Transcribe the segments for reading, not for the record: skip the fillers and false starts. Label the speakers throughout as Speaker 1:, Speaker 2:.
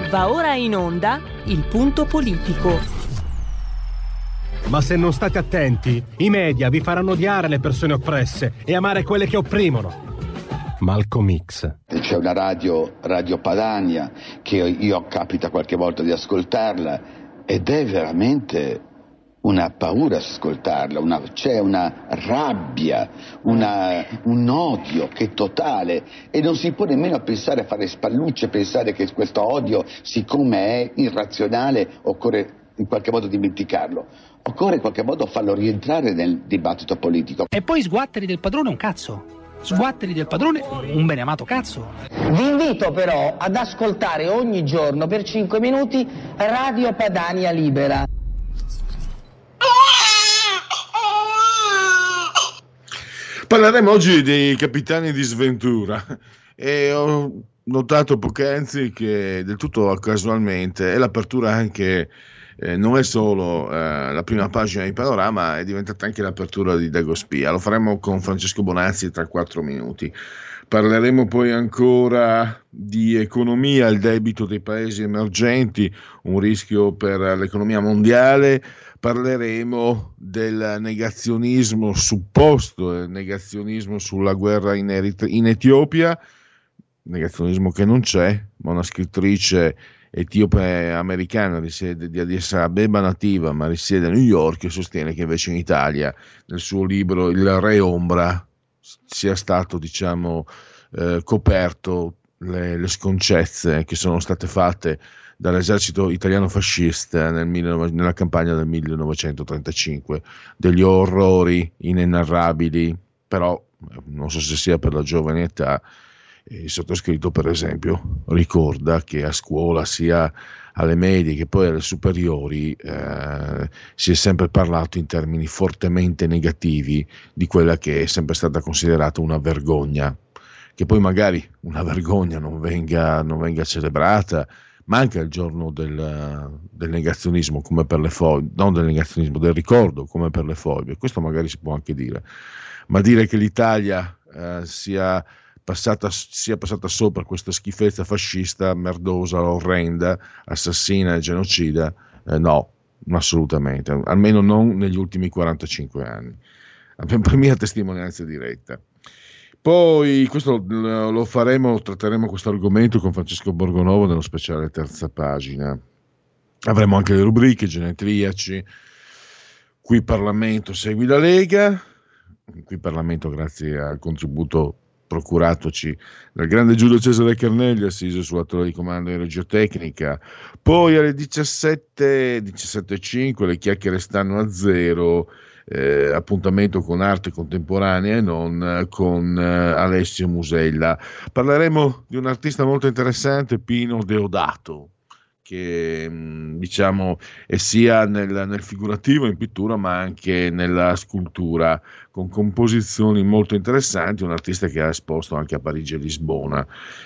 Speaker 1: Va ora in onda il punto politico.
Speaker 2: Ma se non state attenti, i media vi faranno odiare le persone oppresse e amare quelle che opprimono. Malcolm X.
Speaker 3: C'è una Radio Padania, che io capita qualche volta di ascoltarla, ed è veramente una paura ascoltarla, c'è una rabbia, un odio che è totale, e non si può nemmeno pensare a fare spallucce, pensare che questo odio, siccome è irrazionale, occorre in qualche modo dimenticarlo. Occorre in qualche modo farlo rientrare nel dibattito politico.
Speaker 4: E poi sguatteri del padrone un cazzo. Sguatteri del padrone un beneamato cazzo.
Speaker 5: Vi invito però ad ascoltare ogni giorno per 5 minuti Radio Padania Libera.
Speaker 6: Parleremo oggi dei capitani di sventura, e ho notato poc'anzi che del tutto casualmente è l'apertura anche, non è solo la prima pagina di Panorama, è diventata anche l'apertura di Dagospia. Lo faremo con Francesco Bonazzi tra 4 minuti. Parleremo poi ancora di economia, il debito dei paesi emergenti, un rischio per l'economia mondiale. Parleremo del negazionismo supposto, il negazionismo sulla guerra in Etiopia, negazionismo che non c'è, ma una scrittrice etiope americana di Addis Abeba nativa, ma risiede a New York, e sostiene che invece in Italia, nel suo libro Il Re Ombra, sia stato, coperto le sconcezze che sono state fatte dall'esercito italiano fascista nella campagna del 1935, degli orrori inenarrabili. Però non so se sia per la giovane età, il sottoscritto per esempio ricorda che a scuola, sia alle medie che poi alle superiori, si è sempre parlato in termini fortemente negativi di quella che è sempre stata considerata una vergogna, che poi magari una vergogna non venga celebrata, ma anche il giorno del negazionismo, come per le foibe, non del negazionismo, del ricordo, come per le foibe. Questo magari si può anche dire, ma dire che l'Italia sia passata sopra questa schifezza fascista, merdosa, orrenda, assassina e genocida, no, assolutamente, almeno non negli ultimi 45 anni, per mia testimonianza diretta. Poi questo tratteremo questo argomento con Francesco Borgonovo nello speciale Terza Pagina. Avremo anche le rubriche genetriaci, Qui Parlamento segui la Lega, Qui Parlamento grazie al contributo procuratoci dal grande Giulio Cesare Carnelli, assiso sulla torre di comando in regia tecnica. Poi alle 17:05 le chiacchiere stanno a zero, appuntamento con arte contemporanea e non, con Alessio Musella. Parleremo di un artista molto interessante, Pino Deodato, che è sia nel figurativo, in pittura, ma anche nella scultura, con composizioni molto interessanti, un artista che ha esposto anche a Parigi e Lisbona,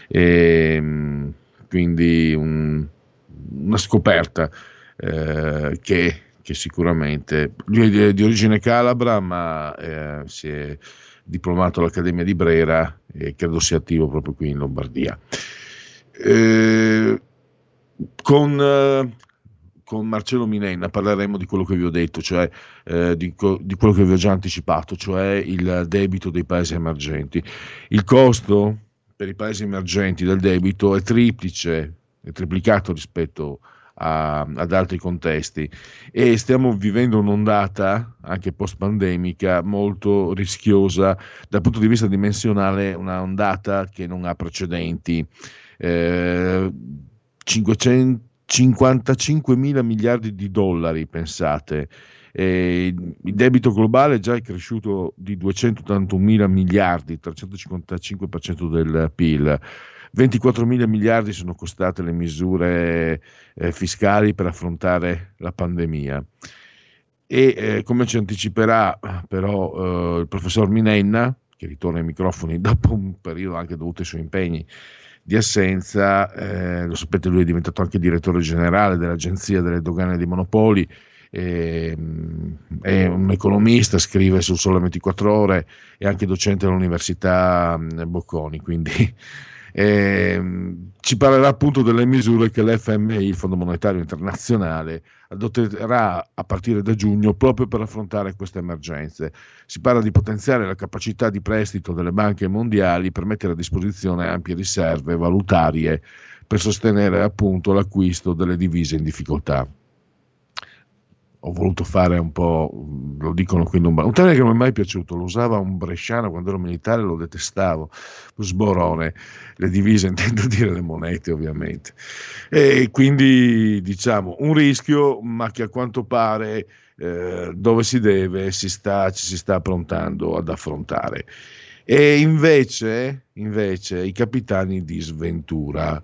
Speaker 6: quindi una scoperta che sicuramente lui è di origine calabra, ma si è diplomato all'Accademia di Brera e credo sia attivo proprio qui in Lombardia. Con Marcello Minenna parleremo di quello che vi ho detto, cioè di quello che vi ho già anticipato, cioè il debito dei paesi emergenti. Il costo per i paesi emergenti del debito è triplicato rispetto ad altri contesti, e stiamo vivendo un'ondata anche post pandemica molto rischiosa dal punto di vista dimensionale, una ondata che non ha precedenti. 55 mila miliardi di dollari, pensate. Il debito globale già è cresciuto di 281 mila miliardi, 355% del PIL. 24 mila miliardi sono costate le misure fiscali per affrontare la pandemia. E come ci anticiperà però il professor Minenna, che ritorna ai microfoni dopo un periodo anche dovuto ai suoi impegni di assenza, lo sapete, lui è diventato anche direttore generale dell'Agenzia delle Dogane e dei Monopoli, è un economista, scrive sul Sole 24 Ore, è anche docente all'Università Bocconi, quindi Ci parlerà appunto delle misure che l'FMI, il Fondo Monetario Internazionale, adotterà a partire da giugno proprio per affrontare queste emergenze. Si parla di potenziare la capacità di prestito delle banche mondiali per mettere a disposizione ampie riserve valutarie per sostenere appunto l'acquisto delle divise in difficoltà. Ho voluto fare un po', lo dicono qui un termine che non mi è mai piaciuto, lo usava un bresciano quando ero militare, lo detestavo, sborone, le divise intendo dire le monete ovviamente, e quindi diciamo un rischio, ma che a quanto pare dove si deve ci si sta approntando ad affrontare. E invece i capitani di sventura,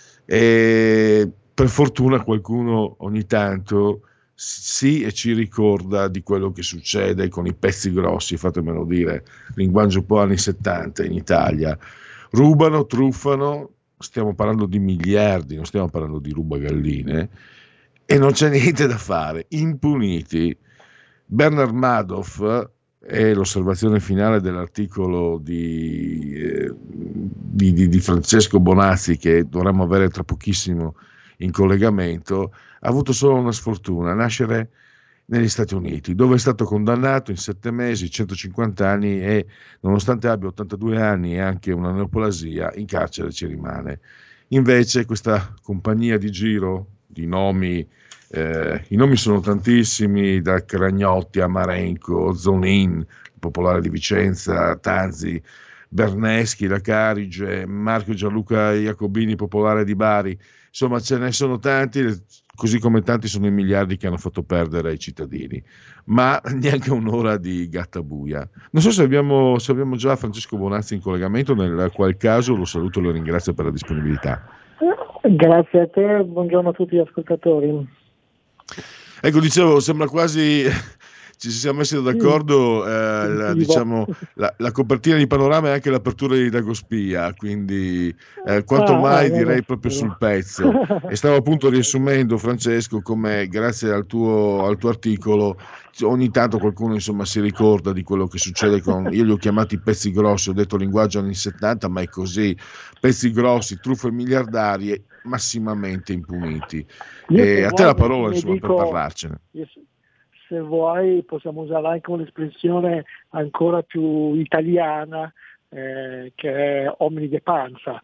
Speaker 6: e per fortuna qualcuno ogni tanto sì, e ci ricorda di quello che succede con i pezzi grossi, fatemelo dire, linguaggio un po' anni 70 in Italia. Rubano, truffano, stiamo parlando di miliardi, non stiamo parlando di rubagalline, e non c'è niente da fare, impuniti. Bernard Madoff è l'osservazione finale dell'articolo di Francesco Bonazzi, che dovremmo avere tra pochissimo in collegamento. Ha avuto solo una sfortuna: nascere negli Stati Uniti, dove è stato condannato in 7 mesi, 150 anni, e nonostante abbia 82 anni e anche una neoplasia, in carcere ci rimane. Invece questa compagnia di giro di nomi, i nomi sono tantissimi, da Cragnotti a Marenco, Zonin, popolare di Vicenza, Tanzi, Berneschi, La Carige, Marco Gianluca Iacobini, popolare di Bari. Insomma, ce ne sono tanti, così come tanti sono i miliardi che hanno fatto perdere ai cittadini, ma neanche un'ora di gattabuia. Non so se abbiamo già Francesco Bonazzi in collegamento, nel qual caso lo saluto e lo ringrazio per la disponibilità.
Speaker 7: Grazie a te, buongiorno a tutti gli ascoltatori.
Speaker 6: Ecco, dicevo, sembra quasi ci siamo messi d'accordo, diciamo, la copertina di Panorama è anche l'apertura di Dagospia, quindi quanto mai direi proprio sul pezzo. E stavo appunto riassumendo, Francesco, come grazie al tuo articolo ogni tanto qualcuno insomma si ricorda di quello che succede io li ho chiamati pezzi grossi, ho detto linguaggio anni 70, ma è così: pezzi grossi, truffe miliardarie massimamente impuniti. E a te la parola insomma per parlarcene.
Speaker 7: Se vuoi possiamo usare anche un'espressione ancora più italiana, che è omini de panza.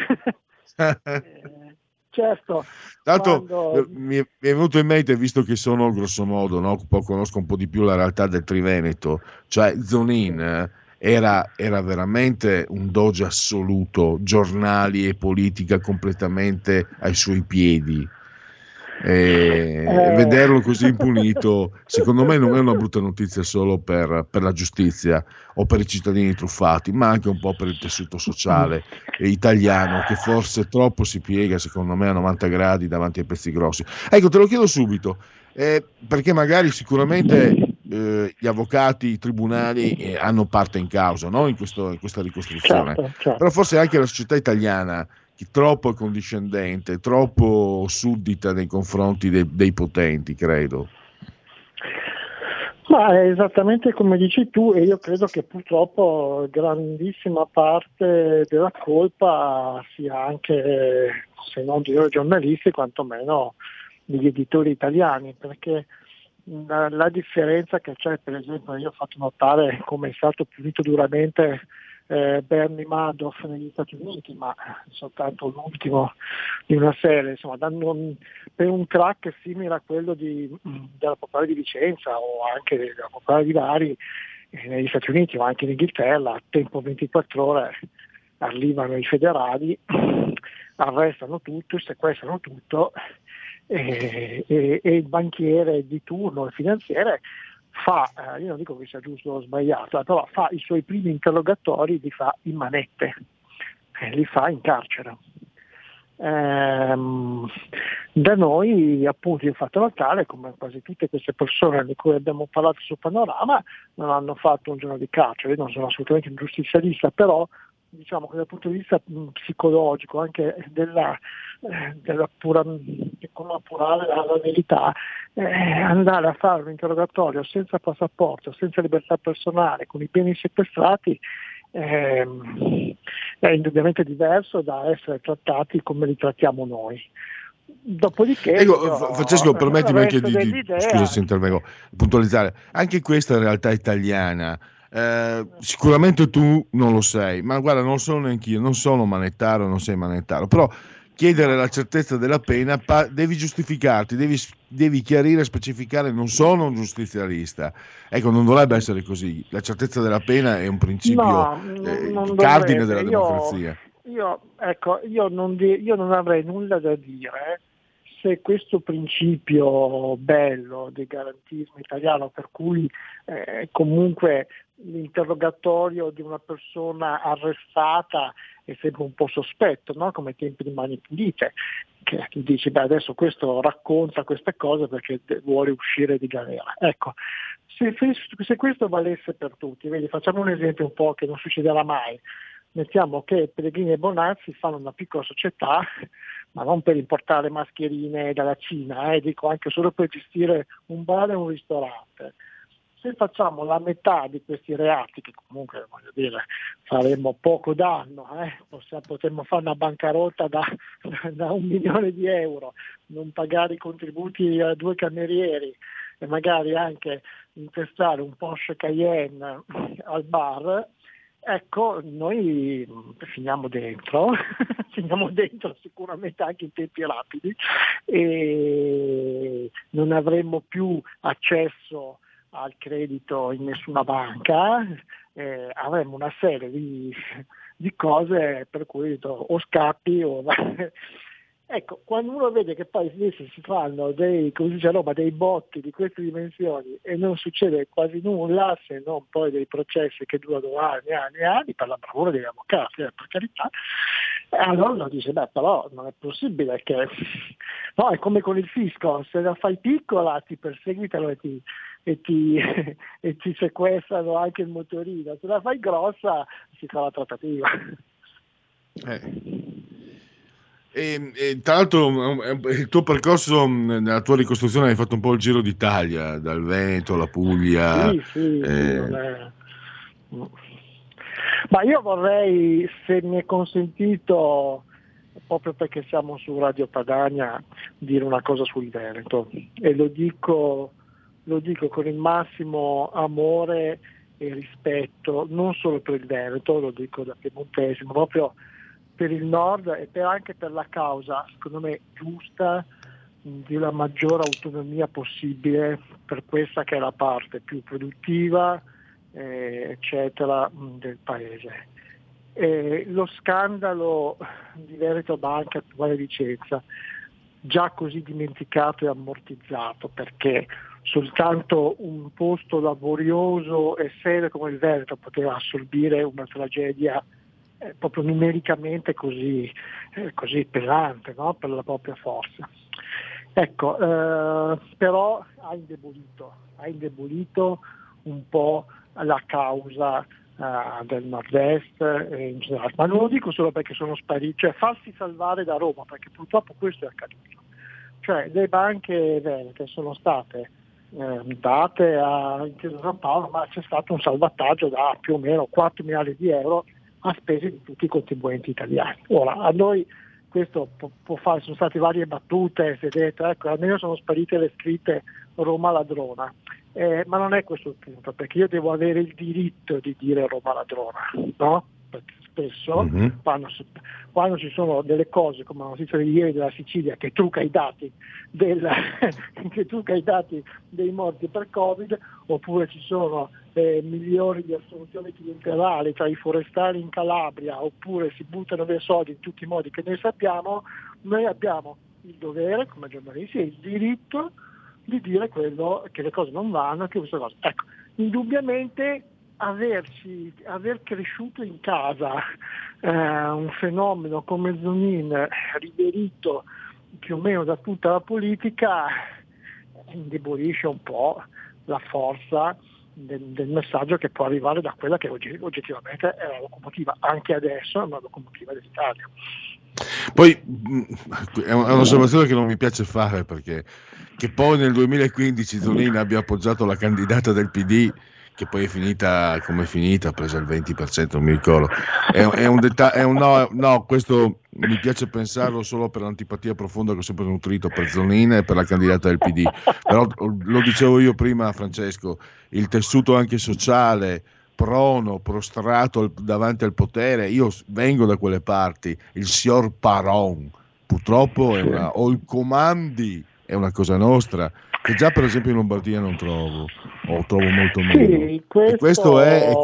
Speaker 7: Certo.
Speaker 6: Tanto mi è venuto in mente, visto che sono grosso modo, no, conosco un po' di più la realtà del Triveneto, cioè Zonin era veramente un doge assoluto, giornali e politica completamente ai suoi piedi. Vederlo così impunito secondo me non è una brutta notizia solo per la giustizia o per i cittadini truffati, ma anche un po' per il tessuto sociale italiano, che forse troppo si piega secondo me a 90 gradi davanti ai pezzi grossi. Ecco, te lo chiedo subito, perché magari sicuramente gli avvocati, i tribunali hanno parte in causa, no? in questa ricostruzione, certo. Però forse anche la società italiana, troppo condiscendente, troppo suddita nei confronti dei potenti, credo.
Speaker 7: Ma è esattamente come dici tu, e io credo che purtroppo grandissima parte della colpa sia anche, se non di noi giornalisti, quantomeno degli editori italiani, perché la differenza che c'è, per esempio, io ho fatto notare come è stato punito duramente Bernie Madoff negli Stati Uniti, ma soltanto l'ultimo di una serie, insomma, per un crack simile a quello della Popolare di Vicenza o anche della Popolare di Bari negli Stati Uniti, ma anche in Inghilterra, a tempo 24 ore arrivano i federali, arrestano tutto, sequestrano tutto, e il banchiere di turno, il finanziere, io non dico che sia giusto o sbagliato, però fa i suoi primi interrogatori, li fa in manette, li fa in carcere. Da noi appunto il fatto notare come quasi tutte queste persone di cui abbiamo parlato su Panorama non hanno fatto un giorno di carcere. Io non sono assolutamente un giustizialista, però diciamo che dal punto di vista psicologico, anche della appurare la verità, andare a fare un interrogatorio senza passaporto, senza libertà personale, con i beni sequestrati, è indubbiamente diverso da essere trattati come li trattiamo noi. Dopodiché,
Speaker 6: Francesco, permettimi anche
Speaker 7: dell'idea...
Speaker 6: scusa se intervengo, puntualizzare, anche questa realtà italiana, sicuramente tu non lo sei, ma guarda, non sono neanch'io, non sono manettaro, non sei manettaro, però chiedere la certezza della pena, devi giustificarti, devi chiarire, specificare, non sono un giustizialista, ecco, non dovrebbe essere così, la certezza della pena è un principio cardine della democrazia.
Speaker 7: Io non avrei nulla da dire se questo principio bello del garantismo italiano, per cui comunque l'interrogatorio di una persona arrestata è sempre un po' sospetto, no? Come ai tempi di Mani Pulite, che tu dici adesso questo racconta queste cose perché vuole uscire di galera. Ecco, se questo valesse per tutti, vedi, facciamo un esempio un po' che non succederà mai. Mettiamo che Pellegrini e Bonazzi fanno una piccola società, ma non per importare mascherine dalla Cina, dico anche solo per gestire un bar e un ristorante. Se facciamo la metà di questi reati, che comunque voglio dire faremmo poco danno, potremmo fare una bancarotta da 1 milione di euro, non pagare i contributi a 2 camerieri e magari anche intestare un Porsche Cayenne al bar, ecco, noi finiamo dentro sicuramente anche in tempi rapidi e non avremo più accesso al credito in nessuna banca, avremo una serie di cose per cui o scappi o... Ecco, quando uno vede che poi si fanno dei botti di queste dimensioni e non succede quasi nulla, se non poi dei processi che durano anni e anni per la bravura degli avvocati, per carità, allora uno dice, però non è possibile che... No, è come con il fisco, se la fai piccola ti perseguitano e ti sequestrano anche il motorino, se la fai grossa si fa la trattativa.
Speaker 6: E tra l'altro il tuo percorso nella tua ricostruzione hai fatto un po' il giro d'Italia, dal Veneto alla Puglia.
Speaker 7: Sì, non è... Ma io vorrei, se mi è consentito, proprio perché siamo su Radio Padania, dire una cosa sul Veneto, e lo dico con il massimo amore e rispetto, non solo per il Veneto, lo dico da piemontese, ma proprio per il nord e anche per la causa, secondo me, giusta di una maggiore autonomia possibile per questa che è la parte più produttiva, eccetera, del paese. Lo scandalo di Veneto Banca attuale Vicenza, già così dimenticato e ammortizzato, perché soltanto un posto laborioso e serio come il Veneto poteva assorbire una tragedia proprio numericamente così pesante, no? Per la propria forza. Ecco, però ha indebolito un po' la causa del nord-est in generale, ma non lo dico solo perché sono spariti, cioè farsi salvare da Roma, perché purtroppo questo è accaduto. Cioè le banche venete sono state date a Intesa San Paolo, ma c'è stato un salvataggio da più o meno 4 miliardi di euro a spese di tutti i contribuenti italiani. Ora, a noi questo può fare, sono state varie battute, si è detto, ecco, almeno sono sparite le scritte Roma ladrona, ma non è questo il punto, perché io devo avere il diritto di dire Roma ladrona, no? Perché spesso quando ci sono delle cose come la notizia di ieri della Sicilia che trucca i dati dei morti per Covid, oppure ci sono milioni di assunzioni clientelari tra i forestali in Calabria, oppure si buttano via soldi in tutti i modi che noi sappiamo, noi abbiamo il dovere come giornalisti e il diritto di dire quello, che le cose non vanno, che queste cose. Ecco, indubbiamente aver cresciuto in casa un fenomeno come Zonin riverito più o meno da tutta la politica indebolisce un po' la forza del messaggio che può arrivare da quella che oggettivamente è la locomotiva, anche adesso è una locomotiva dell'Italia.
Speaker 6: Poi è un'osservazione che non mi piace fare, perché che poi nel 2015 Zonin abbia appoggiato la candidata del PD che poi è finita come è finita, ha preso il 20%, non mi ricordo. È un dettaglio, no, questo mi piace pensarlo solo per l'antipatia profonda che ho sempre nutrito per Zonin e per la candidata del PD. Però lo dicevo io prima, Francesco, il tessuto anche sociale, prostrato davanti al potere, io vengo da quelle parti, il signor Paron, purtroppo o il comandi è una cosa nostra, che già per esempio in Lombardia non trovo, o trovo molto meno.
Speaker 7: Sì,
Speaker 6: E questo è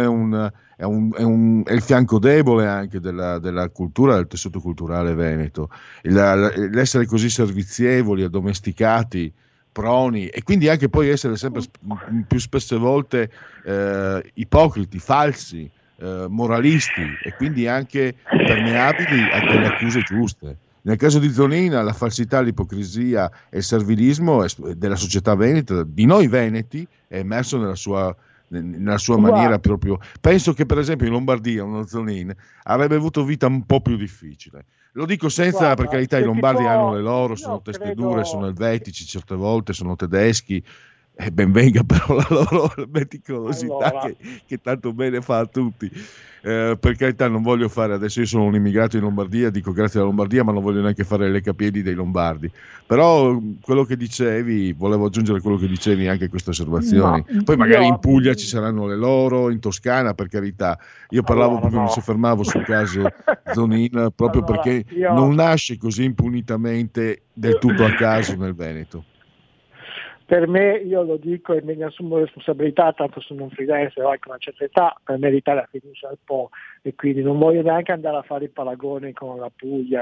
Speaker 6: il fianco debole anche della cultura, del tessuto culturale veneto, l'essere così servizievoli, addomesticati, proni, e quindi anche poi essere sempre più spesse volte ipocriti, falsi, moralisti, e quindi anche permeabili a delle accuse giuste. Nel caso di Zonina la falsità, l'ipocrisia e il servilismo della società veneta, di noi veneti, è emerso nella sua maniera proprio. Penso che per esempio in Lombardia uno Zonin avrebbe avuto vita un po' più difficile. Lo dico senza, per carità, i lombardi hanno le loro, sono teste dure, sono elvetici certe volte, sono tedeschi, e ben venga però la loro meticolosità che tanto bene fa a tutti. Per carità, non voglio fare, adesso io sono un immigrato in Lombardia, dico grazie alla Lombardia, ma non voglio neanche fare le capiedi dei lombardi. Però quello che dicevi, volevo aggiungere quello che dicevi, anche queste osservazioni. Poi magari in Puglia ci saranno le loro, in Toscana, per carità. Io parlavo mi soffermavo sul caso Zonin proprio perché non nasce così impunitamente del tutto a caso nel Veneto.
Speaker 7: Per me, io lo dico e me ne assumo responsabilità, tanto sono un freelancer, ho anche una certa età, per me l'Italia finisce al po', e quindi non voglio neanche andare a fare i paragoni con la Puglia.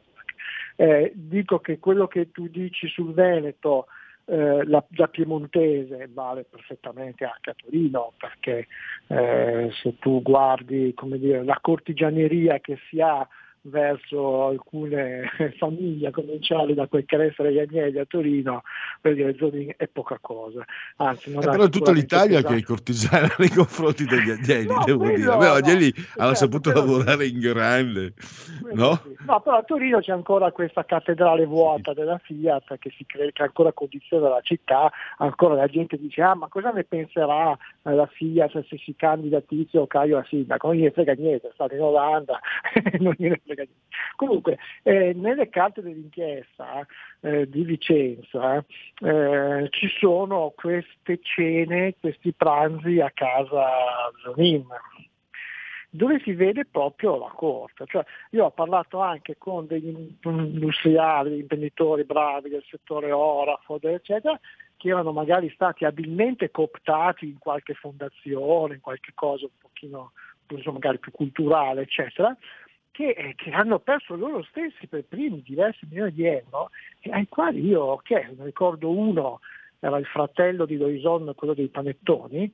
Speaker 7: Dico che quello che tu dici sul Veneto, la piemontese vale perfettamente anche a Torino, perché se tu guardi, come dire, la cortigianeria che si ha verso alcune famiglie, a cominciare da quel Crescere e Agnelli a Torino, per dire Zonin è poca cosa. Anzi, non
Speaker 6: però è tutta l'Italia che è cortigiana nei confronti degli Agnelli, devo dire. Agnelli aveva saputo lavorare in grande, no?
Speaker 7: Sì. No, però a Torino c'è ancora questa cattedrale vuota della Fiat che si crede che ancora condiziona la città, ancora la gente dice ma cosa ne penserà la Fiat se si candida Tizio o Caio a sindaco? Non gliene frega niente, sta in Olanda, non gliene frega niente. Comunque nelle carte dell'inchiesta di Vicenza ci sono queste cene, questi pranzi a casa Zonin, dove si vede proprio la corte. Cioè, io ho parlato anche con degli industriali, degli imprenditori bravi del settore orafo, eccetera, che erano magari stati abilmente cooptati in qualche fondazione, in qualche cosa un pochino magari più culturale, eccetera, che hanno perso loro stessi per primi diversi milioni di euro, e ai quali io ne ricordo uno, era il fratello di Loison, quello dei panettoni,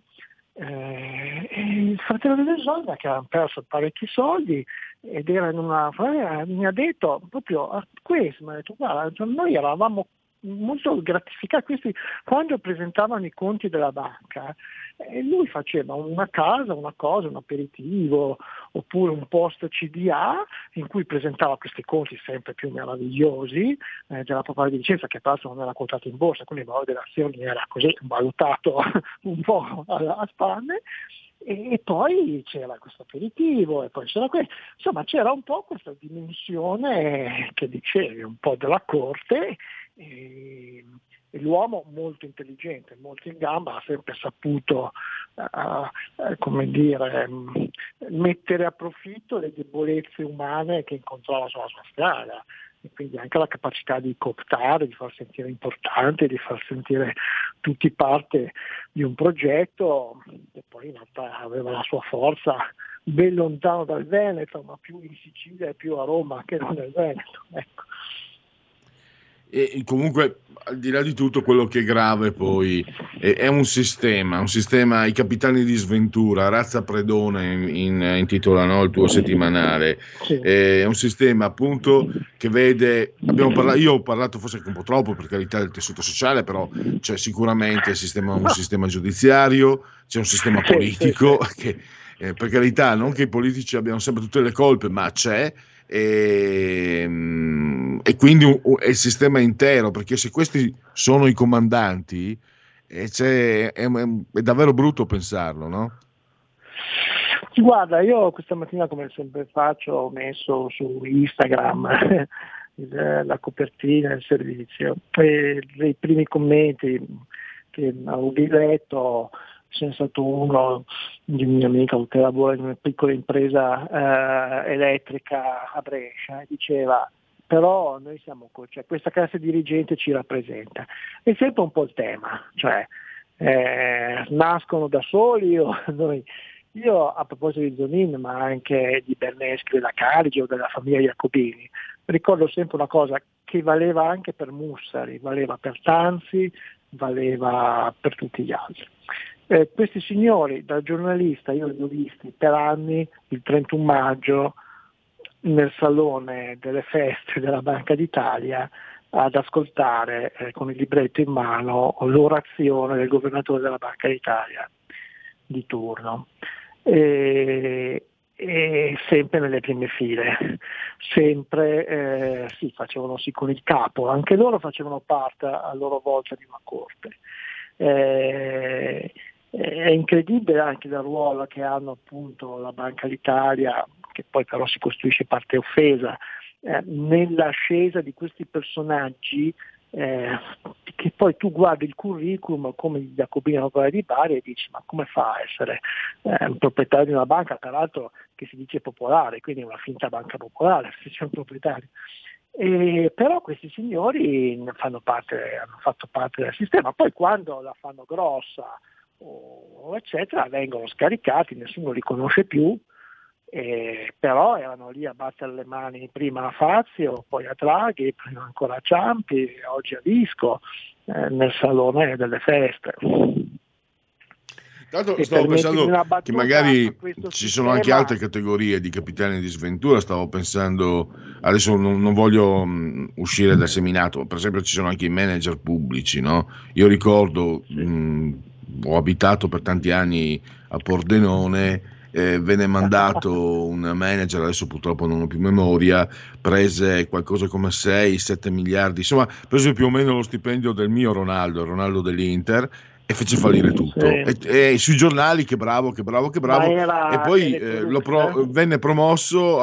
Speaker 7: e il fratello di Loison che aveva perso parecchi soldi ed era mi ha detto proprio a questo, mi ha detto guarda, noi eravamo molto gratificati, questi quando presentavano i conti della banca lui faceva una casa, una cosa, un aperitivo oppure un post CDA in cui presentava questi conti sempre più meravigliosi della Popolare di Vicenza, che peraltro non era quotato in borsa, quindi il valore delle azioni era così valutato un po' a spanne. E poi c'era questo aperitivo e poi c'era questo, insomma c'era un po' questa dimensione che dicevi un po' della corte, e l'uomo molto intelligente, molto in gamba, ha sempre saputo come dire, mettere a profitto le debolezze umane che incontrava sulla sua strada, e quindi anche la capacità di cooptare, di far sentire importante, di far sentire tutti parte di un progetto che poi in realtà aveva la sua forza ben lontano dal Veneto, ma più in Sicilia e più a Roma che non nel Veneto. Ecco.
Speaker 6: E comunque, al di là di tutto, quello che è grave poi è un sistema, i capitani di sventura, Razza Predone intitola, no, il tuo settimanale, sì. È un sistema appunto che vede, io ho parlato forse un po' troppo per carità del tessuto sociale, però c'è sicuramente un sistema giudiziario, c'è un sistema politico che per carità non che i politici abbiano sempre tutte le colpe, ma c'è. E quindi è il sistema intero, perché se questi sono i comandanti è davvero brutto pensarlo, no?
Speaker 7: Guarda, io questa mattina, come sempre faccio, ho messo su Instagram la copertina del servizio e i primi commenti che avevo letto, c'è stato uno di un mio amico che lavora in una piccola impresa elettrica a Brescia e diceva: però noi siamo cioè, questa classe dirigente ci rappresenta. È sempre un po' il tema, cioè nascono da soli o noi. Io, a proposito di Zonin, ma anche di Berneschi, della Carige o della famiglia Jacobini, ricordo sempre una cosa che valeva anche per Mussari, valeva per Tanzi, valeva per tutti gli altri. Questi signori, da giornalista, io li ho visti per anni il 31 maggio nel salone delle feste della Banca d'Italia ad ascoltare con il libretto in mano l'orazione del governatore della Banca d'Italia di turno. E sempre nelle prime file, sempre sì, facevano sì con il capo, anche loro facevano parte a loro volta di una corte. È incredibile anche il ruolo che hanno appunto la Banca d'Italia, che poi però si costruisce parte offesa, nell'ascesa di questi personaggi che poi tu guardi il curriculum come gli Jacobini di Bari e dici: ma come fa a essere un proprietario di una banca, peraltro che si dice popolare, quindi una finta banca popolare se c'è un proprietario. Però questi signori hanno fatto parte del sistema, poi quando la fanno grossa o eccetera vengono scaricati, nessuno li conosce più. Però erano lì a battere le mani prima a Fazio, poi a Draghi, prima ancora a Ciampi, oggi a Visco, nel salone delle feste.
Speaker 6: Tanto stavo pensando che magari ci sono anche altre categorie di capitani di sventura. Stavo pensando, adesso non voglio uscire dal seminato, per esempio ci sono anche i manager pubblici, no? Io ricordo, ho abitato per tanti anni a Pordenone. Venne mandato un manager, adesso purtroppo non ho più memoria, prese qualcosa come 6-7 miliardi, insomma prese più o meno lo stipendio del mio Ronaldo dell'Inter, e fece fallire tutto. E sui giornali che bravo, e poi venne promosso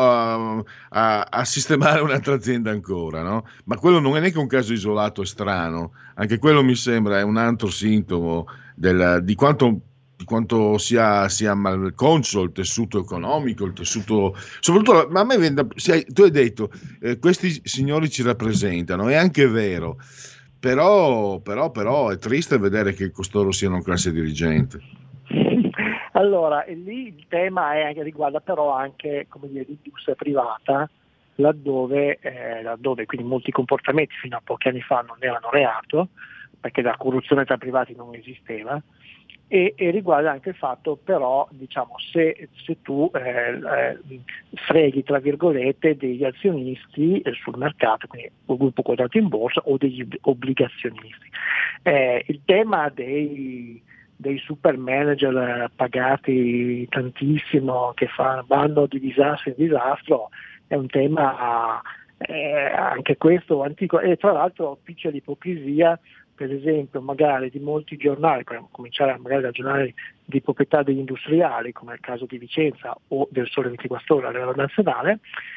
Speaker 6: a sistemare un'altra azienda ancora, no? Ma quello non è neanche un caso isolato e strano, anche quello mi sembra è un altro sintomo di quanto sia malconcio il tessuto economico, il tessuto, soprattutto, ma a me tu hai detto questi signori ci rappresentano, è anche vero, però è triste vedere che costoro siano classe dirigente.
Speaker 7: Allora, lì il tema riguarda però anche, come dire, l'industria privata, laddove quindi molti comportamenti fino a pochi anni fa non erano reato, perché la corruzione tra privati non esisteva. E riguarda anche il fatto però, diciamo, se tu freghi tra virgolette degli azionisti sul mercato, quindi un gruppo quotato in borsa o degli obbligazionisti. Il tema dei super manager pagati tantissimo che vanno di disastro in disastro è un tema anche questo antico, e tra l'altro piccia l'ipocrisia, per esempio magari di molti giornali, per cominciare magari dal giornale di proprietà degli industriali, come è il caso di Vicenza o del Sole 24 Ore a livello nazionale,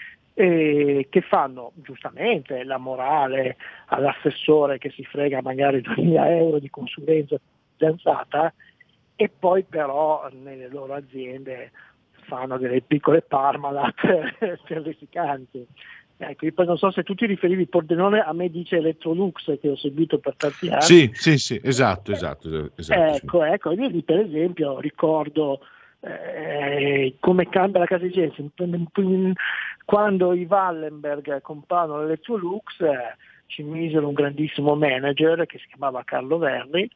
Speaker 7: che fanno giustamente la morale all'assessore che si frega magari 2.000 euro di consulenza fidanzata, e poi però nelle loro aziende fanno delle piccole Parmalat terrificanti. Ecco, io poi non so se tu ti riferivi Pordenone, a me dice Electrolux, che ho seguito per tanti anni.
Speaker 6: Sì, esatto.
Speaker 7: Ecco, io lì per esempio ricordo come cambia la casa di gente. Quando i Wallenberg comprarono l'Electrolux ci misero un grandissimo manager che si chiamava Carlo Verri,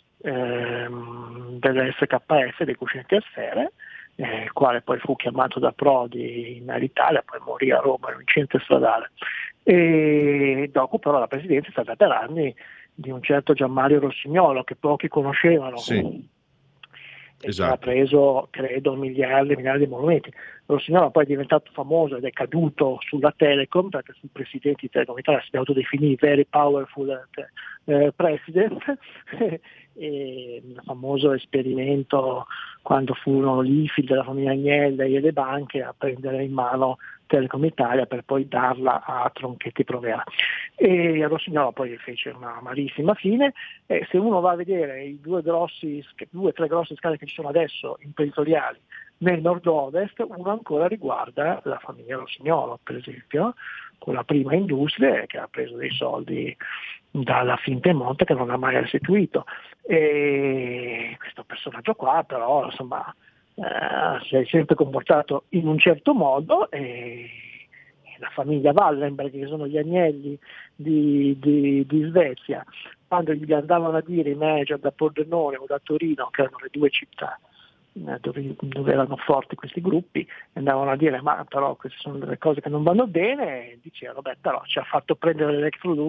Speaker 7: dell'SKF, dei cuscinetti a sfere, il quale poi fu chiamato da Prodi in Alitalia, poi morì a Roma in un incidente stradale, e dopo però la presidenza è stata per anni di un certo Gianmario Rossignolo, che pochi conoscevano,
Speaker 6: sì,
Speaker 7: e
Speaker 6: esatto.
Speaker 7: che ha preso credo miliardi di monumenti. Rossignolo poi è diventato famoso ed è caduto sulla Telecom, perché sui presidenti di Telecom Italia si autodefinì very powerful president, e il famoso esperimento quando furono l'IFI della famiglia Agnelli e le banche a prendere in mano Telecom Italia per poi darla a Tronchetti Provera. E Rossignolo poi fece una malissima fine, e se uno va a vedere i due o tre grossi scandali che ci sono adesso imprenditoriali nel nord-ovest, uno ancora riguarda la famiglia Rossignolo, per esempio, con la Prima Industria, che ha preso dei soldi dalla Finpiemonte che non ha mai restituito. E questo personaggio qua però insomma si è sempre comportato in un certo modo, e la famiglia Wallenberg, che sono gli agnelli di Svezia, quando gli andavano a dire i manager da Pordenone o da Torino, che erano le due città dove erano forti questi gruppi, andavano a dire ma però queste sono delle cose che non vanno bene, e dicevano beh però ci ha fatto prendere l'Electrolux,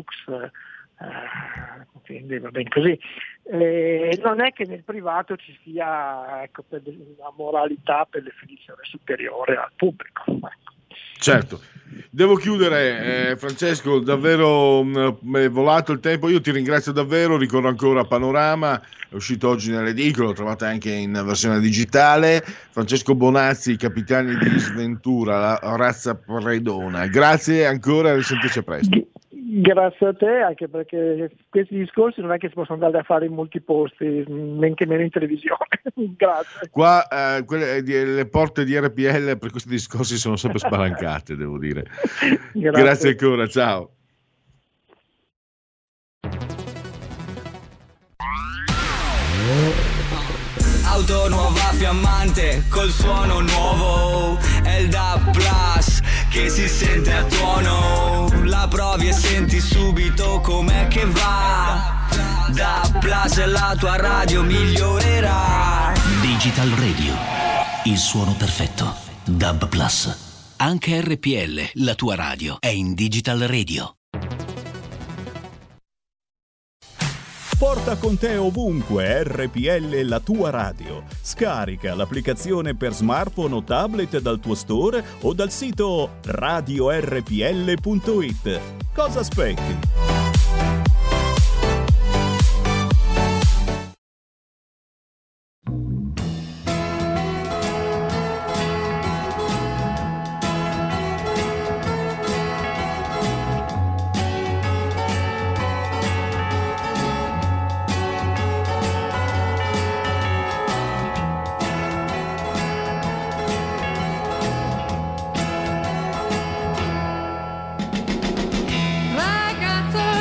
Speaker 7: quindi va bene così. Non è che nel privato ci sia una moralità per definizione superiore al pubblico.
Speaker 6: Certo, devo chiudere, Francesco, davvero è volato il tempo, io ti ringrazio davvero, ricordo ancora Panorama, è uscito oggi nell'edicola, lo trovate anche in versione digitale. Francesco Bonazzi, Capitani di Sventura, la razza predona, grazie ancora, risentirci presto.
Speaker 7: Grazie a te, anche perché questi discorsi non è che si possono andare a fare in molti posti, neanche meno in televisione. Grazie.
Speaker 6: Qua le porte di RPL per questi discorsi sono sempre spalancate, devo dire. Grazie ancora, ciao.
Speaker 8: Auto nuova fiammante col suono nuovo, è il DAB Plus che si sente a tuono, la provi e senti subito com'è che va. DAB Plus, la tua radio migliorerà.
Speaker 9: Digital Radio, il suono perfetto. DAB Plus, anche RPL, la tua radio, è in Digital Radio.
Speaker 10: Porta con te ovunque RPL, la tua radio. Scarica l'applicazione per smartphone o tablet dal tuo store o dal sito radiorpl.it. Cosa aspetti?
Speaker 11: Ragazzo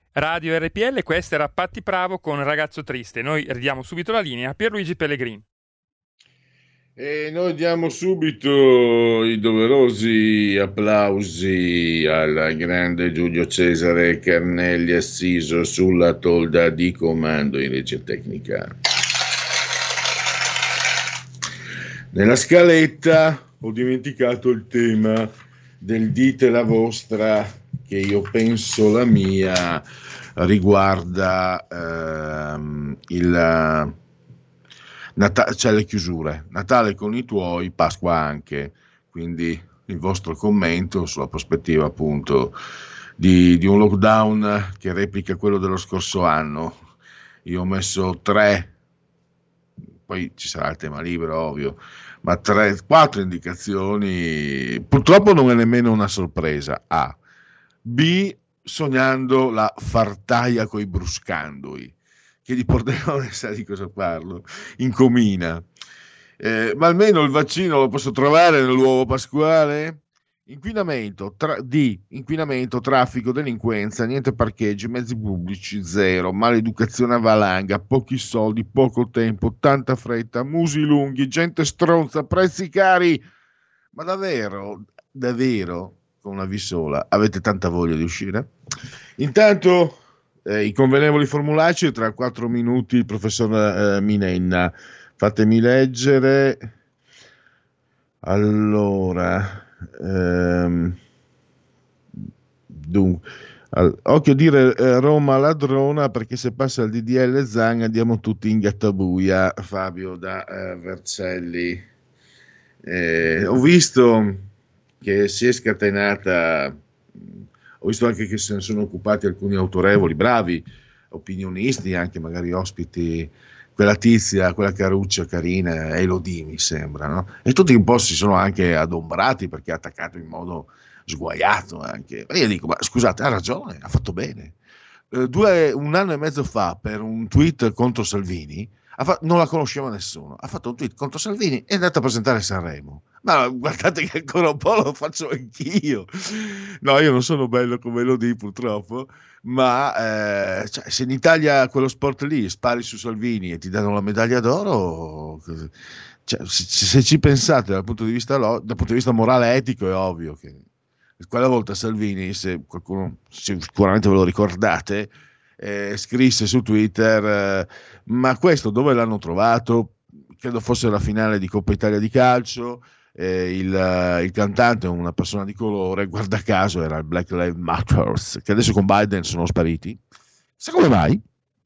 Speaker 11: Radio RPL, questa era Patti Bravo con Ragazzo Triste. Noi ridiamo subito la linea a Pierluigi Pellegrini.
Speaker 6: E noi diamo subito i doverosi applausi al grande Giulio Cesare Carnelli, assiso sulla tolda di comando in regia tecnica. Nella scaletta ho dimenticato il tema del dite la vostra, che io penso la mia riguarda cioè le chiusure, Natale con i tuoi, Pasqua anche, quindi il vostro commento sulla prospettiva appunto di un lockdown che replica quello dello scorso anno. Io ho messo 3, poi ci sarà il tema libero ovvio, ma 4 indicazioni. Purtroppo non è nemmeno una sorpresa. A. B. Sognando la fartaia coi bruscandoli, che di Pordenone sa di cosa parlo, incomina. Ma almeno il vaccino lo posso trovare nell'uovo pasquale? Inquinamento, traffico, delinquenza, niente parcheggi, mezzi pubblici, zero, maleducazione a valanga, pochi soldi, poco tempo, tanta fretta, musi lunghi, gente stronza, prezzi cari. Ma davvero, con una V sola, avete tanta voglia di uscire? Intanto i convenevoli formulacci, tra 4 minuti il professor Minenna. Fatemi leggere. Allora, occhio dire Roma ladrona, perché se passa il DDL Zan andiamo tutti in gattabuia. Fabio da Vercelli. Ho visto che si è scatenata, ho visto anche che se ne sono occupati alcuni autorevoli, bravi opinionisti, anche magari ospiti, quella tizia, quella caruccia carina, Elodie mi sembra, no? E tutti un po' si sono anche adombrati perché ha attaccato in modo sguaiato anche. E io dico, ma scusate, ha ragione, ha fatto bene. Un anno e mezzo fa, per un tweet contro Salvini, non la conosceva nessuno, ha fatto un tweet contro Salvini e è andata a presentare Sanremo. Ma guardate che ancora un po' lo faccio anch'io. No, io non sono bello come lo dico purtroppo, ma cioè, se in Italia quello sport lì spari su Salvini e ti danno la medaglia d'oro, cioè, se ci pensate dal punto di vista morale e etico, è ovvio che quella volta Salvini, se qualcuno sicuramente ve lo ricordate, scrisse su Twitter ma questo dove l'hanno trovato? Credo fosse la finale di Coppa Italia di calcio, il cantante, una persona di colore, guarda caso era il Black Lives Matter, che adesso con Biden sono spariti. Sa come mai?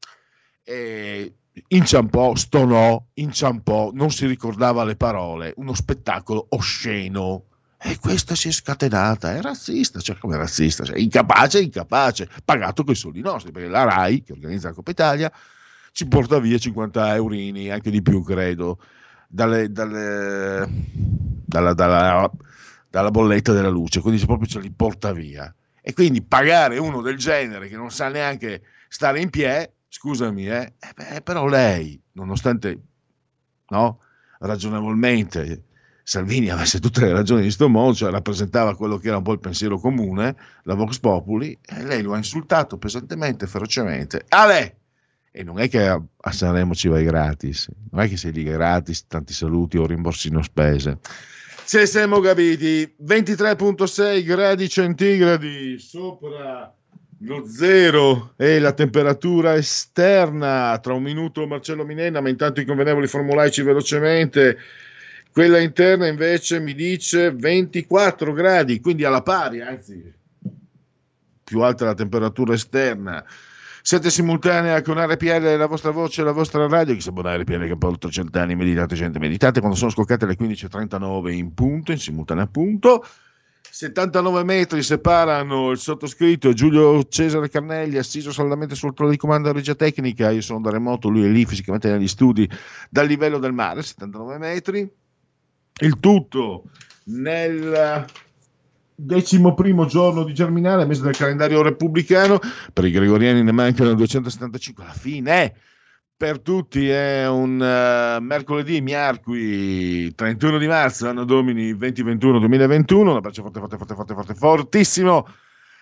Speaker 6: Inciampò, non si ricordava le parole, uno spettacolo osceno. E questa si è scatenata, è razzista, cioè come razzista, cioè, incapace, pagato coi soldi nostri, perché la RAI, che organizza la Coppa Italia, ci porta via 50 eurini, anche di più credo, dalla bolletta della luce, quindi proprio ce li porta via. E quindi pagare uno del genere che non sa neanche stare in piedi, scusami, però lei, nonostante, no, ragionevolmente Salvini avesse tutte le ragioni di sto modo, cioè rappresentava quello che era un po' il pensiero comune, la Vox Populi, e lei lo ha insultato pesantemente, ferocemente. E non è che a Sanremo ci vai gratis, non è che sei lì gratis, tanti saluti o rimborsi non spese. Se siamo capiti, 23,6 gradi centigradi sopra lo zero e la temperatura esterna. Tra un minuto Marcello Minenna, ma intanto i convenevoli formulaici velocemente. Quella interna invece mi dice 24 gradi, quindi alla pari, anzi più alta la temperatura esterna. Siete simultanea con RPL, la vostra voce, la vostra radio, che sa buona RPL che ha oltre 100 anni, meditate gente, meditate, quando sono scoccate le 15.39 in punto, in simultanea appunto. 79 metri separano il sottoscritto Giulio Cesare Carnelli, assiso saldamente sul trono di comando della regia tecnica. Io sono da remoto, lui è lì fisicamente negli studi dal livello del mare, 79 metri. Il tutto nel 11° giorno di Germinale, mese del calendario repubblicano. Per i gregoriani ne mancano 275 alla fine. Per tutti è un mercoledì, miarqui 31 di marzo, anno domini 2021-2021. Un abbraccio forte, fortissimo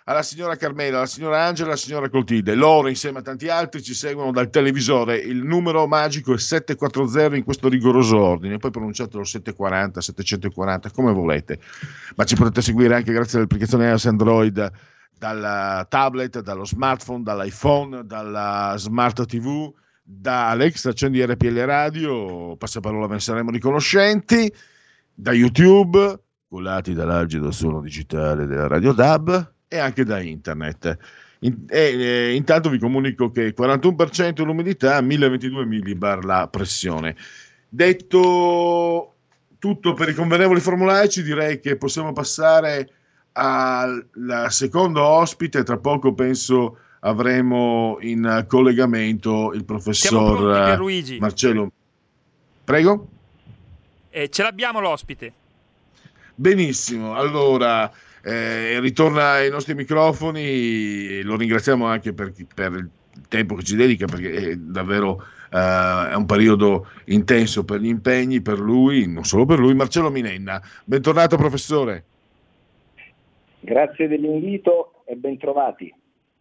Speaker 6: alla signora Carmela, alla signora Angela, alla signora Clotilde. Loro insieme a tanti altri ci seguono dal televisore. Il numero magico è 740 in questo rigoroso ordine, poi pronunciatelo 740, 740, come volete. Ma ci potete seguire anche grazie all'applicazione iOS Android dal tablet, dallo smartphone, dall'iPhone, dalla smart TV, da Alexa, accendi RPL Radio, passaparola, ve ne saremo riconoscenti, da YouTube, collati dall'algido suono digitale della Radio DAB, e anche da internet. Intanto vi comunico che 41% l'umidità, 1022 millibar la pressione. Detto tutto per i convenevoli formulaici, direi che possiamo passare al secondo ospite. Tra poco penso avremo in collegamento il professor Marcello. Prego?
Speaker 11: Ce l'abbiamo l'ospite.
Speaker 6: Benissimo, allora ritorna ai nostri microfoni, lo ringraziamo anche per il tempo che ci dedica, perché è davvero è un periodo intenso per gli impegni, per lui, non solo per lui. Marcello Minenna, bentornato professore.
Speaker 12: Grazie dell'invito e bentrovati.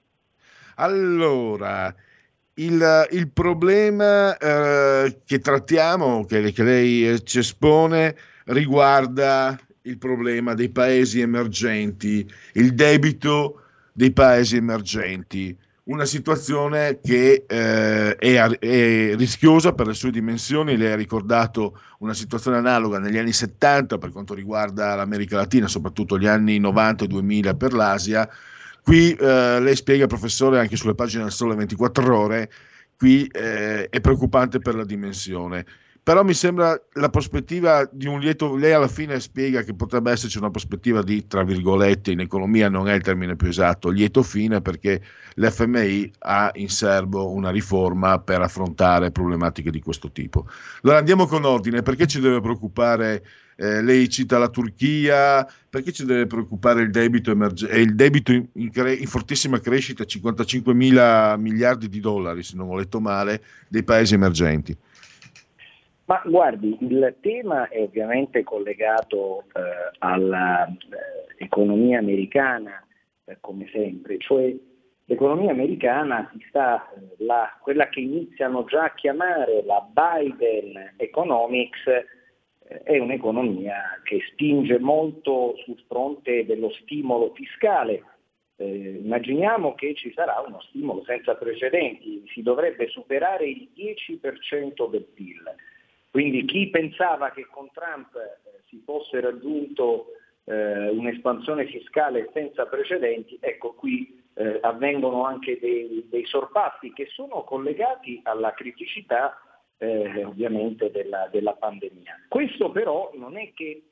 Speaker 6: Allora, il problema che trattiamo, che lei ci espone, riguarda il problema dei paesi emergenti, il debito dei paesi emergenti, una situazione che è rischiosa per le sue dimensioni. Lei ha ricordato una situazione analoga negli anni 70 per quanto riguarda l'America Latina, soprattutto gli anni 90 e 2000 per l'Asia. Qui lei spiega, professore, anche sulle pagine del Sole 24 Ore, qui è preoccupante per la dimensione. Però mi sembra la prospettiva di un lieto, lei alla fine spiega che potrebbe esserci una prospettiva di, tra virgolette, in economia non è il termine più esatto, lieto fine, perché l'FMI ha in serbo una riforma per affrontare problematiche di questo tipo. Allora andiamo con ordine. Perché ci deve preoccupare, lei cita la Turchia, perché ci deve preoccupare il debito il debito in fortissima crescita, 55 mila miliardi di dollari, se non ho letto male, dei paesi emergenti?
Speaker 12: Ma guardi, il tema è ovviamente collegato all'economia americana, come sempre, cioè l'economia americana quella che iniziano già a chiamare la Biden Economics, è un'economia che spinge molto sul fronte dello stimolo fiscale. Immaginiamo che ci sarà uno stimolo senza precedenti, si dovrebbe superare il 10% del PIL. Quindi chi pensava che con Trump si fosse raggiunto un'espansione fiscale senza precedenti, ecco qui avvengono anche dei sorpassi che sono collegati alla criticità ovviamente della pandemia. Questo però non è che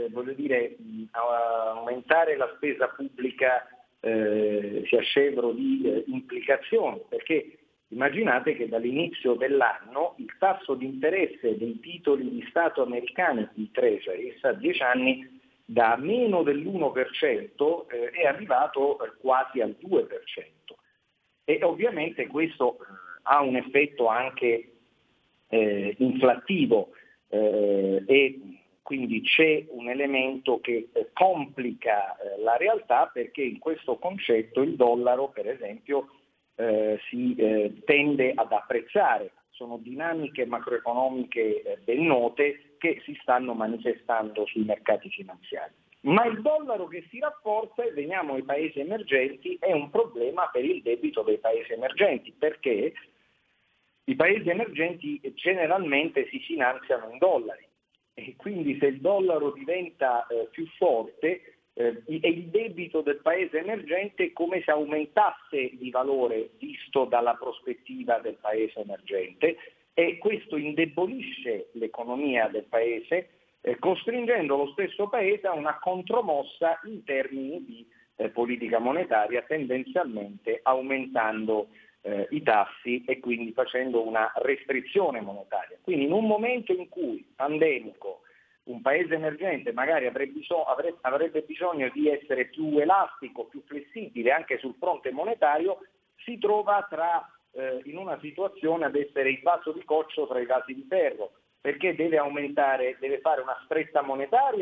Speaker 12: aumentare la spesa pubblica sia scevro di implicazioni, perché immaginate che dall'inizio dell'anno il tasso di interesse dei titoli di Stato americani, i Treasuries, a 10 anni da meno dell'1% è arrivato quasi al 2%. E ovviamente questo ha un effetto anche inflattivo e quindi c'è un elemento che complica la realtà, perché in questo concetto il dollaro, per esempio, si tende ad apprezzare. Sono dinamiche macroeconomiche ben note che si stanno manifestando sui mercati finanziari. Ma il dollaro che si rafforza, e veniamo ai paesi emergenti, è un problema per il debito dei paesi emergenti, perché i paesi emergenti generalmente si finanziano in dollari e quindi se il dollaro diventa più forte, e il debito del paese emergente è come se aumentasse di valore visto dalla prospettiva del paese emergente, e questo indebolisce l'economia del paese, costringendo lo stesso paese a una contromossa in termini di politica monetaria, tendenzialmente aumentando i tassi e quindi facendo una restrizione monetaria. Quindi in un momento in cui pandemico un paese emergente magari avrebbe bisogno di essere più elastico, più flessibile anche sul fronte monetario, si trova in una situazione ad essere il vaso di coccio tra i vasi di ferro, perché deve fare una stretta monetaria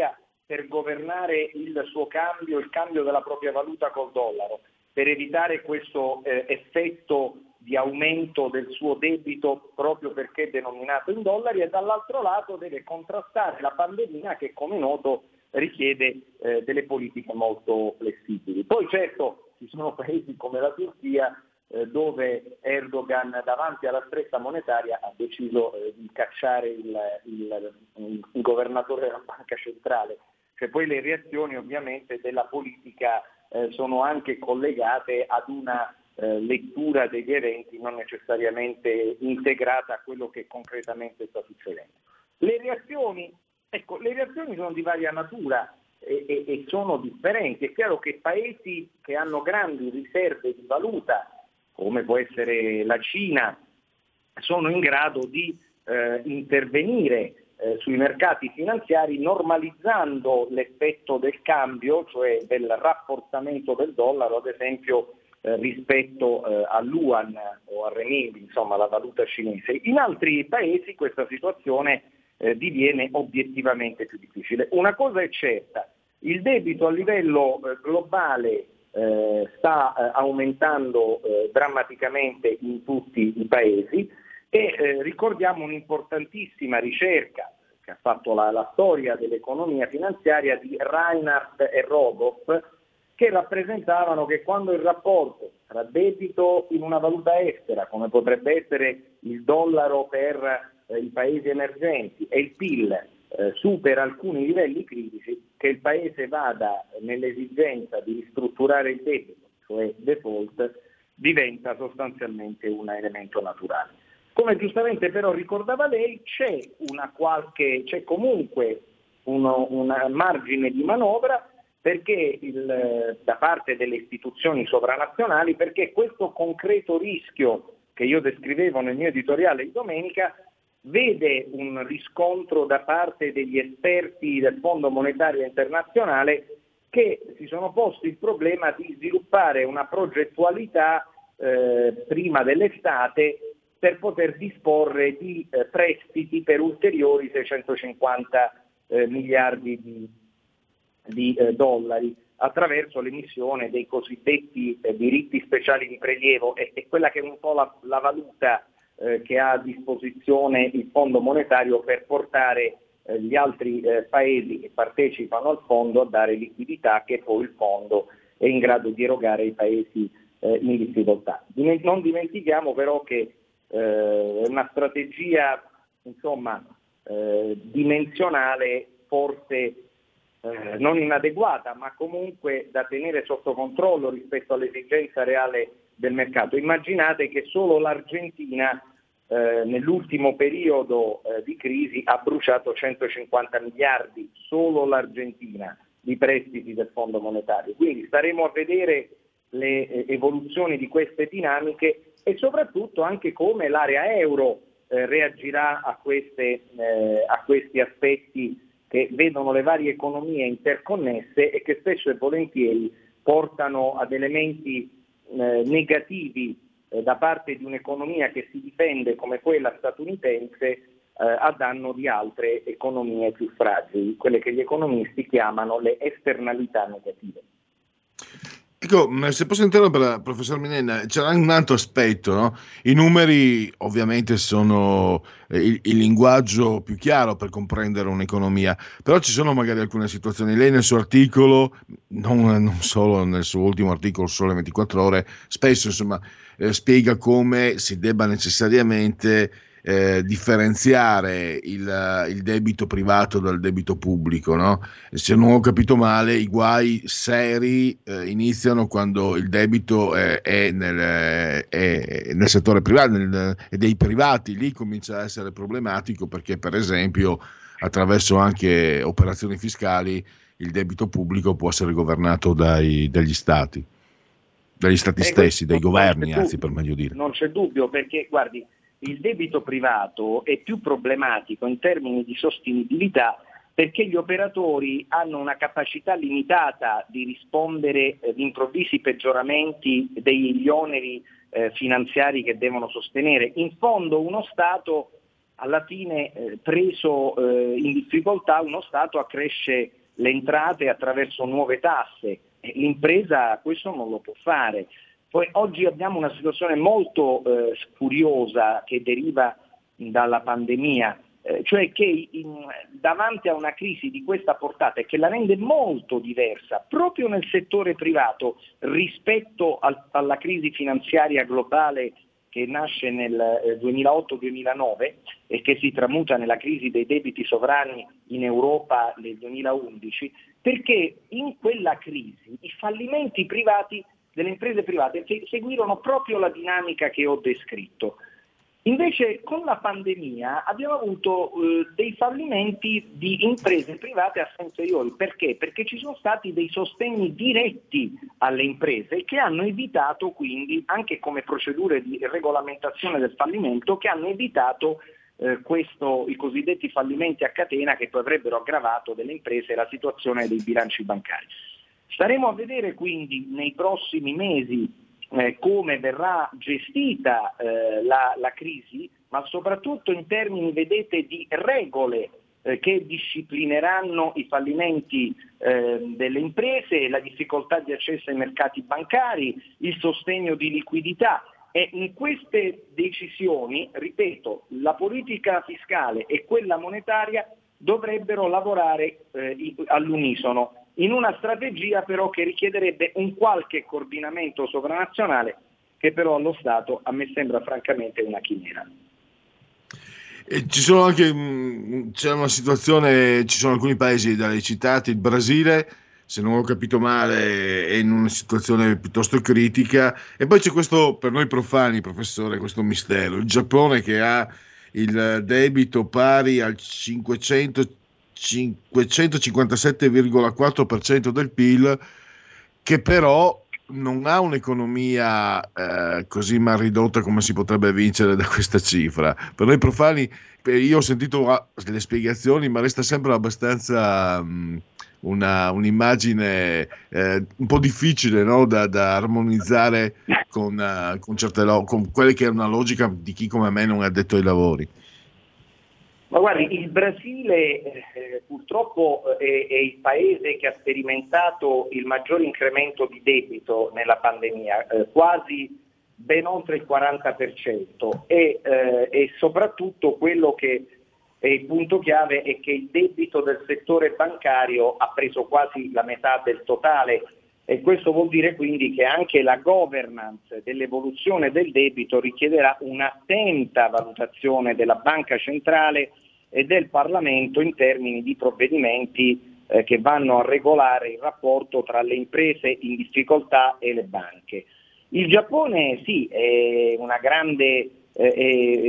Speaker 12: per governare il suo cambio, il cambio della propria valuta col dollaro, per evitare questo effetto di aumento del suo debito proprio perché è denominato in dollari, e dall'altro lato deve contrastare la pandemia che, come noto, richiede delle politiche molto flessibili. Poi certo ci sono paesi come la Turchia dove Erdogan, davanti alla stretta monetaria, ha deciso di cacciare il governatore della banca centrale. Cioè, poi le reazioni ovviamente della politica sono anche collegate ad una lettura degli eventi non necessariamente integrata a quello che concretamente sta succedendo. Le reazioni sono di varia natura e sono differenti. È chiaro che paesi che hanno grandi riserve di valuta, come può essere la Cina, sono in grado di intervenire sui mercati finanziari normalizzando l'effetto del cambio, cioè del rafforzamento del dollaro, ad esempio rispetto all'Uan o al Renminbi, insomma la valuta cinese. In altri paesi questa situazione diviene obiettivamente più difficile. Una cosa è certa: il debito a livello globale sta aumentando drammaticamente in tutti i paesi, e ricordiamo un'importantissima ricerca che ha fatto la storia dell'economia finanziaria di Reinhardt e Rogoff, che rappresentavano che quando il rapporto tra debito in una valuta estera, come potrebbe essere il dollaro per i paesi emergenti, e il PIL supera alcuni livelli critici, che il paese vada nell'esigenza di ristrutturare il debito, cioè default, diventa sostanzialmente un elemento naturale. Come giustamente però ricordava lei, c'è comunque un margine di manovra perché da parte delle istituzioni sovranazionali, perché questo concreto rischio che io descrivevo nel mio editoriale di domenica vede un riscontro da parte degli esperti del Fondo Monetario Internazionale, che si sono posti il problema di sviluppare una progettualità prima dell'estate per poter disporre di prestiti per ulteriori 650 miliardi di dollari attraverso l'emissione dei cosiddetti diritti speciali di prelievo, e quella che è un po' la valuta che ha a disposizione il Fondo Monetario per portare gli altri paesi che partecipano al fondo a dare liquidità che poi il fondo è in grado di erogare ai paesi in difficoltà. Non dimentichiamo però che è una strategia dimensionale forse non inadeguata, ma comunque da tenere sotto controllo rispetto all'esigenza reale del mercato. Immaginate che solo l'Argentina nell'ultimo periodo di crisi ha bruciato 150 miliardi, solo l'Argentina, di prestiti del Fondo Monetario. Quindi staremo a vedere le evoluzioni di queste dinamiche e soprattutto anche come l'area euro reagirà a questi aspetti che vedono le varie economie interconnesse e che spesso e volentieri portano ad elementi negativi da parte di un'economia che si difende come quella statunitense a danno di altre economie più fragili, quelle che gli economisti chiamano le esternalità negative.
Speaker 6: Ecco, se posso interrompere, professor Minenna, c'era un altro aspetto, no? I numeri ovviamente sono il linguaggio più chiaro per comprendere un'economia, però ci sono magari alcune situazioni. Lei nel suo articolo, non solo nel suo ultimo articolo, Sole 24 Ore, spesso spiega come si debba necessariamente differenziare il debito privato dal debito pubblico, no? Se non ho capito male, i guai seri iniziano quando il debito è nel settore privato e dei privati. Lì comincia a essere problematico perché, per esempio, attraverso anche operazioni fiscali, il debito pubblico può essere governato dagli stati stessi, dai governi, anzi, per meglio dire.
Speaker 12: Non c'è dubbio, perché guardi, il debito privato è più problematico in termini di sostenibilità perché gli operatori hanno una capacità limitata di rispondere ad improvvisi peggioramenti degli oneri finanziari che devono sostenere. In fondo uno Stato, alla fine preso in difficoltà, uno Stato accresce le entrate attraverso nuove tasse. L'impresa questo non lo può fare. Poi oggi abbiamo una situazione molto curiosa che deriva dalla pandemia, cioè che davanti a una crisi di questa portata e che la rende molto diversa proprio nel settore privato rispetto alla crisi finanziaria globale che nasce nel 2008-2009 e che si tramuta nella crisi dei debiti sovrani in Europa nel 2011, perché in quella crisi i fallimenti privati delle imprese private seguirono proprio la dinamica che ho descritto. Invece con la pandemia abbiamo avuto dei fallimenti di imprese private a posteriori. Perché? Perché ci sono stati dei sostegni diretti alle imprese che hanno evitato quindi, anche come procedure di regolamentazione del fallimento, che hanno evitato i cosiddetti fallimenti a catena che poi avrebbero aggravato delle imprese la situazione dei bilanci bancari. Staremo a vedere quindi nei prossimi mesi come verrà gestita la crisi, ma soprattutto in termini, vedete, di regole che disciplineranno i fallimenti delle imprese, la difficoltà di accesso ai mercati bancari, il sostegno di liquidità. E in queste decisioni, ripeto, la politica fiscale e quella monetaria dovrebbero lavorare all'unisono, in una strategia però che richiederebbe un qualche coordinamento sovranazionale, che però allo Stato a me sembra francamente una chimera.
Speaker 6: E c'è una situazione, ci sono alcuni paesi da lei citati, il Brasile, se non ho capito male, è in una situazione piuttosto critica, e poi c'è questo, per noi profani, professore, questo mistero, il Giappone che ha il debito pari al 557,4% del PIL, che però non ha un'economia così mal ridotta come si potrebbe vincere da questa cifra. Per noi profani, io ho sentito le spiegazioni, ma resta sempre abbastanza un'immagine un po' difficile, no? da armonizzare con quelle che è una logica di chi come me non è addetto ai lavori.
Speaker 12: Ma guardi, il Brasile purtroppo è il paese che ha sperimentato il maggior incremento di debito nella pandemia, quasi ben oltre il 40%, e soprattutto quello che è il punto chiave è che il debito del settore bancario ha preso quasi la metà del totale, e questo vuol dire quindi che anche la governance dell'evoluzione del debito richiederà un'attenta valutazione della Banca Centrale e del Parlamento in termini di provvedimenti che vanno a regolare il rapporto tra le imprese in difficoltà e le banche. Il Giappone sì, è una grande, è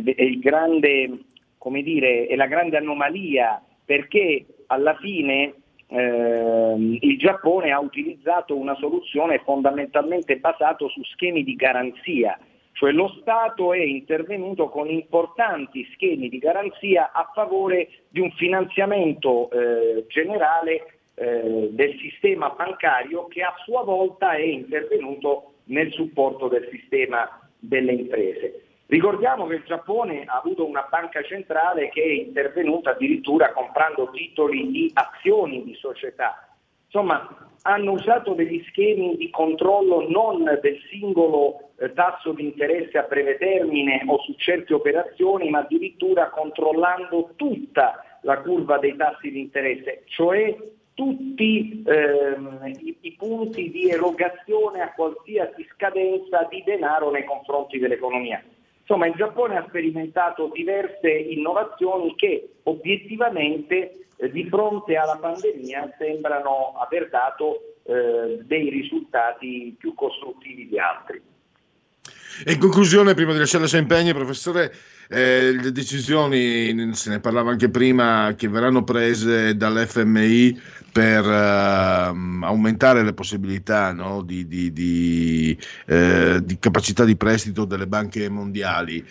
Speaker 12: la grande anomalia, perché alla fine il Giappone ha utilizzato una soluzione fondamentalmente basata su schemi di garanzia, cioè lo Stato è intervenuto con importanti schemi di garanzia a favore di un finanziamento generale del sistema bancario, che a sua volta è intervenuto nel supporto del sistema delle imprese. Ricordiamo che il Giappone ha avuto una banca centrale che è intervenuta addirittura comprando titoli di azioni di società. Insomma, hanno usato degli schemi di controllo non del singolo tasso di interesse a breve termine o su certe operazioni, ma addirittura controllando tutta la curva dei tassi di interesse, cioè tutti i punti di erogazione a qualsiasi scadenza di denaro nei confronti dell'economia. Insomma, il Giappone ha sperimentato diverse innovazioni che obiettivamente di fronte alla pandemia sembrano aver dato dei risultati più costruttivi di altri.
Speaker 6: E in conclusione, prima di lasciare il suo impegno, professore, le decisioni, se ne parlava anche prima, che verranno prese dall'FMI per aumentare le possibilità, no, di capacità di prestito delle banche mondiali.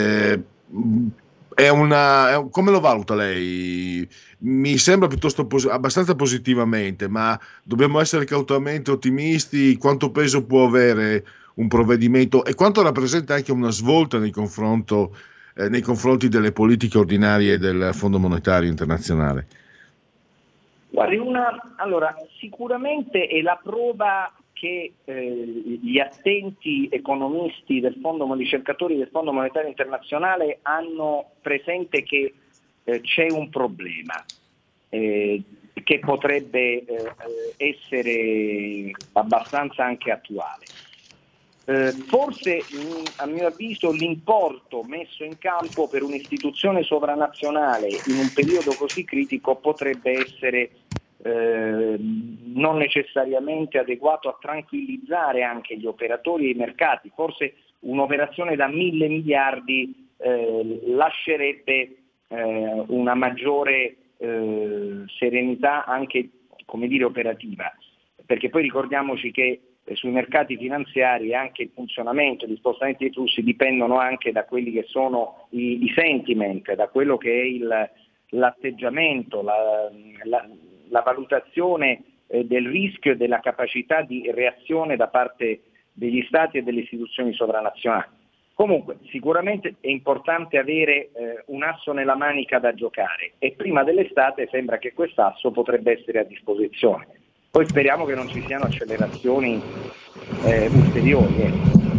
Speaker 6: Come lo valuta lei? Mi sembra piuttosto abbastanza positivamente, ma dobbiamo essere cautelosamente ottimisti. Quanto peso può avere un provvedimento e quanto rappresenta anche una svolta nei confronti delle politiche ordinarie del Fondo Monetario Internazionale?
Speaker 12: Guardi, allora, sicuramente è la prova che gli attenti economisti ricercatori del Fondo Monetario Internazionale hanno presente che c'è un problema che potrebbe essere abbastanza anche attuale. Forse, a mio avviso, l'importo messo in campo per un'istituzione sovranazionale in un periodo così critico potrebbe essere non necessariamente adeguato a tranquillizzare anche gli operatori e i mercati. Forse un'operazione da 1.000 miliardi lascerebbe una maggiore serenità anche, come dire, operativa, perché poi ricordiamoci che sui mercati finanziari anche il funzionamento, gli spostamenti dei flussi dipendono anche da quelli che sono i sentiment, da quello che è l'atteggiamento, la valutazione del rischio e della capacità di reazione da parte degli stati e delle istituzioni sovranazionali. Comunque sicuramente è importante avere un asso nella manica da giocare e prima dell'estate sembra che quest'asso potrebbe essere a disposizione. Poi speriamo che non ci siano accelerazioni ulteriori.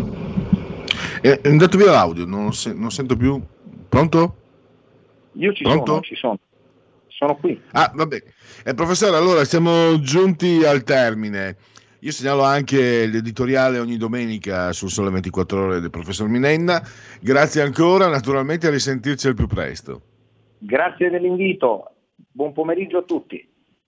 Speaker 6: È andato via l'audio, non sento più. Pronto?
Speaker 12: Io ci sono. Sono qui.
Speaker 6: Ah, vabbè. Professore, allora siamo giunti al termine. Io segnalo anche l'editoriale ogni domenica sul Sole 24 Ore del professor Minenna. Grazie ancora, naturalmente a risentirci al più presto.
Speaker 12: Grazie dell'invito, buon pomeriggio a tutti.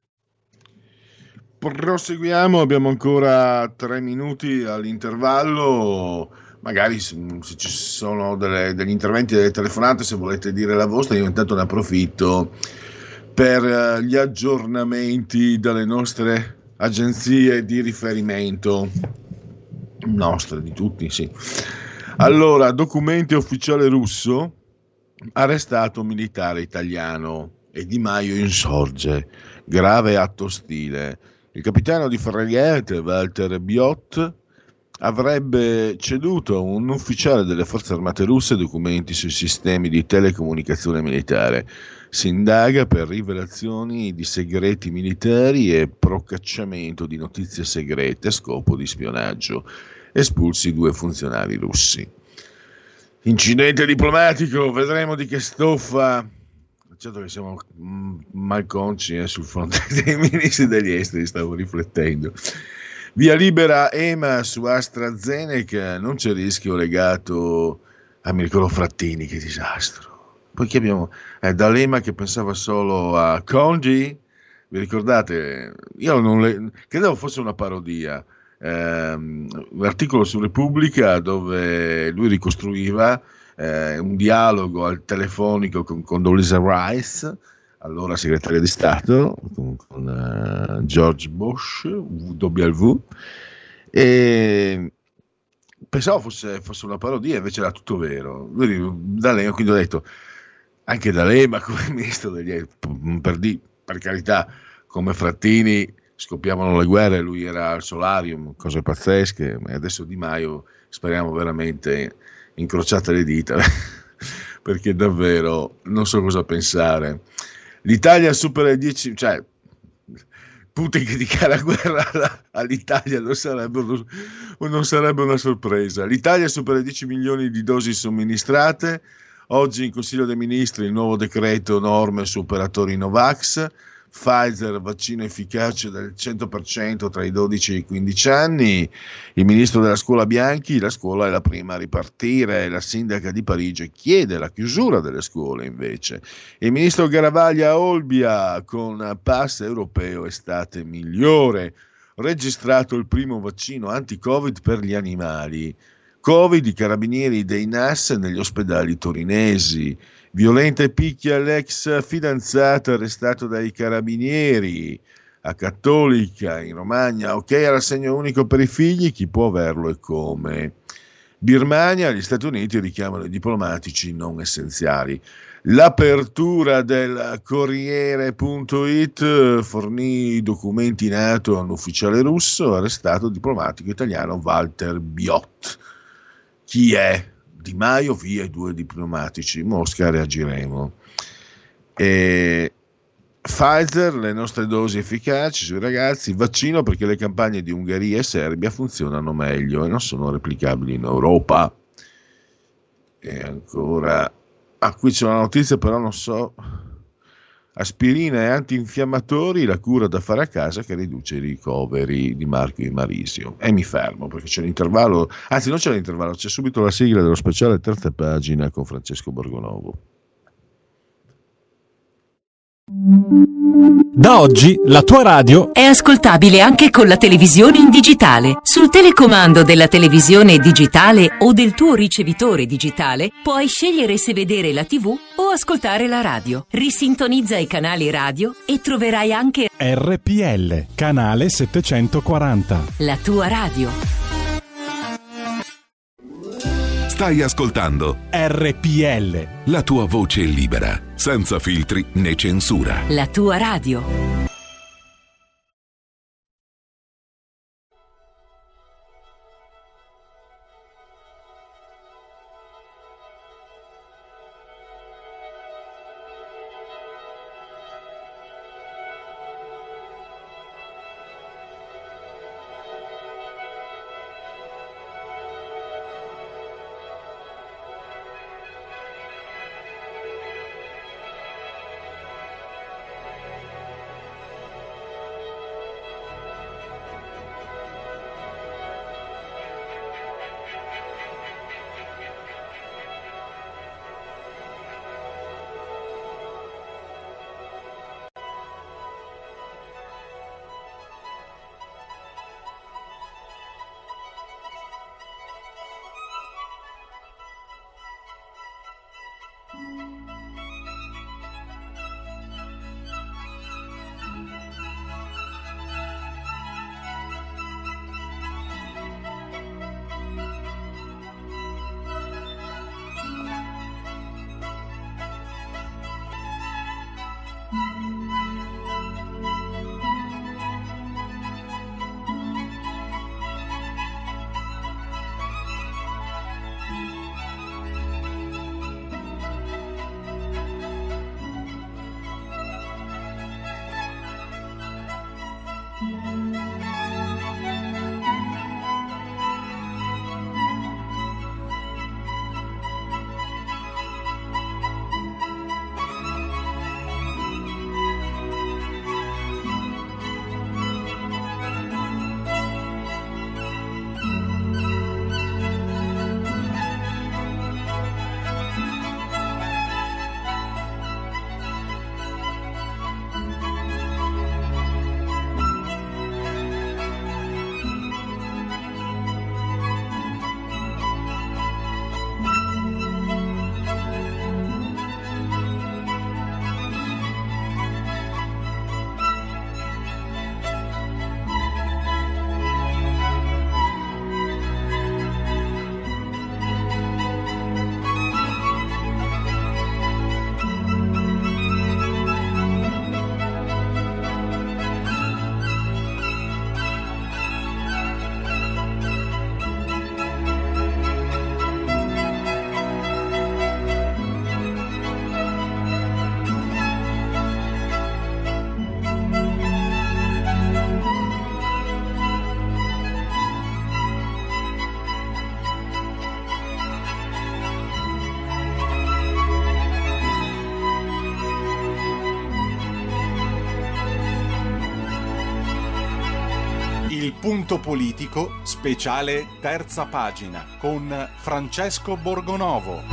Speaker 6: Proseguiamo, abbiamo ancora 3 minuti all'intervallo. Magari se ci sono degli interventi, delle telefonate, se volete dire la vostra, io intanto ne approfitto per gli aggiornamenti dalle nostre agenzie di riferimento, nostre, di tutti, sì. Allora, documenti ufficiale russo, arrestato militare italiano e Di Maio insorge, grave atto ostile. Il capitano di Ferragliate, Walter Biot, avrebbe ceduto a un ufficiale delle forze armate russe documenti sui sistemi di telecomunicazione militare. Si indaga per rivelazioni di segreti militari e procacciamento di notizie segrete a scopo di spionaggio. Espulsi 2 funzionari russi. Incidente diplomatico, vedremo di che stoffa. Certo che siamo malconci sul fronte dei ministri degli esteri, stavo riflettendo. Via libera EMA su AstraZeneca, non c'è rischio legato a mi ricordo Frattini, che disastro. Poi che abbiamo D'Alema che pensava solo a Congi, vi ricordate? Io credevo fosse una parodia, un articolo su Repubblica dove lui ricostruiva un dialogo al telefonico con Condoleezza Rice, allora segretaria di Stato, con George Bush, W, e pensavo fosse una parodia, invece era tutto vero. D'Alema, quindi ho detto, anche D'Alema come ministro degli esteri, per carità, come Frattini scoppiavano le guerre, lui era al solarium, cose pazzesche, e adesso Di Maio speriamo veramente incrociate le dita, perché davvero non so cosa pensare. L'Italia supera i 10, cioè Putin che dichiara guerra all'Italia non sarebbe una sorpresa. L'Italia supera i 10 milioni di dosi somministrate. Oggi in Consiglio dei Ministri il nuovo decreto norme su operatori Novax. Pfizer, vaccino efficace del 100% tra i 12 e i 15 anni. Il ministro della scuola Bianchi, la scuola è la prima a ripartire. La sindaca di Parigi chiede la chiusura delle scuole invece. Il ministro Garavaglia a Olbia, con pass europeo estate migliore. Registrato il primo vaccino anti-Covid per gli animali. Covid, i carabinieri dei NAS negli ospedali torinesi. Violenta e picchia l'ex fidanzata arrestato dai carabinieri. A Cattolica in Romagna, ok all'assegno unico per i figli, chi può averlo e come. Birmania, gli Stati Uniti richiamano i diplomatici non essenziali. L'apertura del Corriere.it fornì documenti NATO a un ufficiale russo, arrestato il diplomatico italiano Walter Biot. Chi è? Di Maio via i 2 diplomatici, Mosca reagiremo. Pfizer, le nostre dosi efficaci sui ragazzi, vaccino perché le campagne di Ungheria e Serbia funzionano meglio e non sono replicabili in Europa. E ancora, qui c'è una notizia però non so, aspirina e antinfiammatori, la cura da fare a casa che riduce i ricoveri di Marco Di Marisio. E mi fermo perché c'è l'intervallo, anzi non c'è l'intervallo, c'è subito la sigla dello speciale terza pagina con Francesco Borgonovo.
Speaker 13: Da oggi la tua radio
Speaker 1: è ascoltabile anche con la televisione in digitale. Sul telecomando della televisione digitale o del tuo ricevitore digitale puoi scegliere se vedere la TV o ascoltare la radio. Risintonizza i canali radio e troverai anche
Speaker 13: RPL, canale 740.
Speaker 1: La tua radio.
Speaker 14: Stai ascoltando
Speaker 13: RPL,
Speaker 14: la tua voce libera, senza filtri né censura.
Speaker 1: La tua radio.
Speaker 13: Il punto politico, speciale terza pagina, con Francesco Borgonovo.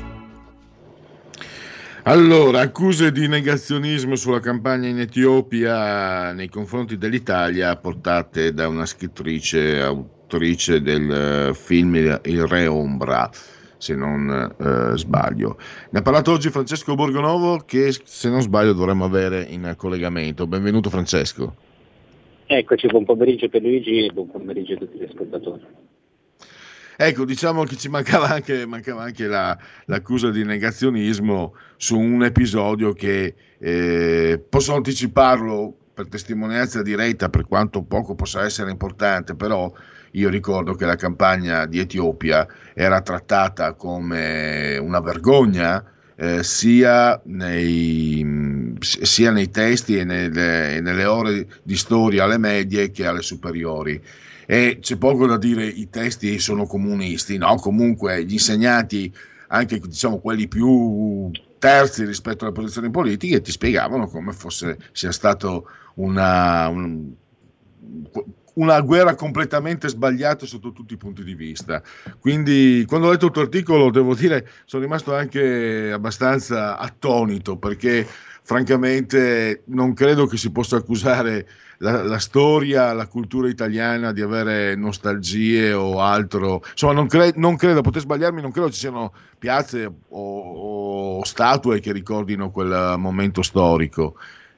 Speaker 6: Allora, accuse di negazionismo sulla campagna in Etiopia nei confronti dell'Italia portate da una scrittrice, autrice del film Il Re Ombra, se non sbaglio. Ne ha parlato oggi Francesco Borgonovo, che se non sbaglio dovremmo avere in collegamento. Benvenuto Francesco.
Speaker 15: Eccoci, buon pomeriggio per Luigi e buon pomeriggio a tutti gli ascoltatori.
Speaker 6: Ecco, diciamo che ci mancava anche l'accusa di negazionismo su un episodio che posso anticiparlo per testimonianza diretta, per quanto poco possa essere importante, però io ricordo che la campagna di Etiopia era trattata come una vergogna sia sia nei testi e nelle ore di storia alle medie che alle superiori. E c'è poco da dire, i testi sono comunisti, no? Comunque gli insegnanti, anche diciamo quelli più terzi rispetto alle posizioni politiche, ti spiegavano come sia stato una guerra completamente sbagliata sotto tutti i punti di vista. Quindi quando ho letto il tuo articolo, devo dire, sono rimasto anche abbastanza attonito, perché francamente non credo che si possa accusare la storia, la cultura italiana di avere nostalgie o altro. Insomma, non credo, potrei sbagliarmi, non credo ci siano piazze o statue che ricordino quel momento storico.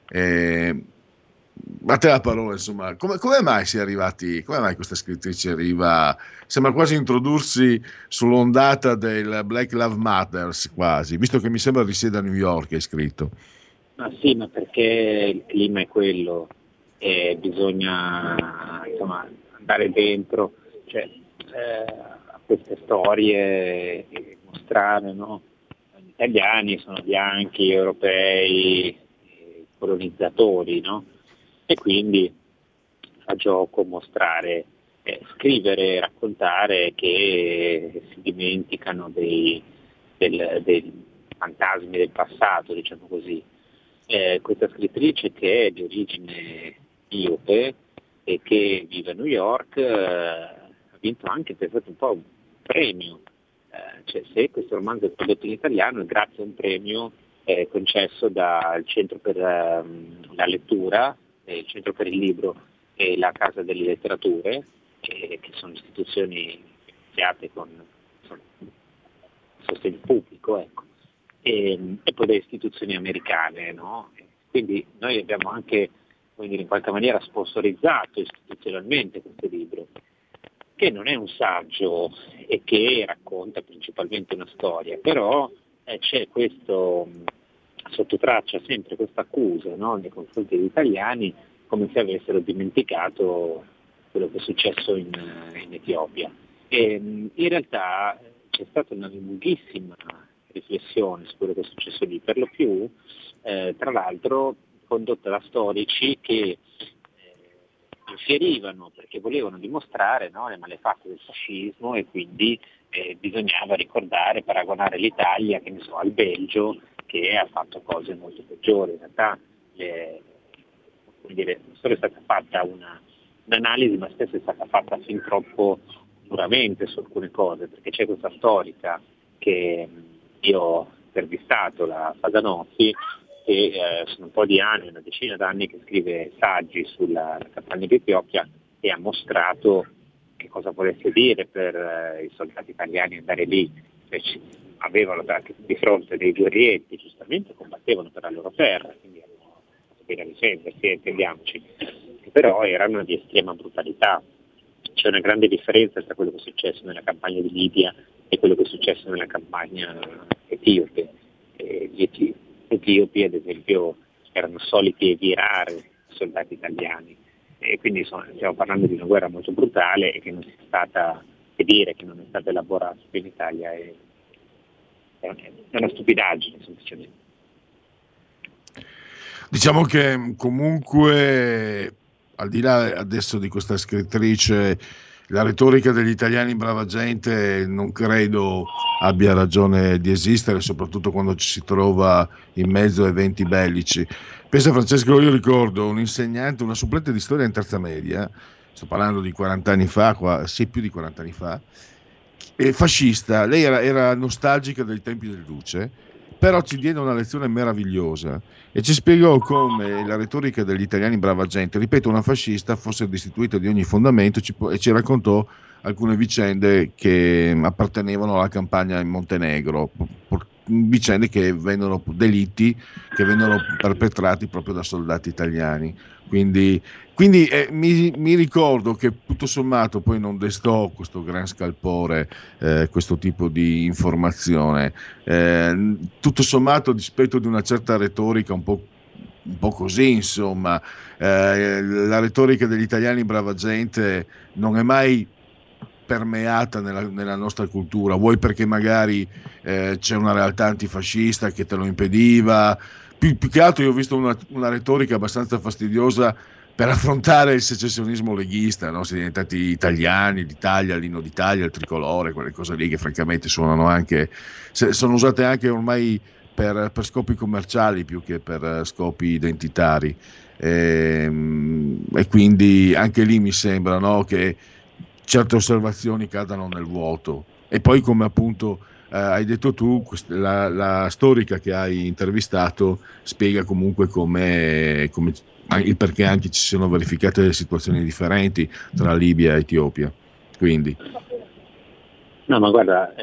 Speaker 6: A te la parola, insomma, come mai si è arrivati, come mai questa scrittrice sembra quasi introdursi sull'ondata del Black Lives Matters, quasi, visto che mi sembra risieda a New York, hai scritto.
Speaker 15: Ma sì, ma perché il clima è quello, e bisogna andare dentro, a queste storie e mostrare, no? Gli italiani sono bianchi, europei, colonizzatori, no? E quindi fa gioco mostrare, scrivere, raccontare che si dimenticano dei fantasmi del passato, diciamo così. Questa scrittrice, che è di origine etiope e che vive a New York, ha vinto anche, pensate un po', un premio. Se questo romanzo è prodotto in italiano è grazie a un premio concesso dal Centro per la Lettura, il Centro per il Libro e la Casa delle Letterature, che sono istituzioni finanziate con sostegno pubblico, ecco. E poi le istituzioni americane, no? Quindi noi abbiamo anche, in qualche maniera, sponsorizzato istituzionalmente questo libro, che non è un saggio e che racconta principalmente una storia, però c'è questo sottotraccia sempre questa accusa, no? Nei confronti degli italiani, come se avessero dimenticato quello che è successo in Etiopia. E in realtà c'è stata una lunghissima riflessione su quello che è successo lì, per lo più tra l'altro condotta da storici che infierivano perché volevano dimostrare, no, le malefatte del fascismo, e quindi bisognava ricordare, paragonare l'Italia, che ne so, al Belgio, che ha fatto cose molto peggiori. In realtà non solo è stata fatta un'analisi, ma spesso è stata fatta fin troppo duramente su alcune cose, perché c'è questa storica che io ho intervistato, la Fasanozzi, che sono un po' di anni, una decina d'anni, che scrive saggi sulla campagna di Etiopia, e ha mostrato che cosa volesse dire per i soldati italiani andare lì. Avevano di fronte dei guerrietti, giustamente combattevano per la loro terra, quindi avevano fatto bene a difendersi, intendiamoci, che però erano di estrema brutalità. C'è una grande differenza tra quello che è successo nella campagna di Libia e quello che è successo nella campagna etiope. Gli etiopi, ad esempio, erano soliti virare soldati italiani, e quindi stiamo parlando di una guerra molto brutale, e che non sia stata, e dire che non è stata elaborata in Italia è una stupidaggine, semplicemente.
Speaker 6: Diciamo che comunque, al di là adesso di questa scrittrice, la retorica degli italiani brava gente non credo abbia ragione di esistere, soprattutto quando ci si trova in mezzo a eventi bellici. Pensa, Francesco, io ricordo un insegnante, una supplente di storia in terza media, sto parlando di 40 anni fa, sì, più di 40 anni fa, fascista. Lei era nostalgica dei tempi del Duce, però ci diede una lezione meravigliosa e ci spiegò come la retorica degli italiani brava gente, ripeto, una fascista, fosse destituita di ogni fondamento, e ci raccontò alcune vicende che appartenevano alla campagna in Montenegro, vicende delitti che vennero perpetrati proprio da soldati italiani. Quindi mi ricordo che tutto sommato poi non destò questo gran scalpore, questo tipo di informazione. Tutto sommato, a dispetto di una certa retorica un po' così, insomma, la retorica degli italiani brava gente non è mai permeata nella nostra cultura, vuoi perché magari c'è una realtà antifascista che te lo impediva, più che altro io ho visto una retorica abbastanza fastidiosa per affrontare il secessionismo leghista, no? Si è diventati italiani, l'Italia, l'inno d'Italia, il tricolore, quelle cose lì che francamente sono usate anche ormai per scopi commerciali più che per scopi identitari, e quindi anche lì mi sembra, no, che certe osservazioni cadano nel vuoto. E poi, come appunto hai detto tu, la storica che hai intervistato spiega comunque come il perché anche ci siano verificate delle situazioni differenti tra Libia e Etiopia. Quindi
Speaker 15: no, ma guarda,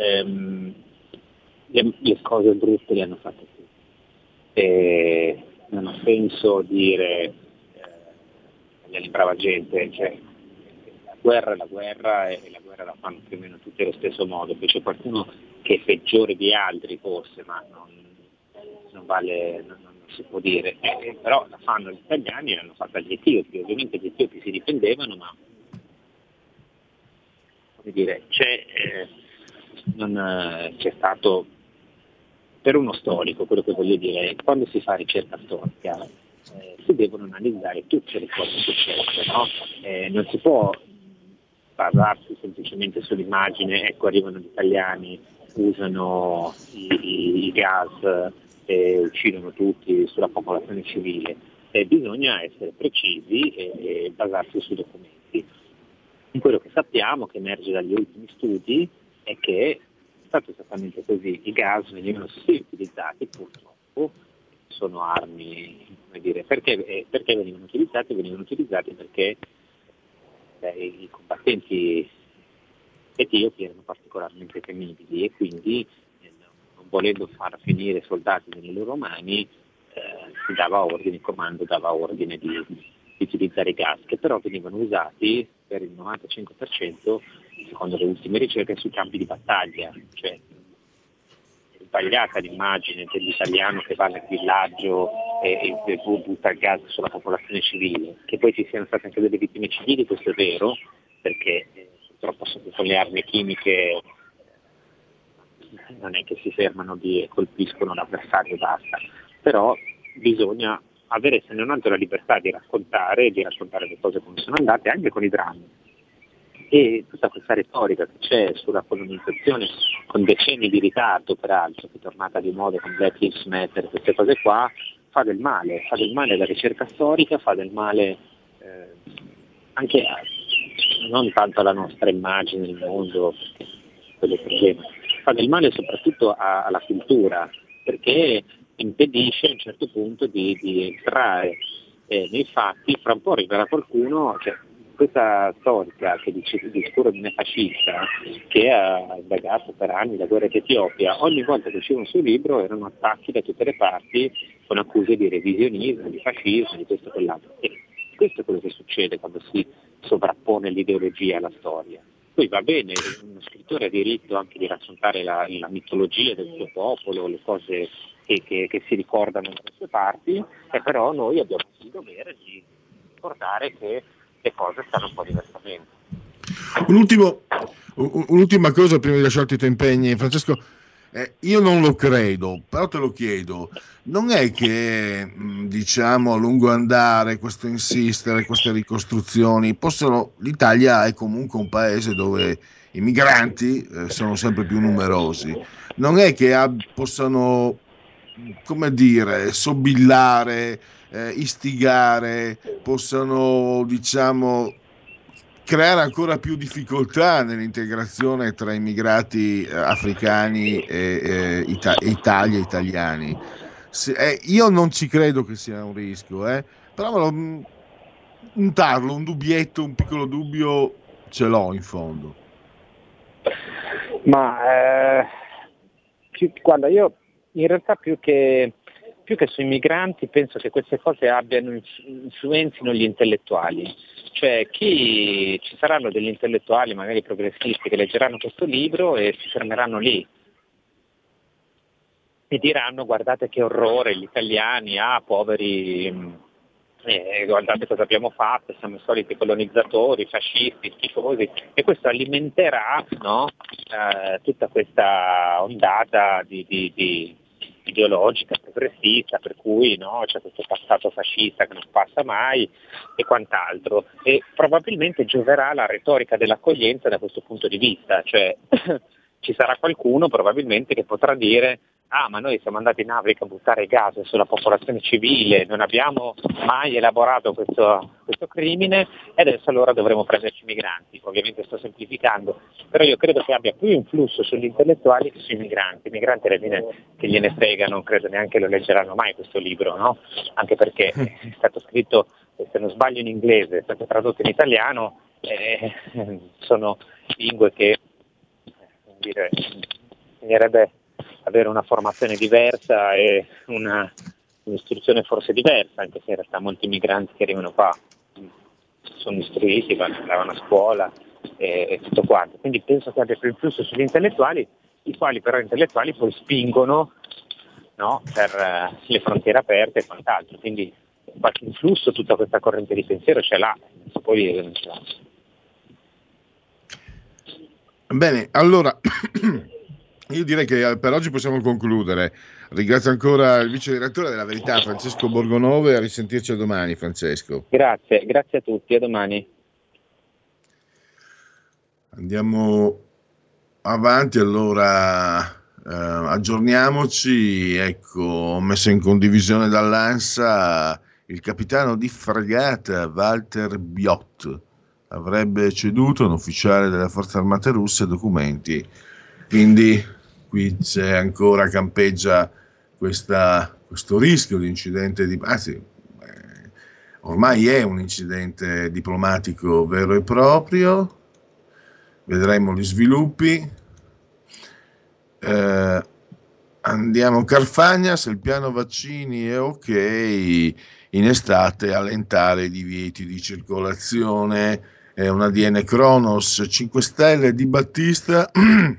Speaker 15: le cose brutte le hanno fatte tutti, e non ha senso dire agli brava gente, cioè la guerra è la guerra, e la guerra la fanno più o meno tutti allo stesso modo. Poi c'è qualcuno che è peggiore di altri forse, ma non vale, non si può dire, però la fanno gli italiani e l'hanno fatta gli etiopi. Ovviamente gli etiopi si difendevano, ma come dire, c'è stato, per uno storico, quello che voglio dire è, quando si fa ricerca storica si devono analizzare tutte le cose successe, no? Non si può basarsi semplicemente sull'immagine, ecco arrivano gli italiani, usano i gas e uccidono tutti sulla popolazione civile. Bisogna essere precisi e basarsi sui documenti. Quello che sappiamo, che emerge dagli ultimi studi, è che è stato esattamente così. I gas venivano sì utilizzati, purtroppo sono armi, come dire, perché venivano utilizzati? Venivano utilizzati perché i combattenti etiopi erano particolarmente temibili, e quindi non volendo far finire soldati nelle loro mani, si dava ordine, il comando dava ordine di utilizzare i gas, che però venivano usati per il 95%, secondo le ultime ricerche, sui campi di battaglia. Cioè è sbagliata l'immagine dell'italiano che va nel villaggio e butta il gas sulla popolazione civile. Che poi ci siano state anche delle vittime civili, questo è vero, perché purtroppo con le armi chimiche non è che si fermano e colpiscono l'avversario e basta, però bisogna avere, se non altro, la libertà di raccontare le cose come sono andate, anche con i drammi. E tutta questa retorica che c'è sulla colonizzazione, con decenni di ritardo peraltro, che è tornata di moda con Black Lives Matter, queste cose qua, fa del male alla ricerca storica, fa del male anche non tanto alla nostra immagine nel mondo, quello è il problema, fa del male soprattutto alla cultura, perché impedisce a un certo punto di entrare nei fatti. Fra un po' arriverà qualcuno, cioè, questa storica che dice di sicuro non è fascista, che ha indagato per anni la guerra d'Etiopia, ogni volta che usciva un suo libro erano attacchi da tutte le parti con accuse di revisionismo, di fascismo, di questo e quell'altro. E questo è quello che succede quando si sovrappone l'ideologia alla storia. Poi va bene, uno scrittore ha diritto anche di raccontare la mitologia del suo popolo, le cose che si ricordano dalle sue parti, e però noi abbiamo il dovere di ricordare che le cose stanno un po' diversamente.
Speaker 6: Un'ultima cosa prima di lasciarti i tuoi impegni, Francesco. Io non lo credo, però te lo chiedo. Non è che diciamo a lungo andare questo insistere, queste ricostruzioni l'Italia è comunque un paese dove i migranti sono sempre più numerosi. Non è che possano, come dire, sobillare, istigare, possano, diciamo, creare ancora più difficoltà nell'integrazione tra immigrati africani e Italia e italiani. Io non ci credo che sia un rischio, però un dubbietto, un piccolo dubbio ce l'ho in fondo.
Speaker 15: Ma guarda, io in realtà più che sui migranti penso che queste cose influenzino gli intellettuali. Cioè ci saranno degli intellettuali magari progressisti che leggeranno questo libro e si fermeranno lì e diranno: guardate che orrore, gli italiani, poveri, guardate cosa abbiamo fatto, siamo i soliti colonizzatori, fascisti, schifosi, e questo alimenterà, no, tutta questa ondata di ideologica, progressista, per cui no, c'è questo passato fascista che non passa mai e quant'altro, e probabilmente gioverà la retorica dell'accoglienza da questo punto di vista, cioè ci sarà qualcuno probabilmente che potrà dire: ah, ma noi siamo andati in Africa a buttare gas sulla popolazione civile, non abbiamo mai elaborato questo crimine e adesso allora dovremo prenderci i migranti. Ovviamente sto semplificando, però io credo che abbia più influsso sugli intellettuali che sui migranti. I migranti alla fine che gliene frega, non credo neanche lo leggeranno mai questo libro, no? Anche perché è stato scritto, se non sbaglio, in inglese, è stato tradotto in italiano, sono lingue che bisognerebbe avere una formazione diversa e un'istruzione forse diversa, anche se in realtà molti migranti che arrivano qua sono istruiti, andavano a scuola e tutto quanto. Quindi penso che abbia più influsso sugli intellettuali, i quali però intellettuali poi spingono, no, per le frontiere aperte e quant'altro. Quindi qualche influsso tutta questa corrente di pensiero ce l'ha, si può dire che non ce l'ha.
Speaker 6: Bene, allora io direi che per oggi possiamo concludere. Ringrazio ancora il vice direttore della Verità, Francesco Borgonovo, e a risentirci domani, Francesco.
Speaker 15: Grazie a tutti, a domani.
Speaker 6: Andiamo avanti, allora aggiorniamoci. Ecco, ho messo in condivisione dall'ANSA il capitano di fregata Walter Biot. Avrebbe ceduto un ufficiale delle forze armate russe documenti, quindi qui c'è ancora, campeggia questo rischio di incidente ormai è un incidente diplomatico vero e proprio. Vedremo gli sviluppi. Andiamo Carfagna, se il piano vaccini è ok, in estate allentare i divieti di circolazione. È un ADN Cronos. 5 Stelle di Battista.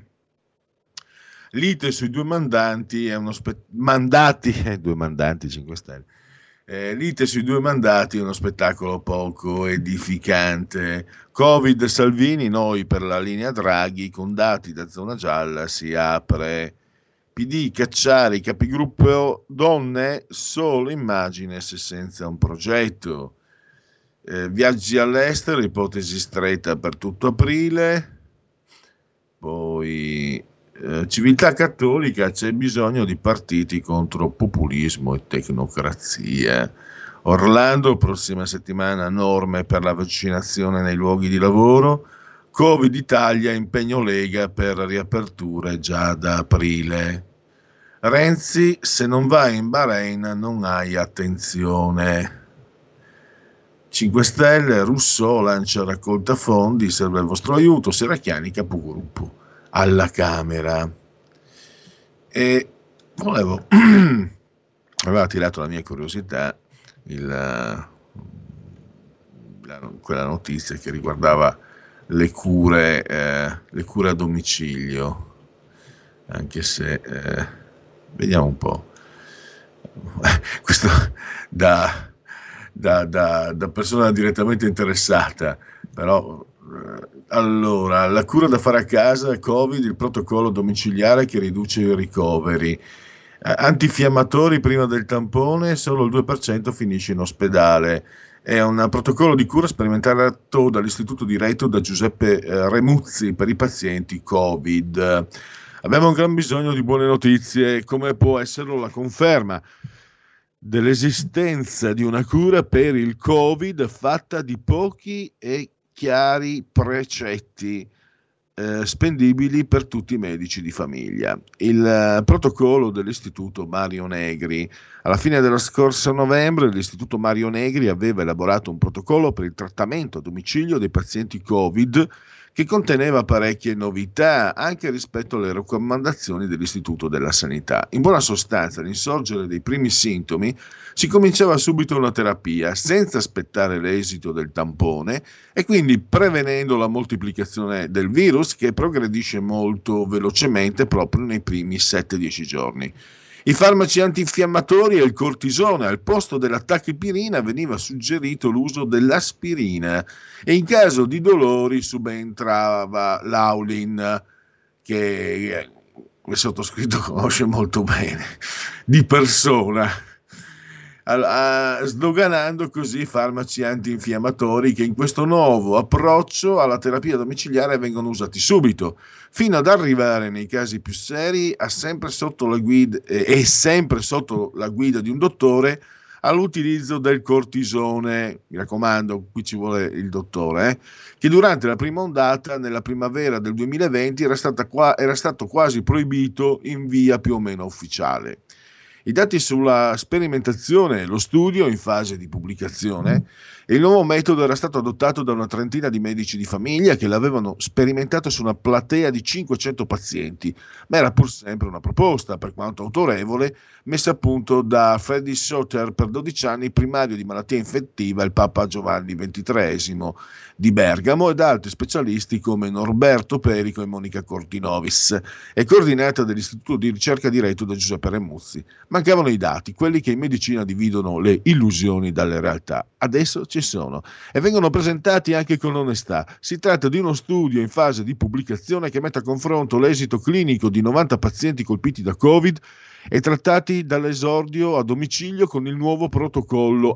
Speaker 6: Lite sui due mandati è due mandanti 5 Stelle. Lite sui due mandati è uno spettacolo poco edificante. Covid Salvini, noi per la linea Draghi, con dati da zona gialla si apre. PD cacciare i capigruppo donne, solo immagine se senza un progetto. Viaggi all'estero, ipotesi stretta per tutto aprile. Poi civiltà cattolica, c'è bisogno di partiti contro populismo e tecnocrazia. Orlando, prossima settimana norme per la vaccinazione nei luoghi di lavoro. Covid Italia, impegno Lega per riaperture già da aprile. Renzi, se non vai in Bahrain non hai attenzione. 5 Stelle, Rousseau lancia raccolta fondi, serve il vostro aiuto. Serracchiani, capogruppo alla Camera. E aveva tirato la mia curiosità quella notizia che riguardava le cure a domicilio, anche se vediamo un po'. Questo da persona direttamente interessata, però allora, la cura da fare a casa, Covid, il protocollo domiciliare che riduce i ricoveri, antinfiammatori prima del tampone, solo il 2% finisce in ospedale. È un protocollo di cura sperimentato dall'Istituto diretto da Giuseppe Remuzzi per i pazienti Covid. Abbiamo un gran bisogno di buone notizie, come può esserlo la conferma dell'esistenza di una cura per il Covid fatta di pochi e chiari precetti spendibili per tutti i medici di famiglia. Il protocollo dell'Istituto Mario Negri. Alla fine dello scorso novembre l'Istituto Mario Negri aveva elaborato un protocollo per il trattamento a domicilio dei pazienti Covid che conteneva parecchie novità anche rispetto alle raccomandazioni dell'Istituto della Sanità. In buona sostanza, all'insorgere dei primi sintomi si cominciava subito una terapia senza aspettare l'esito del tampone e quindi prevenendo la moltiplicazione del virus che progredisce molto velocemente proprio nei primi 7-10 giorni. I farmaci antinfiammatori e il cortisone, al posto della tachipirina veniva suggerito l'uso dell'aspirina e in caso di dolori subentrava l'Aulin, che il sottoscritto conosce molto bene di persona, sdoganando così farmaci antinfiammatori che in questo nuovo approccio alla terapia domiciliare vengono usati subito, fino ad arrivare nei casi più seri sempre sotto la guida di un dottore all'utilizzo del cortisone. Mi raccomando, qui ci vuole il dottore, che durante la prima ondata nella primavera del 2020 era stato quasi proibito in via più o meno ufficiale. I dati sulla sperimentazione e lo studio in fase di pubblicazione, e il nuovo metodo era stato adottato da una trentina di medici di famiglia che l'avevano sperimentato su una platea di 500 pazienti, ma era pur sempre una proposta, per quanto autorevole, messa a punto da Freddy Soter, per 12 anni primario di malattia infettiva, il Papa Giovanni XXIII di Bergamo, e da altri specialisti come Norberto Perico e Monica Cortinovis, e coordinata dall'Istituto di ricerca diretto da Giuseppe Remuzzi. Mancavano i dati, quelli che in medicina dividono le illusioni dalle realtà. Adesso ci sono e vengono presentati anche con onestà. Si tratta di uno studio in fase di pubblicazione che mette a confronto l'esito clinico di 90 pazienti colpiti da Covid e trattati dall'esordio a domicilio con il nuovo protocollo,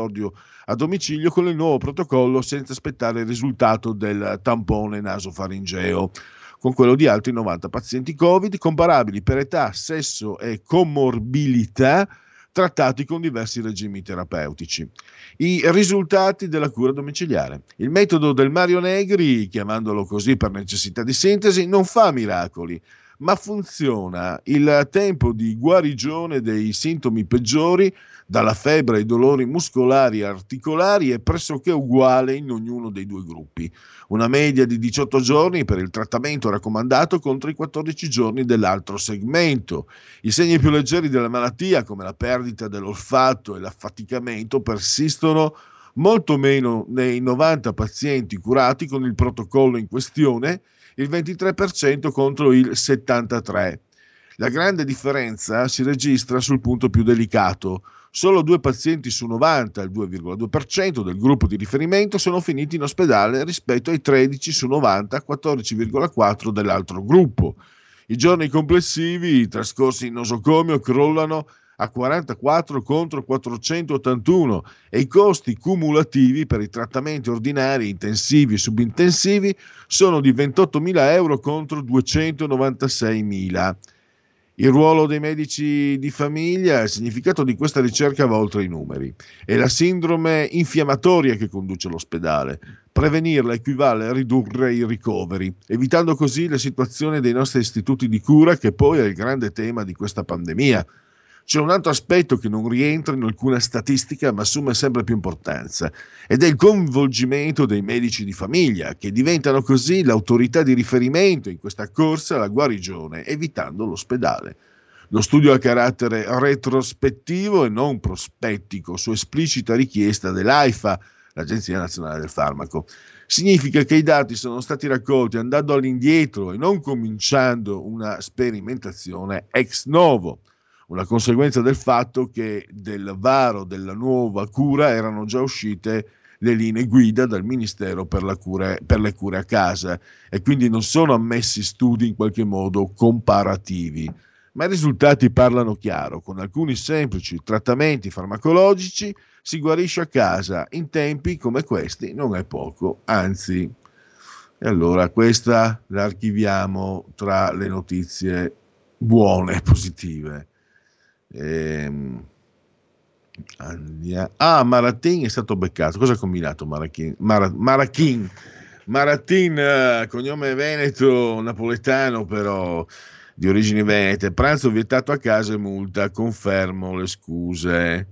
Speaker 6: senza aspettare il risultato del tampone nasofaringeo, con quello di altri 90 pazienti Covid comparabili per età, sesso e comorbilità, trattati con diversi regimi terapeutici. I risultati della cura domiciliare. Il metodo del Mario Negri, chiamandolo così per necessità di sintesi, non fa miracoli, ma funziona. Il tempo di guarigione dei sintomi peggiori, dalla febbre ai dolori muscolari e articolari, è pressoché uguale in ognuno dei due gruppi. Una media di 18 giorni per il trattamento raccomandato contro i 14 giorni dell'altro segmento. I segni più leggeri della malattia, come la perdita dell'olfatto e l'affaticamento, persistono molto meno nei 90 pazienti curati con il protocollo in questione, il 23% contro il 73%. La grande differenza si registra sul punto più delicato. Solo 2 pazienti su 90, il 2,2% del gruppo di riferimento, sono finiti in ospedale rispetto ai 13 su 90, 14,4% dell'altro gruppo. I giorni complessivi trascorsi in nosocomio crollano a 44 contro 481 e i costi cumulativi per i trattamenti ordinari, intensivi e subintensivi sono di 28.000 euro contro 296.000. Il ruolo dei medici di famiglia, il significato di questa ricerca va oltre i numeri. È la sindrome infiammatoria che conduce all'ospedale. Prevenirla equivale a ridurre i ricoveri, evitando così la situazione dei nostri istituti di cura, che poi è il grande tema di questa pandemia. C'è un altro aspetto che non rientra in alcuna statistica ma assume sempre più importanza, ed è il coinvolgimento dei medici di famiglia, che diventano così l'autorità di riferimento in questa corsa alla guarigione, evitando l'ospedale. Lo studio ha carattere retrospettivo e non prospettico, su esplicita richiesta dell'AIFA, l'Agenzia Nazionale del Farmaco. Significa che i dati sono stati raccolti andando all'indietro e non cominciando una sperimentazione ex novo. Una conseguenza del fatto che del varo della nuova cura erano già uscite le linee guida dal Ministero per le cure a casa, e quindi non sono ammessi studi in qualche modo comparativi. Ma i risultati parlano chiaro: con alcuni semplici trattamenti farmacologici si guarisce a casa. In tempi come questi non è poco, anzi. E allora questa la archiviamo tra le notizie buone e positive. Maratin è stato beccato. Cosa ha combinato Maratin? Maratin, cognome veneto, napoletano però di origini venete. Pranzo vietato a casa e multa, confermo le scuse.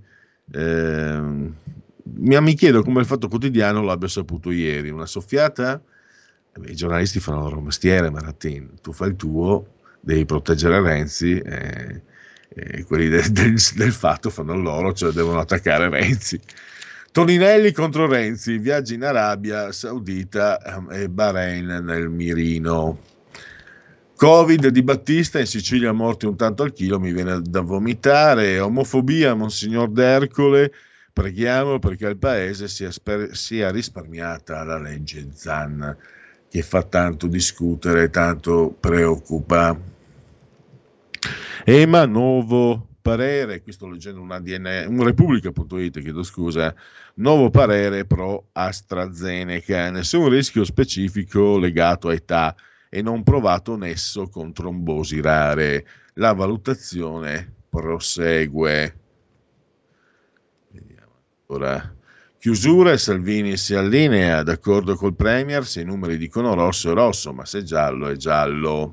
Speaker 6: Mi chiedo come il Fatto Quotidiano l'abbia saputo ieri. Una soffiata? I giornalisti fanno il loro mestiere, Maratin. Tu fai il tuo, devi proteggere Renzi, e quelli del Fatto fanno il loro, cioè devono attaccare Renzi. Toninelli contro Renzi, viaggi in Arabia Saudita e Bahrain nel mirino. Covid di Battista, in Sicilia morti un tanto al chilo, mi viene da vomitare. Omofobia, Monsignor D'Ercole, preghiamo perché al paese sia risparmiata la legge Zan, che fa tanto discutere, tanto preoccupa. EMA, nuovo parere, qui sto leggendo un Repubblica.it, chiedo scusa, nuovo parere pro AstraZeneca, nessun rischio specifico legato a età e non provato nesso con trombosi rare, la valutazione prosegue. Vediamo ancora. Chiusura, Salvini si allinea, d'accordo col Premier, se i numeri dicono rosso è rosso, ma se giallo è giallo.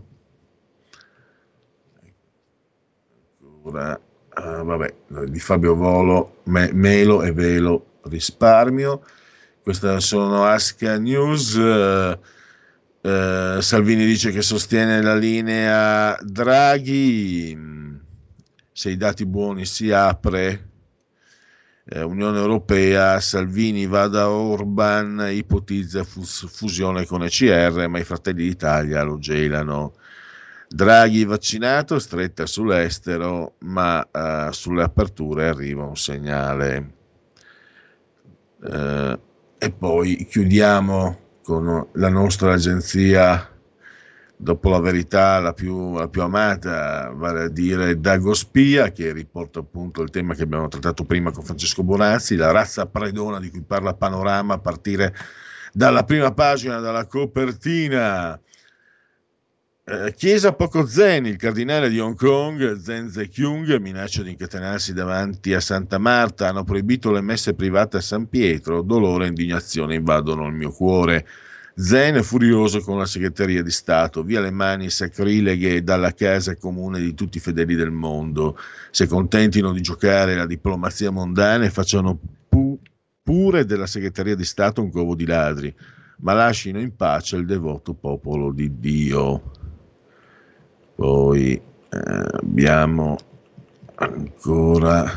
Speaker 6: Vabbè, di Fabio Volo, Melo e Velo risparmio. Queste sono Asca News. Salvini dice che sostiene la linea Draghi, se i dati buoni si apre. Unione Europea, Salvini va da Orban, ipotizza fusione con ECR, ma i Fratelli d'Italia lo gelano. Draghi vaccinato, stretta sull'estero, ma sulle aperture arriva un segnale. E poi chiudiamo con la nostra agenzia, dopo La Verità, la più amata, vale a dire Dagospia, che riporta appunto il tema che abbiamo trattato prima con Francesco Borazzi, la razza predona di cui parla Panorama, a partire dalla prima pagina, dalla copertina. Chiesa poco zen, il cardinale di Hong Kong, Zen Zhe-Kyung, minaccia di incatenarsi davanti a Santa Marta, hanno proibito le messe private a San Pietro, dolore e indignazione invadono il mio cuore. Zen è furioso con la segreteria di Stato, via le mani sacrileghe dalla casa comune di tutti i fedeli del mondo, se contentino di giocare la diplomazia mondana e facciano pure della segreteria di Stato un covo di ladri, ma lasciano in pace il devoto popolo di Dio. Poi abbiamo ancora,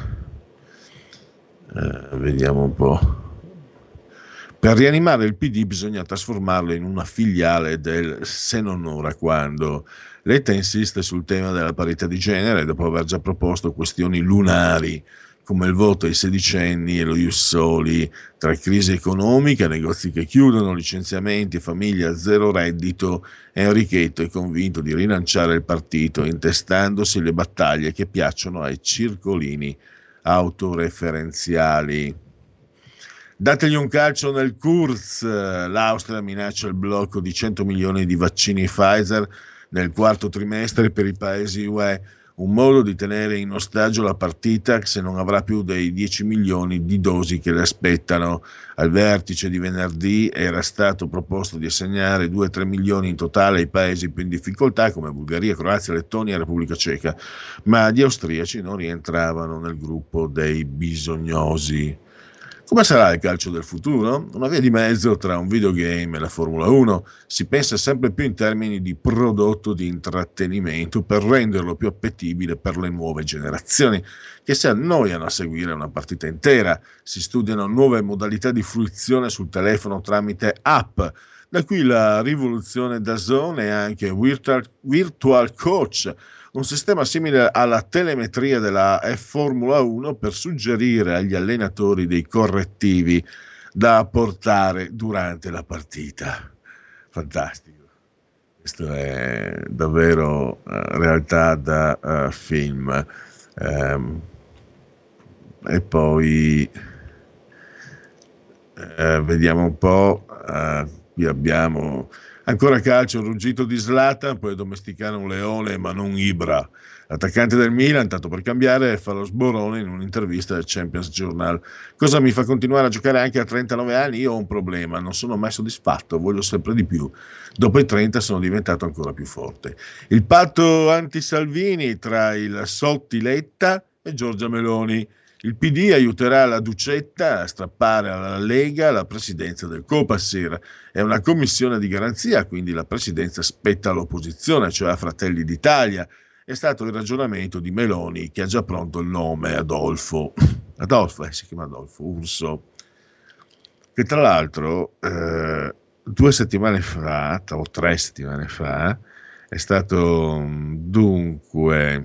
Speaker 6: vediamo un po'. Per rianimare il PD bisogna trasformarlo in una filiale del se non ora quando. Letta insiste sul tema della parità di genere dopo aver già proposto questioni lunari come il voto ai sedicenni e lo ius soli, tra crisi economica, negozi che chiudono, licenziamenti, famiglie a zero reddito. Enrichetto è convinto di rilanciare il partito intestandosi le battaglie che piacciono ai circolini autoreferenziali. Dategli un calcio nel Kurz, l'Austria minaccia il blocco di 100 milioni di vaccini Pfizer nel quarto trimestre per i paesi UE, un modo di tenere in ostaggio la partita se non avrà più dei 10 milioni di dosi che le aspettano. Al vertice di venerdì era stato proposto di assegnare 2-3 milioni in totale ai paesi più in difficoltà come Bulgaria, Croazia, Lettonia e Repubblica Ceca, ma gli austriaci non rientravano nel gruppo dei bisognosi. Come sarà il calcio del futuro? Una via di mezzo tra un videogame e la Formula 1. Si pensa sempre più in termini di prodotto di intrattenimento per renderlo più appetibile per le nuove generazioni che si annoiano a seguire una partita intera. Si studiano nuove modalità di fruizione sul telefono tramite app. Da qui la rivoluzione DAZN e anche Virtual Coach, un sistema simile alla telemetria della Formula 1 per suggerire agli allenatori dei correttivi da apportare durante la partita. Fantastico. Questo è davvero realtà da film. E poi vediamo un po'. Qui abbiamo ancora calcio, ruggito di Zlatan, puoi domesticare un leone ma non Ibra. L'attaccante del Milan, tanto per cambiare, fa lo sborone in un'intervista del Champions Journal. Cosa mi fa continuare a giocare anche a 39 anni? Io ho un problema, non sono mai soddisfatto, voglio sempre di più. Dopo i 30 sono diventato ancora più forte. Il patto anti-Salvini tra il Sotti Letta e Giorgia Meloni. Il PD aiuterà la Ducetta a strappare alla Lega la presidenza del Copasir. È una commissione di garanzia, quindi la presidenza spetta all'opposizione, cioè a Fratelli d'Italia. È stato il ragionamento di Meloni, che ha già pronto il nome Adolfo, si chiama Adolfo Urso, che tra l'altro 2 settimane fa, o 3 settimane fa, è stato dunque...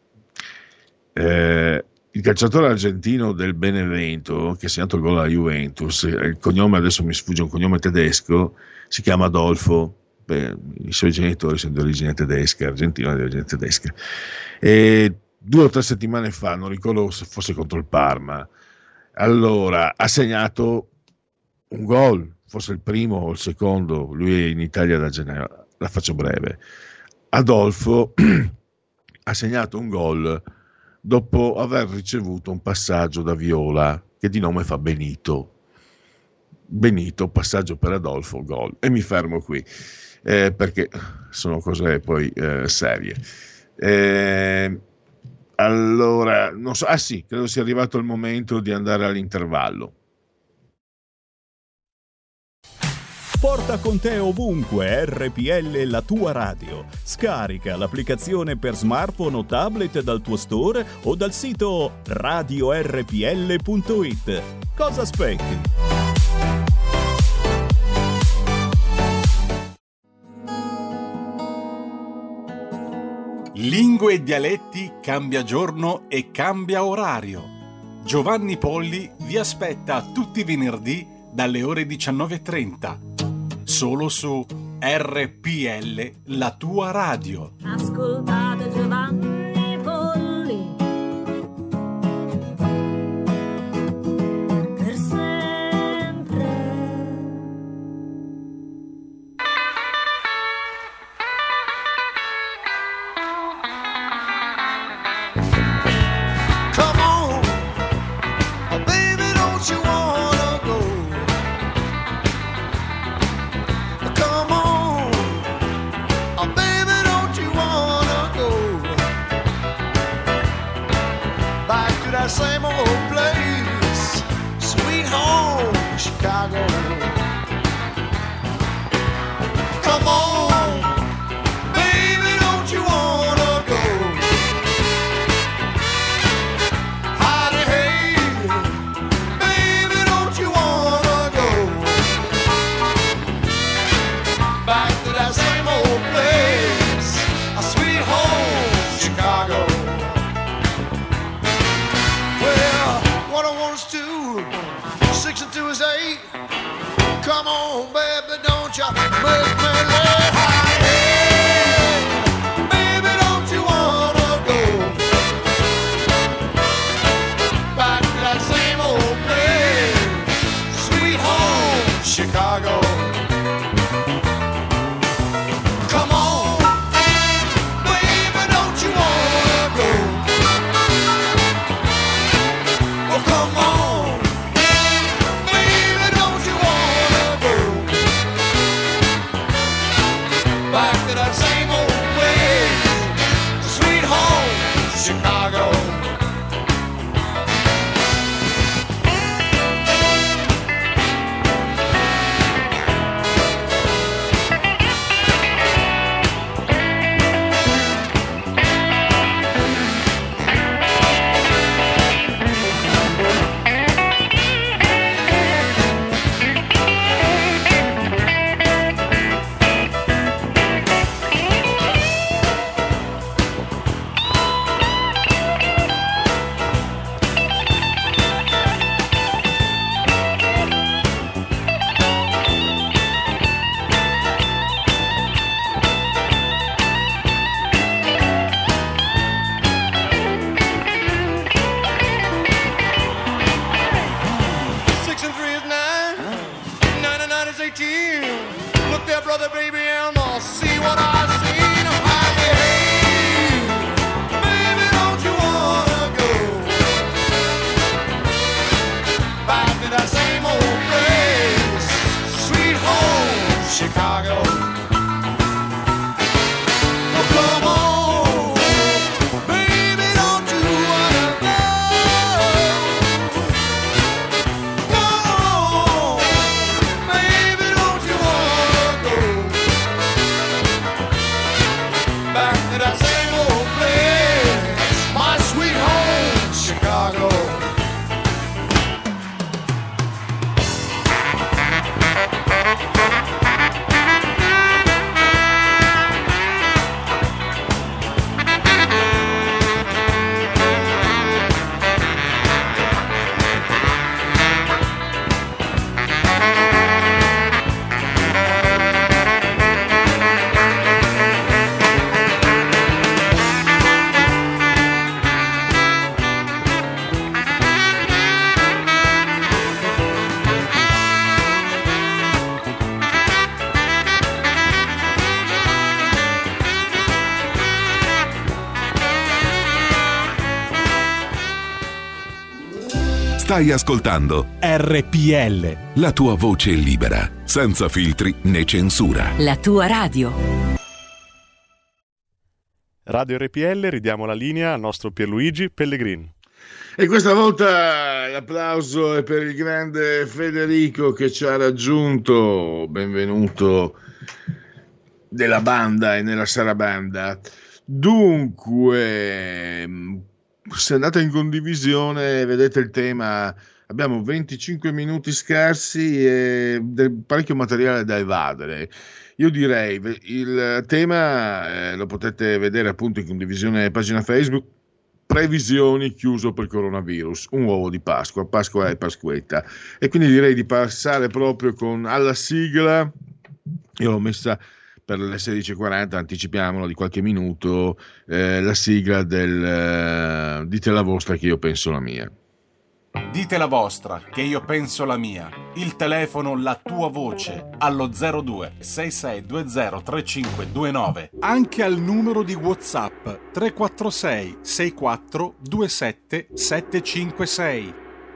Speaker 6: il calciatore argentino del Benevento, che ha segnato il gol alla Juventus, il cognome adesso mi sfugge, un cognome tedesco, si chiama Adolfo, i suoi genitori sono di origine tedesca, argentino di origine tedesca. E 2 o 3 settimane fa, non ricordo se fosse contro il Parma, allora ha segnato un gol, forse il primo o il secondo, lui è in Italia da Genova, la faccio breve. Adolfo ha segnato un gol dopo aver ricevuto un passaggio da Viola, che di nome fa Benito, passaggio per Adolfo, gol. E mi fermo qui, perché sono cose poi serie. Allora, non so, sì, credo sia arrivato il momento di andare all'intervallo.
Speaker 10: Porta con te ovunque RPL, la tua radio. Scarica l'applicazione per smartphone o tablet dal tuo store o dal sito radiorpl.it. Cosa aspetti?
Speaker 13: Lingue e dialetti cambia giorno e cambia orario. Giovanni Polli vi aspetta tutti i venerdì dalle ore 19:30. Solo su RPL, la tua radio.
Speaker 16: Ascoltate Giovanni Polli per sempre.
Speaker 17: Come on, oh baby, don't you wanna go? Come on, oh baby, don't you wanna go back to that same old place, sweet home, Chicago. Come on, baby, don't you wanna go? Howdy, hey, baby, don't you wanna go back to that same old place, a sweet home, Chicago. Well, what I want is 2, 6 and 2 is 8. Come on, baby, don't you make me late. Hey, baby, don't you wanna go back to that same old place, sweet home, Chicago. Come on, baby, don't you wanna go? Oh, come on, baby, don't you wanna go
Speaker 14: Stai ascoltando
Speaker 13: RPL.
Speaker 14: la tua voce libera, senza filtri né censura.
Speaker 1: La tua radio.
Speaker 18: Radio RPL, ridiamo la linea al nostro Pierluigi Pellegrin.
Speaker 6: E questa volta l'applauso è per il grande Federico che ci ha raggiunto. Benvenuto della banda e nella sarabanda. Dunque, se andate in condivisione vedete il tema, abbiamo 25 minuti scarsi e parecchio materiale da evadere. Io direi il tema lo potete vedere appunto in condivisione pagina Facebook, previsioni chiuso per coronavirus, un uovo di Pasqua e Pasquetta, e quindi direi di passare proprio alla sigla. Io l'ho messa per le 16.40, anticipiamolo di qualche minuto, la sigla del Dite la vostra che io penso la mia.
Speaker 13: Dite la vostra, che io penso la mia. Il telefono, la tua voce, allo 02 6620 3529. Anche al numero di WhatsApp 346 64 27 756.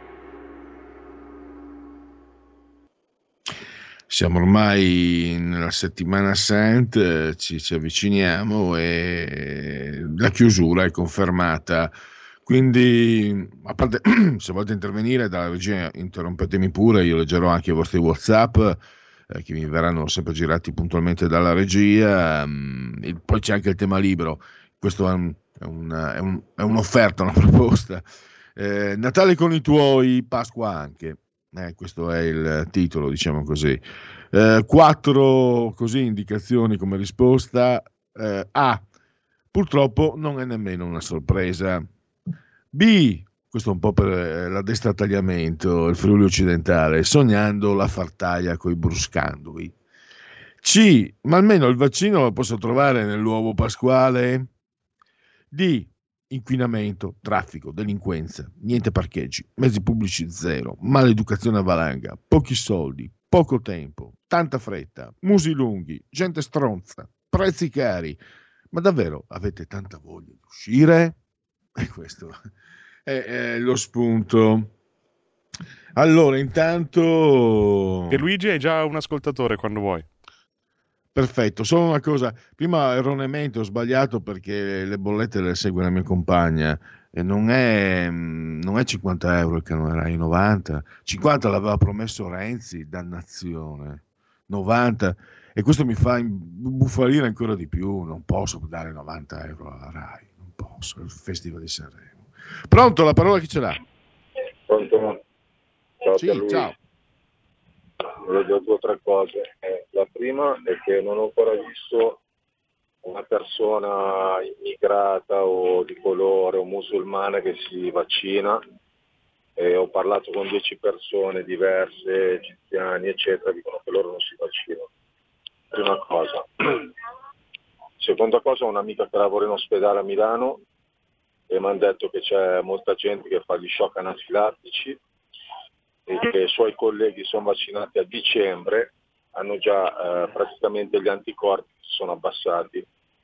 Speaker 6: Siamo ormai nella settimana santa, ci avviciniamo e la chiusura è confermata. Quindi, a parte, se volete intervenire dalla regia, interrompetemi pure, io leggerò anche i vostri WhatsApp che mi verranno sempre girati puntualmente dalla regia. Poi c'è anche il tema libero, questo è un'offerta, una proposta. Natale con i tuoi, Pasqua anche. Questo è il titolo, diciamo così. 4 così indicazioni come risposta. A, purtroppo non è nemmeno una sorpresa. B, questo un po' per la destra tagliamento, il Friuli occidentale, sognando la fartaglia coi bruscandoli. C, ma almeno il vaccino lo posso trovare nell'uovo pasquale? D, inquinamento, traffico, delinquenza, niente parcheggi, mezzi pubblici zero, maleducazione a valanga, pochi soldi, poco tempo, tanta fretta, musi lunghi, gente stronza, prezzi cari. Ma davvero avete tanta voglia di uscire? E questo è lo spunto. Allora, intanto...
Speaker 18: Pierluigi è già un ascoltatore quando vuoi.
Speaker 6: Perfetto, solo una cosa, prima erroneamente ho sbagliato perché le bollette le segue la mia compagna e non è 50 euro il canone Rai, 90, 50 l'aveva promesso Renzi, dannazione, 90, e questo mi fa imbufalire ancora di più, non posso dare 90 euro alla Rai, non posso, è il Festival di Sanremo. Pronto, la parola chi ce l'ha?
Speaker 19: Pronto? Ciao,
Speaker 6: sì, ciao.
Speaker 19: Voglio dire 2 o 3 cose. La prima è che non ho ancora visto una persona immigrata o di colore o musulmana che si vaccina. Ho parlato con 10 persone diverse, egiziani eccetera, dicono che loro non si vaccinano. Prima cosa. Seconda cosa, ho un'amica che lavora in ospedale a Milano e mi hanno detto che c'è molta gente che fa gli shock anafilattici e che i suoi colleghi sono vaccinati a dicembre, hanno già praticamente gli anticorpi si sono abbassati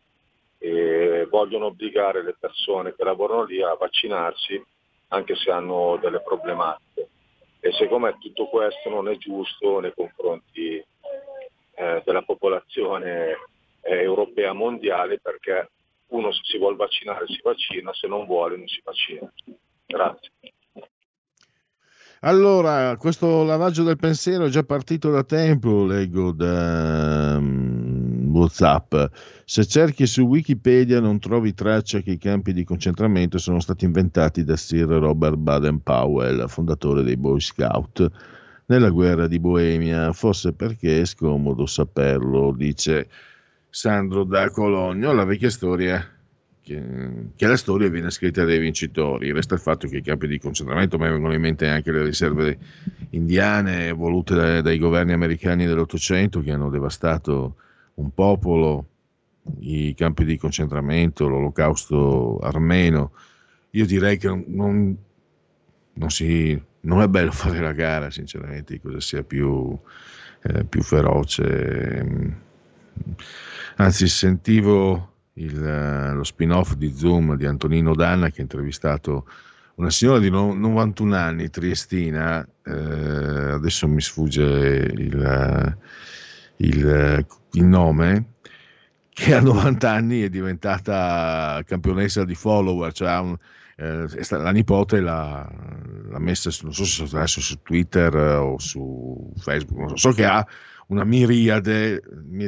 Speaker 19: e vogliono obbligare le persone che lavorano lì a vaccinarsi anche se hanno delle problematiche. E secondo me tutto questo non è giusto nei confronti della popolazione europea mondiale, perché uno se si vuole vaccinare si vaccina, se non vuole non si vaccina. Grazie.
Speaker 6: Allora, questo lavaggio del pensiero è già partito da tempo, leggo da WhatsApp. Se cerchi su Wikipedia non trovi traccia che i campi di concentramento sono stati inventati da Sir Robert Baden-Powell, fondatore dei Boy Scout, nella guerra di Boemia, forse perché è scomodo saperlo, dice Sandro da Cologno. La vecchia storia che la storia viene scritta dai vincitori, resta il fatto che i campi di concentramento, mi vengono in mente anche le riserve indiane volute dai governi americani dell'Ottocento che hanno devastato un popolo, i campi di concentramento, l'olocausto armeno. Io direi che non è bello fare la gara sinceramente di cosa sia più feroce. Anzi, sentivo lo spin-off di Zoom di Antonino Danna che ha intervistato una signora di 91 anni, triestina, adesso mi sfugge il nome, che a 90 anni è diventata campionessa di follower, cioè la nipote l'ha messa, non so se adesso su Twitter o su Facebook, non so che ha una miriade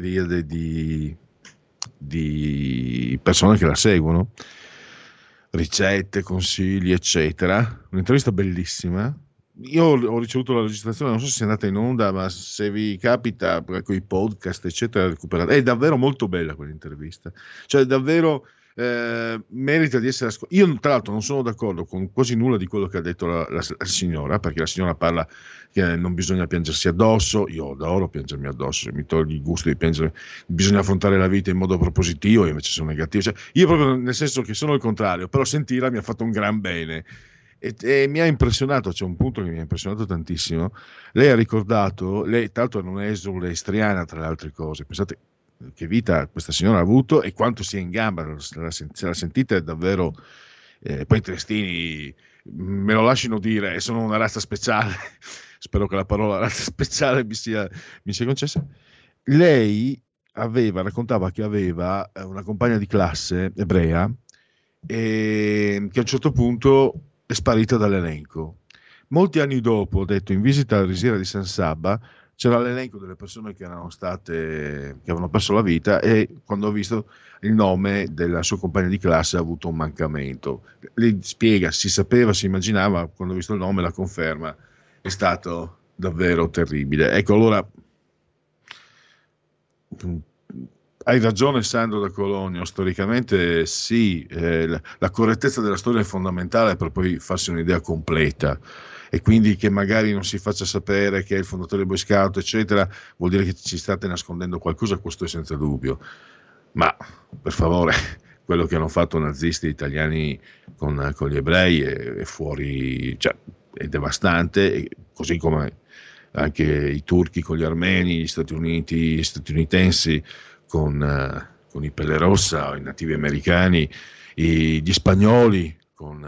Speaker 6: di persone che la seguono, ricette, consigli, eccetera. Un'intervista bellissima. Io ho ricevuto la registrazione, non so se è andata in onda, ma se vi capita con i podcast eccetera, recuperate. È davvero molto bella quell'intervista, cioè davvero merita di essere io tra l'altro non sono d'accordo con quasi nulla di quello che ha detto la signora, perché la signora parla che non bisogna piangersi addosso. Io adoro piangermi addosso, se mi togli il gusto di piangere, bisogna affrontare la vita in modo propositivo. Io invece sono negativo, cioè, io proprio nel senso che sono il contrario, però sentirla mi ha fatto un gran bene e mi ha impressionato. C'è un punto che mi ha impressionato tantissimo. Lei ha ricordato, lei tra l'altro non è estriana, tra le altre cose, pensate che vita questa signora ha avuto e quanto sia in gamba, se la sentite è davvero poi i triestini me lo lasciano dire, sono una razza speciale. Spero che la parola razza speciale mi sia concessa. Lei raccontava che aveva una compagna di classe ebrea e che a un certo punto è sparita dall'elenco. Molti anni dopo, ho detto, in visita alla risiera di San Sabba, c'era l'elenco delle persone che avevano perso la vita, e quando ho visto il nome della sua compagna di classe ha avuto un mancamento. Lei spiega, si sapeva, si immaginava, quando ho visto il nome la conferma, è stato davvero terribile. Ecco, allora hai ragione Sandro da Cologno, storicamente sì, la correttezza della storia è fondamentale per poi farsi un'idea completa, e quindi che magari non si faccia sapere che è il fondatore dei Boy Scout eccetera vuol dire che ci state nascondendo qualcosa, questo è senza dubbio, ma per favore, quello che hanno fatto nazisti italiani con gli ebrei è fuori, cioè è devastante, così come anche i turchi con gli armeni, gli statunitensi con i Pelle Rossa, i nativi americani, gli spagnoli con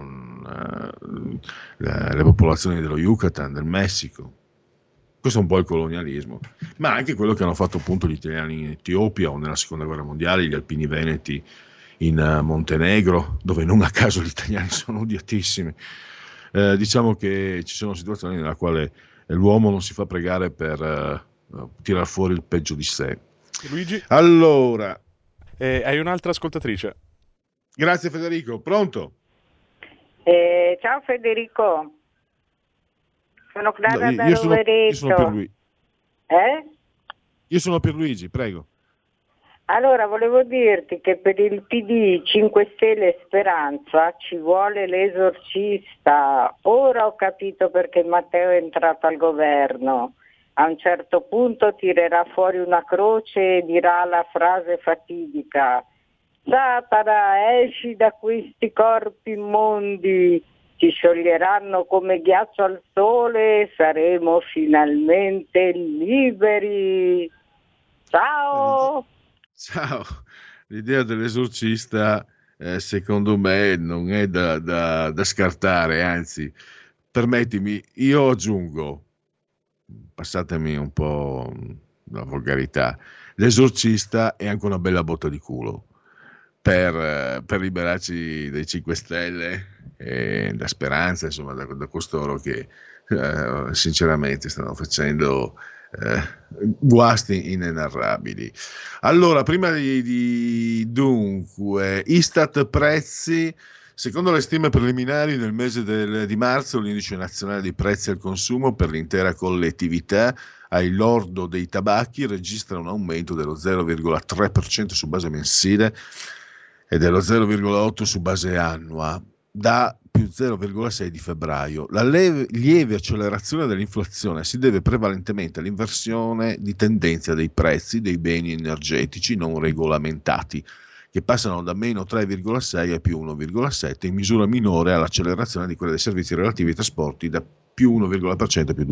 Speaker 6: le popolazioni dello Yucatan, del Messico. Questo è un po' il colonialismo, ma anche quello che hanno fatto appunto gli italiani in Etiopia o nella seconda guerra mondiale, gli alpini veneti in Montenegro, dove non a caso gli italiani sono odiatissimi. Diciamo che ci sono situazioni nella quale l'uomo non si fa pregare per tirar fuori il peggio di sé.
Speaker 18: Luigi?
Speaker 6: Allora,
Speaker 18: hai un'altra ascoltatrice.
Speaker 6: Grazie Federico, pronto?
Speaker 20: Ciao Federico, sono Clara da Rovereto.
Speaker 6: Io sono Pierluigi.
Speaker 20: Eh?
Speaker 6: Io sono Pierluigi, prego.
Speaker 20: Allora, volevo dirti che per il PD 5 Stelle Speranza ci vuole l'esorcista. Ora ho capito perché Matteo è entrato al governo. A un certo punto tirerà fuori una croce e dirà la frase fatidica: Satana, esci da questi corpi immondi, ci scioglieranno come ghiaccio al sole e saremo finalmente liberi. Ciao!
Speaker 6: Ciao, l'idea dell'esorcista secondo me non è da scartare, anzi, permettimi, io aggiungo, passatemi un po' la volgarità, l'esorcista è anche una bella botta di culo per liberarci dai 5 Stelle e da Speranza, insomma da costoro che sinceramente stanno facendo guasti inenarrabili. Allora, prima dunque, Istat prezzi, secondo le stime preliminari nel mese di marzo l'indice nazionale dei prezzi al consumo per l'intera collettività ai lordo dei tabacchi registra un aumento dello 0,3% su base mensile e dello 0,8% su base annua, da più 0,6 di febbraio. La lieve accelerazione dell'inflazione si deve prevalentemente all'inversione di tendenza dei prezzi dei beni energetici non regolamentati, che passano da meno 3,6 a più 1,7, in misura minore all'accelerazione di quelle dei servizi relativi ai trasporti da più 1,% a più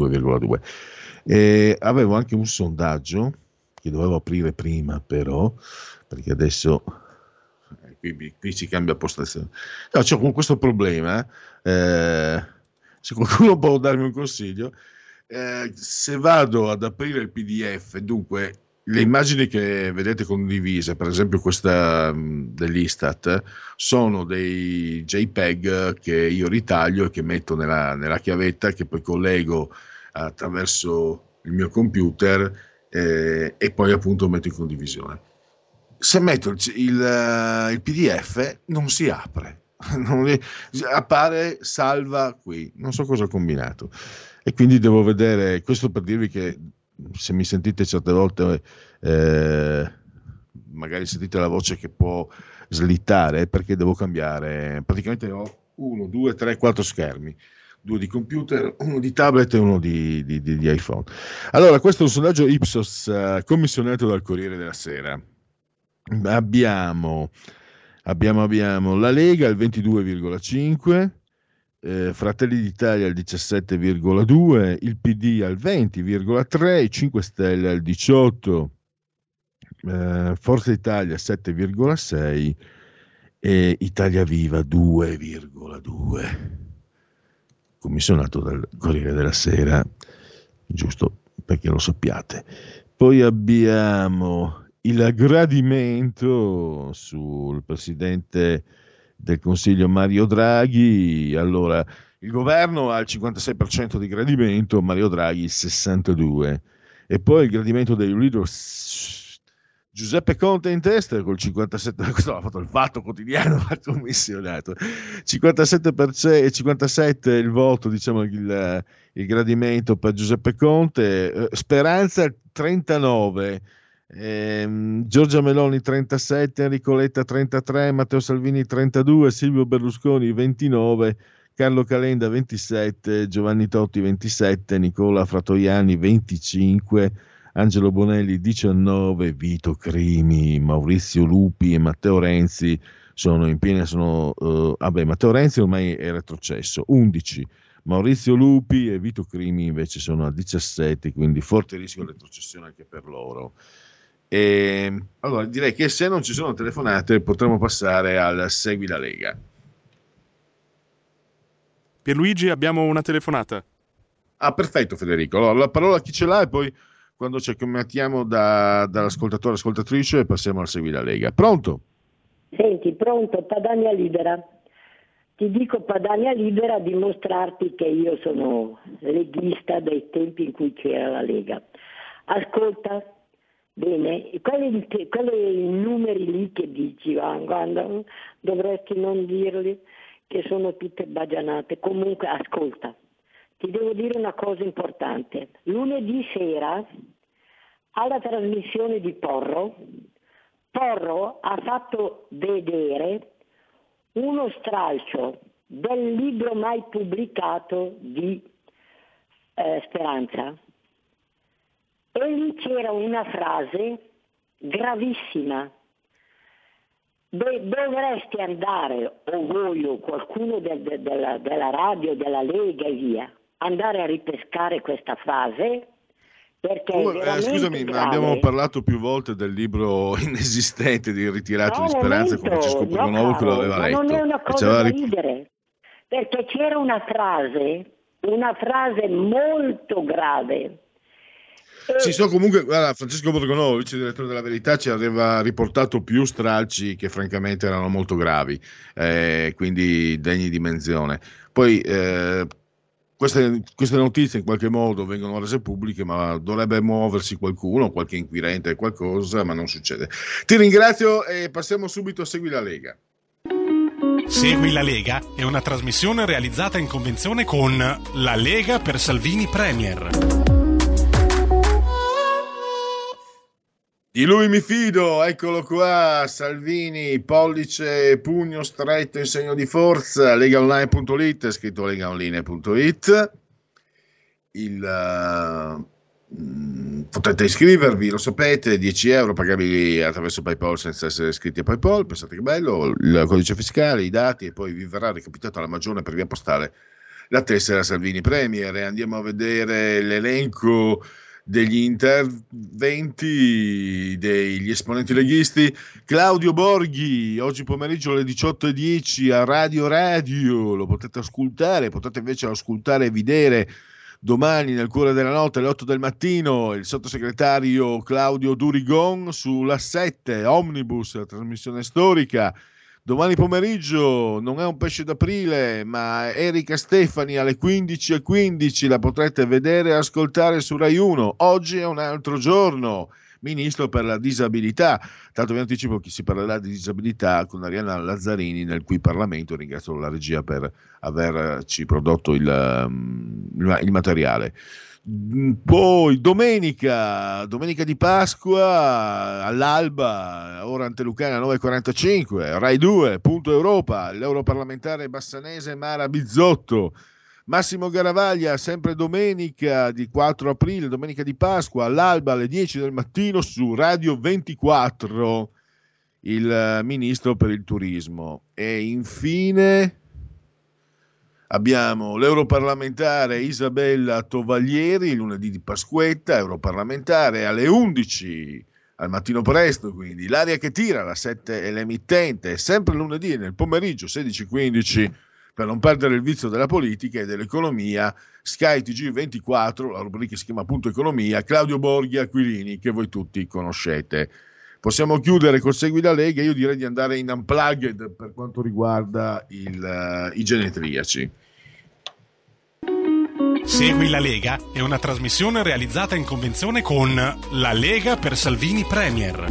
Speaker 6: 2,2. Avevo anche un sondaggio che dovevo aprire prima, però, perché adesso qui si cambia postazione. No, c'è con questo problema, se qualcuno può darmi un consiglio, se vado ad aprire il PDF, dunque le immagini che vedete condivise, per esempio questa dell'Istat, sono dei JPEG che io ritaglio e che metto nella chiavetta, che poi collego attraverso il mio computer e poi appunto metto in condivisione. Se metto il PDF non si apre, appare salva qui, non so cosa ho combinato, e quindi devo vedere, questo per dirvi che se mi sentite certe volte magari sentite la voce che può slittare, perché devo cambiare, praticamente ho 1, 2, 3, 4 schermi, 2 di computer, 1 di tablet e 1 di iPhone. Allora, questo è un sondaggio Ipsos commissionato dal Corriere della Sera. Abbiamo la Lega al 22,5%, Fratelli d'Italia al 17,2%, il PD al 20,3%, 5 Stelle al 18%, Forza Italia 7,6% e Italia Viva 2,2%. Commissionato dal Corriere della Sera, giusto perché lo sappiate. Poi abbiamo il gradimento sul presidente del Consiglio Mario Draghi. Allora, il governo ha il 56% di gradimento, Mario Draghi il 62%, e poi il gradimento dei leader Giuseppe Conte in testa col 57%, questo l'ha fatto il Fatto Quotidiano, ha commissionato 57%, 57% il voto, diciamo il gradimento per Giuseppe Conte, Speranza 39%, Giorgia Meloni 37, Enrico Letta 33, Matteo Salvini 32, Silvio Berlusconi 29, Carlo Calenda 27, Giovanni Totti 27, Nicola Fratoiani 25, Angelo Bonelli 19, Vito Crimi, Maurizio Lupi e Matteo Renzi sono in piena, Matteo Renzi ormai è retrocesso, 11, Maurizio Lupi e Vito Crimi invece sono a 17, quindi forte rischio di retrocessione anche per loro. Allora direi che se non ci sono telefonate potremo passare al Segui la Lega.
Speaker 18: Pierluigi, abbiamo una telefonata.
Speaker 6: Ah, perfetto Federico, allora la parola a chi ce l'ha e poi quando ci accompagniamo dall'ascoltatore ascoltatrice passiamo al Segui la Lega. Pronto?
Speaker 21: Senti, pronto, Padania Libera. Ti dico Padania Libera a dimostrarti che io sono leghista dai tempi in cui c'era la Lega. Ascolta, bene, quelli numeri lì che dici, guarda, dovresti non dirli, che sono tutte bagianate. Comunque, ascolta, ti devo dire una cosa importante. Lunedì sera, alla trasmissione di Porro ha fatto vedere uno stralcio del libro mai pubblicato di Speranza. E lì c'era una frase gravissima. Dovresti andare, o voi o qualcuno della radio, della Lega e via, andare a ripescare questa frase, perché
Speaker 6: scusami,
Speaker 21: grave.
Speaker 6: ma abbiamo parlato più volte del libro inesistente di Ritirato di Speranza con Francesco Borgonovo, che lo aveva letto.
Speaker 21: Ma non è una cosa da ridere, perché c'era una frase molto grave.
Speaker 6: Sì, so comunque, guarda, Francesco Borgonovo, vice direttore della Verità, ci aveva riportato più stralci che francamente erano molto gravi, quindi degni di menzione. Poi queste notizie in qualche modo vengono rese pubbliche, ma dovrebbe muoversi qualcuno, qualche inquirente, qualcosa, ma non succede. Ti ringrazio e passiamo subito a Segui la Lega.
Speaker 22: Segui la Lega è una trasmissione realizzata in convenzione con La Lega per Salvini Premier.
Speaker 6: Di lui mi fido, eccolo qua, Salvini, pollice, pugno stretto in segno di forza, legaonline.it, è scritto legaonline.it. Potete iscrivervi, lo sapete, 10 euro pagabili attraverso PayPal senza essere iscritti a PayPal, pensate che bello, il codice fiscale, i dati, e poi vi verrà recapitata alla Magione per via postale la tessera Salvini Premier. E andiamo a vedere l'elenco degli interventi degli esponenti leghisti. Claudio Borghi, oggi pomeriggio alle 18:10 a Radio, lo potete ascoltare, potete invece ascoltare e vedere domani nel cuore della notte alle 8 del mattino il sottosegretario Claudio Durigon sulla 7 Omnibus, la trasmissione storica. Domani pomeriggio non è un pesce d'aprile, ma Erika Stefani alle 15:15 la potrete vedere e ascoltare su Rai 1. Oggi è un altro giorno, ministro per la disabilità. Tanto vi anticipo che si parlerà di disabilità con Arianna Lazzarini nel cui Parlamento. Ringrazio la regia per averci prodotto il materiale. Poi domenica di Pasqua all'alba, ora Antelucana 9:45, Rai 2, Punto Europa, l'europarlamentare bassanese Mara Bizzotto. Massimo Garavaglia, sempre domenica di 4 aprile, domenica di Pasqua, all'alba alle 10 del mattino su Radio 24, il ministro per il turismo. E infine abbiamo l'europarlamentare Isabella Tovaglieri, lunedì di Pasquetta, europarlamentare alle 11 al mattino presto, quindi l'aria che tira, la 7 è l'emittente, sempre lunedì nel pomeriggio 16:15, per non perdere il vizio della politica e dell'economia, Sky TG24, la rubrica si chiama appunto Economia, Claudio Borghi Aquilini, che voi tutti conoscete. Possiamo chiudere col Segui la Lega, io direi di andare in unplugged per quanto riguarda i genetriaci.
Speaker 22: Segui la Lega è una trasmissione realizzata in convenzione con La Lega per Salvini Premier.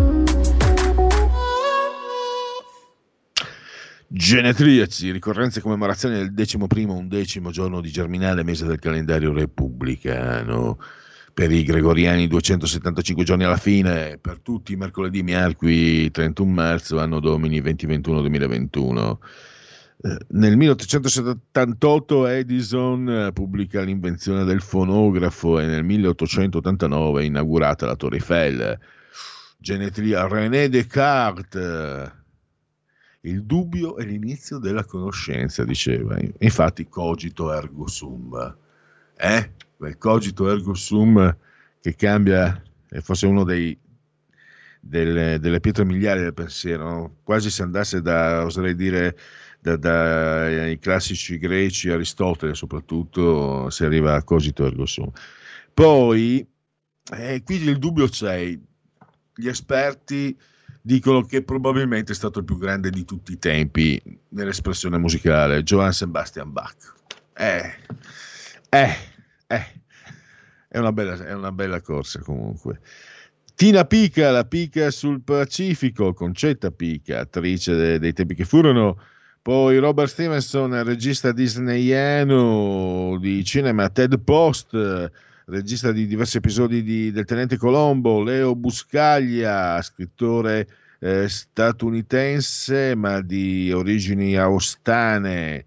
Speaker 6: Genetriaci, ricorrenze e commemorazioni del 11° giorno di Germinale, mese del calendario repubblicano. Per i gregoriani 275 giorni alla fine, per tutti i mercoledì miarqui 31 marzo, anno domini 2021-2021. Nel 1878 Edison pubblica l'invenzione del fonografo e nel 1889 è inaugurata la Torre Eiffel. Genetria René Descartes. Il dubbio è l'inizio della conoscenza, diceva. Infatti cogito ergo sum. Quel cogito ergo sum che cambia, è forse uno delle pietre miliari del pensiero, no? Quasi se andasse oserei dire, dai classici greci, Aristotele soprattutto, si arriva a cogito ergo sum. Poi, qui il dubbio c'è, gli esperti dicono che probabilmente è stato il più grande di tutti i tempi nell'espressione musicale, Johann Sebastian Bach. È una bella corsa comunque. Tina Pica, la Pica sul Pacifico, Concetta Pica, attrice dei tempi che furono. Poi Robert Stevenson, regista disneyano di cinema. Ted Post, regista di diversi episodi del Tenente Colombo. Leo Buscaglia, scrittore statunitense ma di origini aostane.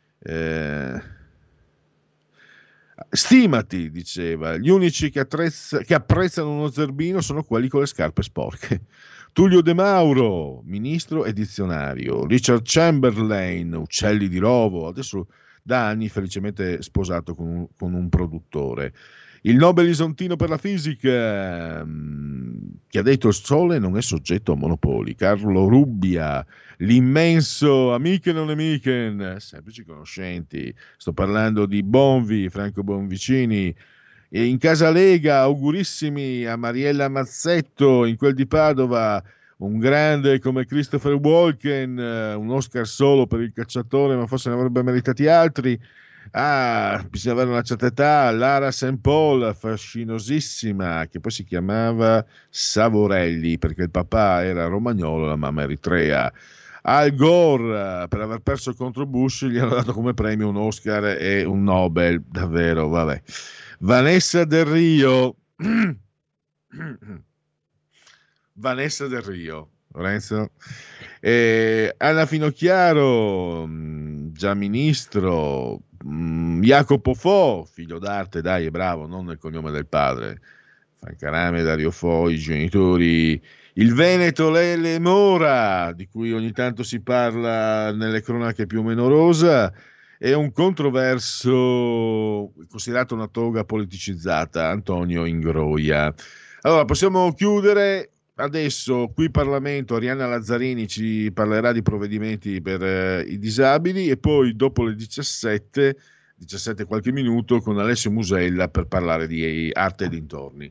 Speaker 6: Stimati, diceva, gli unici che apprezzano uno zerbino sono quelli con le scarpe sporche. Tullio De Mauro, ministro e dizionario. Richard Chamberlain, Uccelli di Rovo, adesso da anni felicemente sposato con un produttore. Il Nobel Isontino per la fisica, che ha detto il sole non è soggetto a monopoli. Carlo Rubbia, l'immenso Amichen o Nemichen, semplici conoscenti. Sto parlando di Bonvi, Franco Bonvicini. E in casa Lega, augurissimi a Mariella Mazzetto, in quel di Padova, un grande come Christopher Walken, un Oscar solo per Il cacciatore, ma forse ne avrebbe meritati altri. Bisogna avere una certa età. Lara St. Paul, fascinosissima, che poi si chiamava Savorelli perché il papà era romagnolo, la mamma eritrea. Al Gore, per aver perso contro Bush, gli hanno dato come premio un Oscar e un Nobel, davvero, vabbè. Vanessa Del Rio, Lorenzo. Anna Finocchiaro, già ministro. Jacopo Fo, figlio d'arte, dai, è bravo, non nel cognome del padre. Francarame, Dario Fo, i genitori. Il Veneto Lele Mora, di cui ogni tanto si parla nelle cronache più o meno rosa. e un controverso considerato una toga politicizzata, Antonio Ingroia. Allora, possiamo chiudere adesso qui Parlamento. Arianna Lazzarini ci parlerà di provvedimenti per i disabili e poi dopo le 17 qualche minuto con Alessio Musella per parlare di arte e dintorni.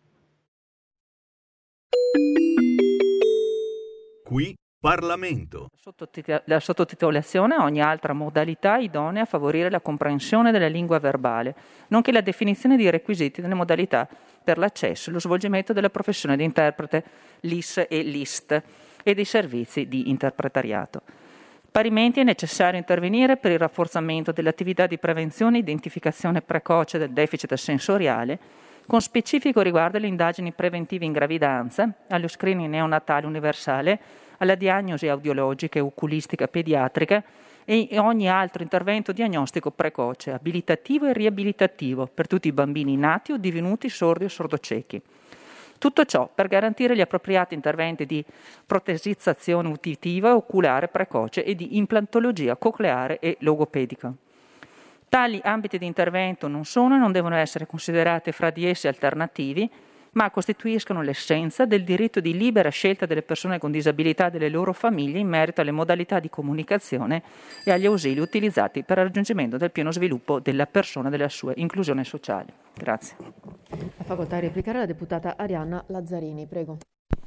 Speaker 2: Qui Parlamento.
Speaker 3: La sottotitolazione a ogni altra modalità idonea a favorire la comprensione della lingua verbale, nonché la definizione dei requisiti delle modalità per l'accesso e lo svolgimento della professione di interprete LIS e LIST e dei servizi di interpretariato. Parimenti è necessario intervenire per il rafforzamento dell'attività di prevenzione e identificazione precoce del deficit sensoriale, con specifico riguardo alle indagini preventive in gravidanza, allo screening neonatale universale, alla diagnosi audiologica e oculistica pediatrica e ogni altro intervento diagnostico precoce, abilitativo e riabilitativo per tutti i bambini nati o divenuti sordi o sordociechi. Tutto ciò per garantire gli appropriati interventi di protesizzazione uditiva e oculare precoce e di implantologia cocleare e logopedica. Tali ambiti di intervento non sono e non devono essere considerati fra di essi alternativi, ma costituiscono l'essenza del diritto di libera scelta delle persone con disabilità e delle loro famiglie in merito alle modalità di comunicazione e agli ausili utilizzati per il raggiungimento del pieno sviluppo della persona e della sua inclusione sociale. Grazie.
Speaker 23: La facoltà di replicare la deputata Arianna Lazzarini, prego.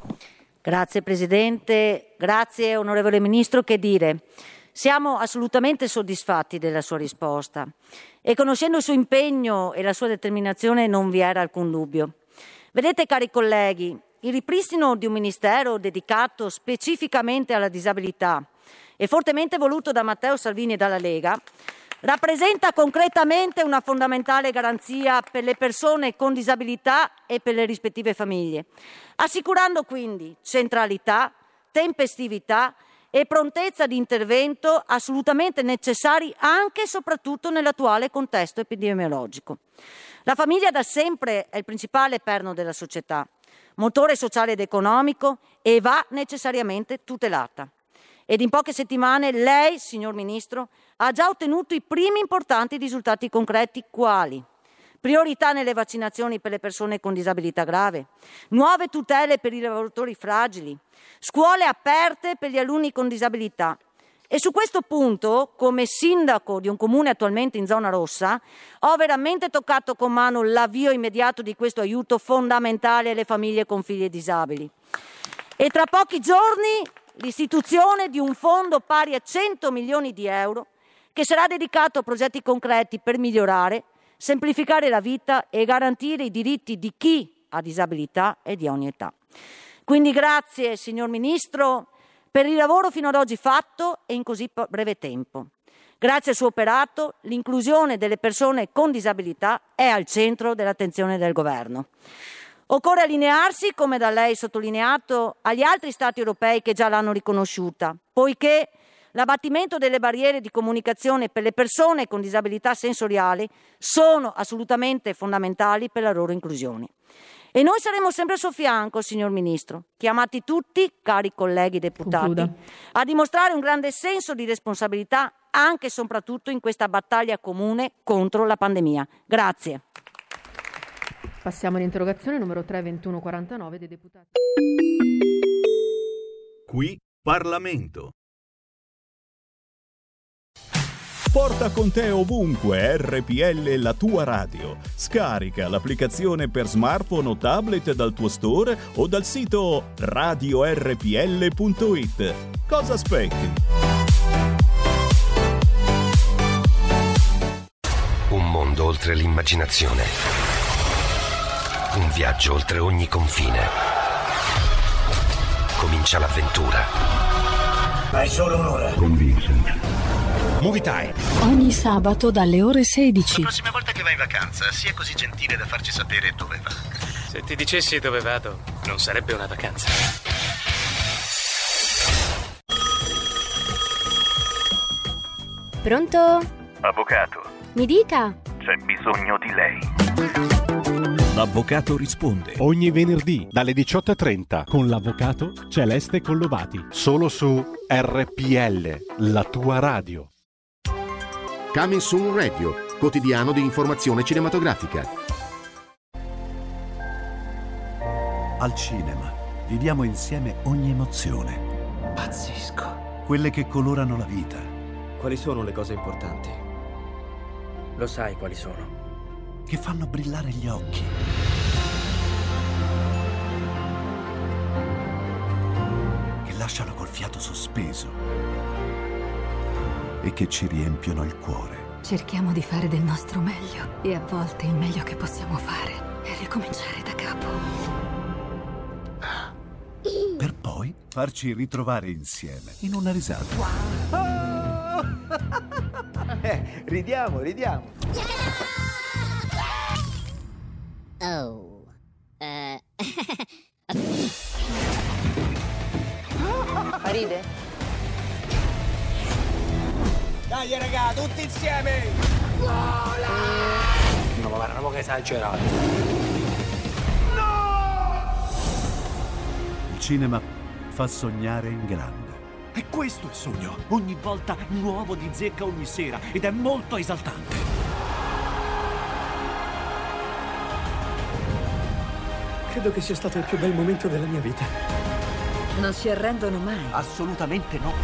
Speaker 24: Grazie Presidente, grazie onorevole Ministro, che dire. Siamo assolutamente soddisfatti della sua risposta e conoscendo il suo impegno e la sua determinazione non vi era alcun dubbio. Vedete cari colleghi, il ripristino di un ministero dedicato specificamente alla disabilità e fortemente voluto da Matteo Salvini e dalla Lega rappresenta concretamente una fondamentale garanzia per le persone con disabilità e per le rispettive famiglie, assicurando quindi centralità, tempestività e prontezza di intervento assolutamente necessari anche e soprattutto nell'attuale contesto epidemiologico. La famiglia da sempre è il principale perno della società, motore sociale ed economico e va necessariamente tutelata. Ed in poche settimane lei, signor Ministro, ha già ottenuto i primi importanti risultati concreti quali: priorità nelle vaccinazioni per le persone con disabilità grave, nuove tutele per i lavoratori fragili, scuole aperte per gli alunni con disabilità. E su questo punto, come sindaco di un comune attualmente in zona rossa, ho veramente toccato con mano l'avvio immediato di questo aiuto fondamentale alle famiglie con figli disabili. E tra pochi giorni l'istituzione di un fondo pari a 100 milioni di euro che sarà dedicato a progetti concreti per migliorare, semplificare la vita e garantire i diritti di chi ha disabilità e di ogni età. Quindi grazie, signor Ministro, per il lavoro fino ad oggi fatto e in così breve tempo. Grazie al suo operato, l'inclusione delle persone con disabilità è al centro dell'attenzione del Governo. Occorre allinearsi, come da lei sottolineato, agli altri Stati europei che già l'hanno riconosciuta, poiché l'abbattimento delle barriere di comunicazione per le persone con disabilità sensoriali sono assolutamente fondamentali per la loro inclusione. E noi saremo sempre al suo fianco, signor Ministro, chiamati tutti, cari colleghi deputati,
Speaker 23: Concluda.
Speaker 24: a dimostrare un grande senso di responsabilità anche e soprattutto in questa battaglia comune contro la pandemia. Grazie.
Speaker 23: Passiamo all'interrogazione numero 32149 dei deputati.
Speaker 2: Qui Parlamento.
Speaker 10: Porta con te ovunque RPL la tua radio. Scarica l'applicazione per smartphone o tablet dal tuo store o dal sito radiorpl.it. Cosa aspetti?
Speaker 25: Un mondo oltre l'immaginazione. Un viaggio oltre ogni confine. Comincia l'avventura.
Speaker 26: Hai solo un'ora.
Speaker 25: Con Vincent.
Speaker 26: Movie Time.
Speaker 27: Ogni sabato dalle ore 16.
Speaker 26: La prossima volta che vai in vacanza, sia così gentile da farci sapere dove va.
Speaker 28: Se ti dicessi dove vado, non sarebbe una vacanza.
Speaker 29: Pronto?
Speaker 26: Avvocato,
Speaker 29: Mi dica.
Speaker 26: c'è bisogno di lei.
Speaker 2: L'avvocato risponde.
Speaker 22: Ogni venerdì dalle 18:30 con l'avvocato Celeste Collovati. Solo su RPL, la tua radio.
Speaker 4: Coming Soon Radio, quotidiano di informazione cinematografica.
Speaker 5: Al cinema viviamo insieme ogni emozione.
Speaker 7: Pazzesco.
Speaker 5: Quelle che colorano la vita.
Speaker 7: Quali sono le cose importanti? Lo sai quali sono.
Speaker 5: Che fanno brillare gli occhi. Che lasciano col fiato sospeso. E che ci riempiono il cuore.
Speaker 27: Cerchiamo di fare del nostro meglio e a volte il meglio che possiamo fare è ricominciare da capo.
Speaker 5: Per poi farci ritrovare insieme in una risata.
Speaker 7: Ridiamo.
Speaker 8: Oh.
Speaker 9: Ride?
Speaker 7: Dai raga, tutti insieme!
Speaker 8: Vola!
Speaker 7: No, ma guarda, che esagerato.
Speaker 5: Il cinema fa sognare in grande.
Speaker 7: E questo è il sogno. Ogni volta nuovo di zecca ogni sera. Ed è molto esaltante. Credo che sia stato il più bel momento della mia vita.
Speaker 27: Non si arrendono mai.
Speaker 7: Assolutamente no.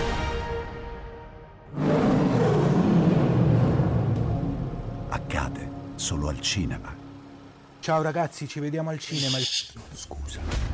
Speaker 5: Accade solo al cinema.
Speaker 7: Ciao ragazzi, ci vediamo al cinema. Scusa.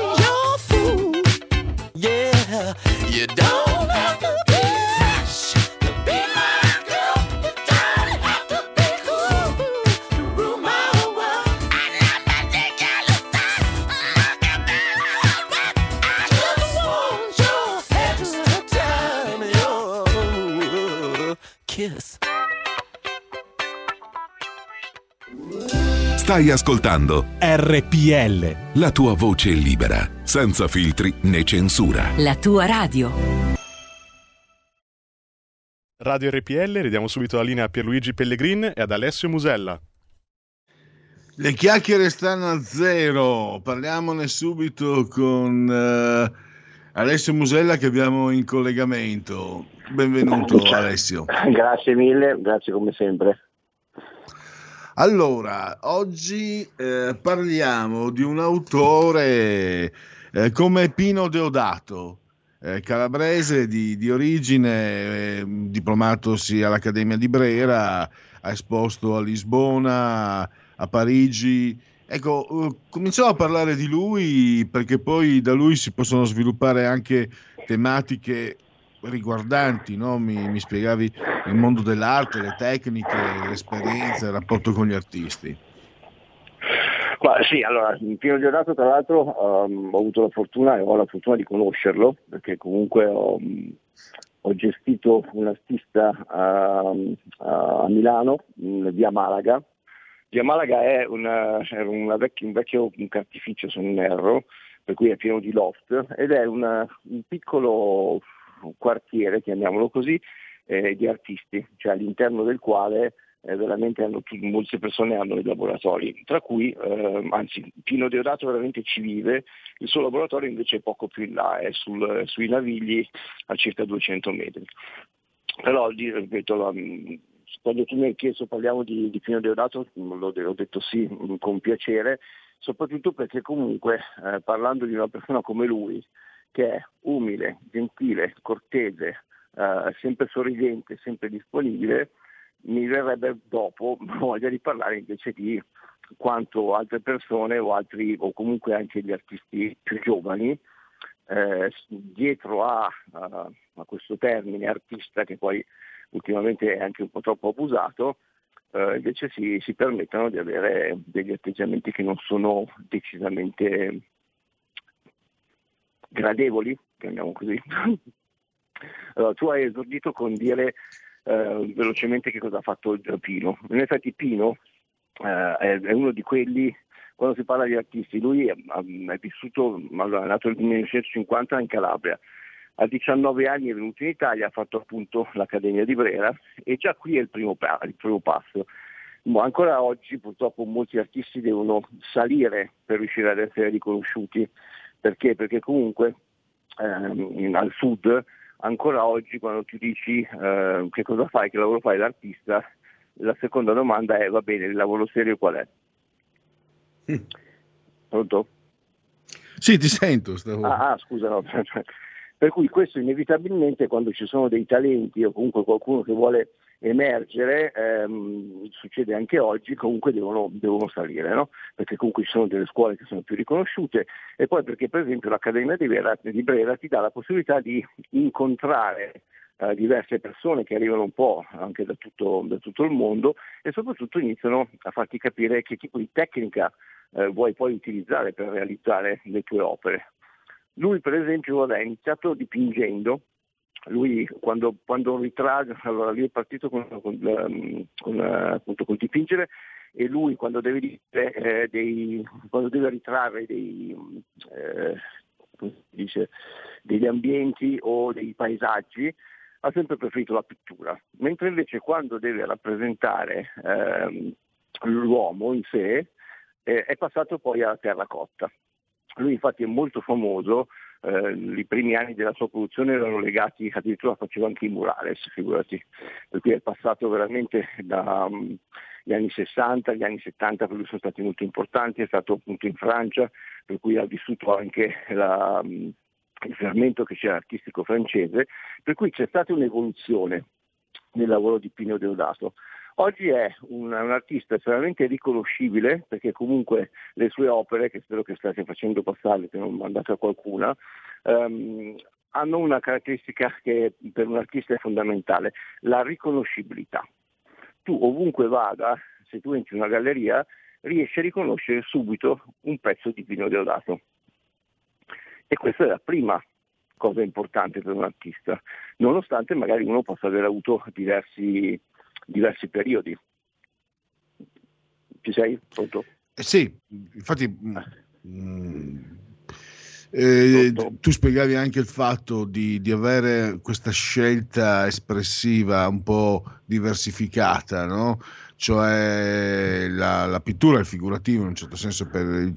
Speaker 7: You don't have to be rich
Speaker 1: kiss.
Speaker 8: Stai ascoltando
Speaker 22: RPL,
Speaker 8: la tua voce libera, senza filtri né censura.
Speaker 11: La tua radio.
Speaker 18: Radio RPL, ridiamo subito la linea a Pierluigi Pellegrin e ad Alessio Musella.
Speaker 6: Le chiacchiere stanno a zero, parliamone subito con Alessio Musella che abbiamo in collegamento. Benvenuto Alessio.
Speaker 12: Grazie mille, grazie come sempre.
Speaker 6: Allora, oggi parliamo di un autore come Pino Deodato, calabrese di origine, diplomatosi all'Accademia di Brera, ha esposto a Lisbona, a Parigi. Ecco, cominciamo a parlare di lui perché poi da lui si possono sviluppare anche tematiche riguardanti, no? Mi spiegavi il mondo dell'arte, le tecniche, l'esperienza, il rapporto con gli artisti.
Speaker 12: Ma sì, allora, Pino Deodato tra l'altro ho avuto la fortuna e ho la fortuna di conoscerlo, perché comunque ho gestito un artista a Milano, via Malaga. Via Malaga è un vecchio cartificio, se non erro, per cui è pieno di loft, ed è un piccolo quartiere, chiamiamolo così, di artisti, cioè all'interno del quale veramente molte persone hanno i laboratori, tra cui, anzi, Pino Deodato veramente ci vive, il suo laboratorio invece è poco più in là, è sui Navigli a circa 200 metri. Però, ripeto, quando tu mi hai chiesto parliamo di Pino Deodato, ho detto sì, con piacere, soprattutto perché comunque parlando di una persona come lui, che è umile, gentile, cortese, sempre sorridente, sempre disponibile, mi verrebbe dopo voglia di parlare invece di quanto altre persone o comunque anche gli artisti più giovani dietro a questo termine artista, che poi ultimamente è anche un po' troppo abusato, invece si permettono di avere degli atteggiamenti che non sono decisamente gradevoli, chiamiamo così. Allora, tu hai esordito con dire velocemente che cosa ha fatto Pino. In effetti Pino è uno di quelli, quando si parla di artisti, lui è vissuto, è nato nel 1950 in Calabria, a 19 anni è venuto in Italia, ha fatto appunto l'Accademia di Brera e già qui è il primo passo. Ma ancora oggi purtroppo molti artisti devono salire per riuscire ad essere riconosciuti. Perché? Perché comunque al sud ancora oggi quando ti dici che cosa fai, che lavoro fai l'artista, la seconda domanda è: va bene, il lavoro serio qual è? Pronto?
Speaker 6: Sì, ti sento.
Speaker 12: Scusa, no. Per cui questo inevitabilmente, quando ci sono dei talenti o comunque qualcuno che vuole emergere, succede anche oggi, comunque devono salire, no? Perché comunque ci sono delle scuole che sono più riconosciute, e poi perché per esempio l'Accademia di Brera ti dà la possibilità di incontrare diverse persone che arrivano un po' anche da tutto il mondo, e soprattutto iniziano a farti capire che tipo di tecnica vuoi poi utilizzare per realizzare le tue opere. Lui per esempio ha iniziato dipingendo. Lui quando ritrae, allora lui è partito con dipingere, e lui quando deve ritrarre degli ambienti o dei paesaggi, ha sempre preferito la pittura, mentre invece quando deve rappresentare l'uomo in sé è passato poi alla terracotta. Lui infatti è molto famoso. I primi anni della sua produzione erano legati, addirittura faceva anche i murales, figurati, per cui è passato veramente dagli anni 60 agli anni 70, per lui sono stati molto importanti, è stato appunto in Francia, per cui ha vissuto anche il fermento che c'era artistico francese, per cui c'è stata un'evoluzione nel lavoro di Pino Deodato. Oggi è un artista estremamente riconoscibile, perché comunque le sue opere, che spero che state facendo passare, che non mandate a qualcuna, hanno una caratteristica che per un artista è fondamentale: la riconoscibilità. Tu ovunque vada, se tu entri in una galleria, riesci a riconoscere subito un pezzo di Pino Deodato. E questa è la prima cosa importante per un artista, nonostante magari uno possa aver avuto diversi periodi. Ci sei? Pronto?
Speaker 6: Sì, infatti tu spiegavi anche il fatto di avere questa scelta espressiva un po' diversificata, no? Cioè la pittura, il figurativo in un certo senso per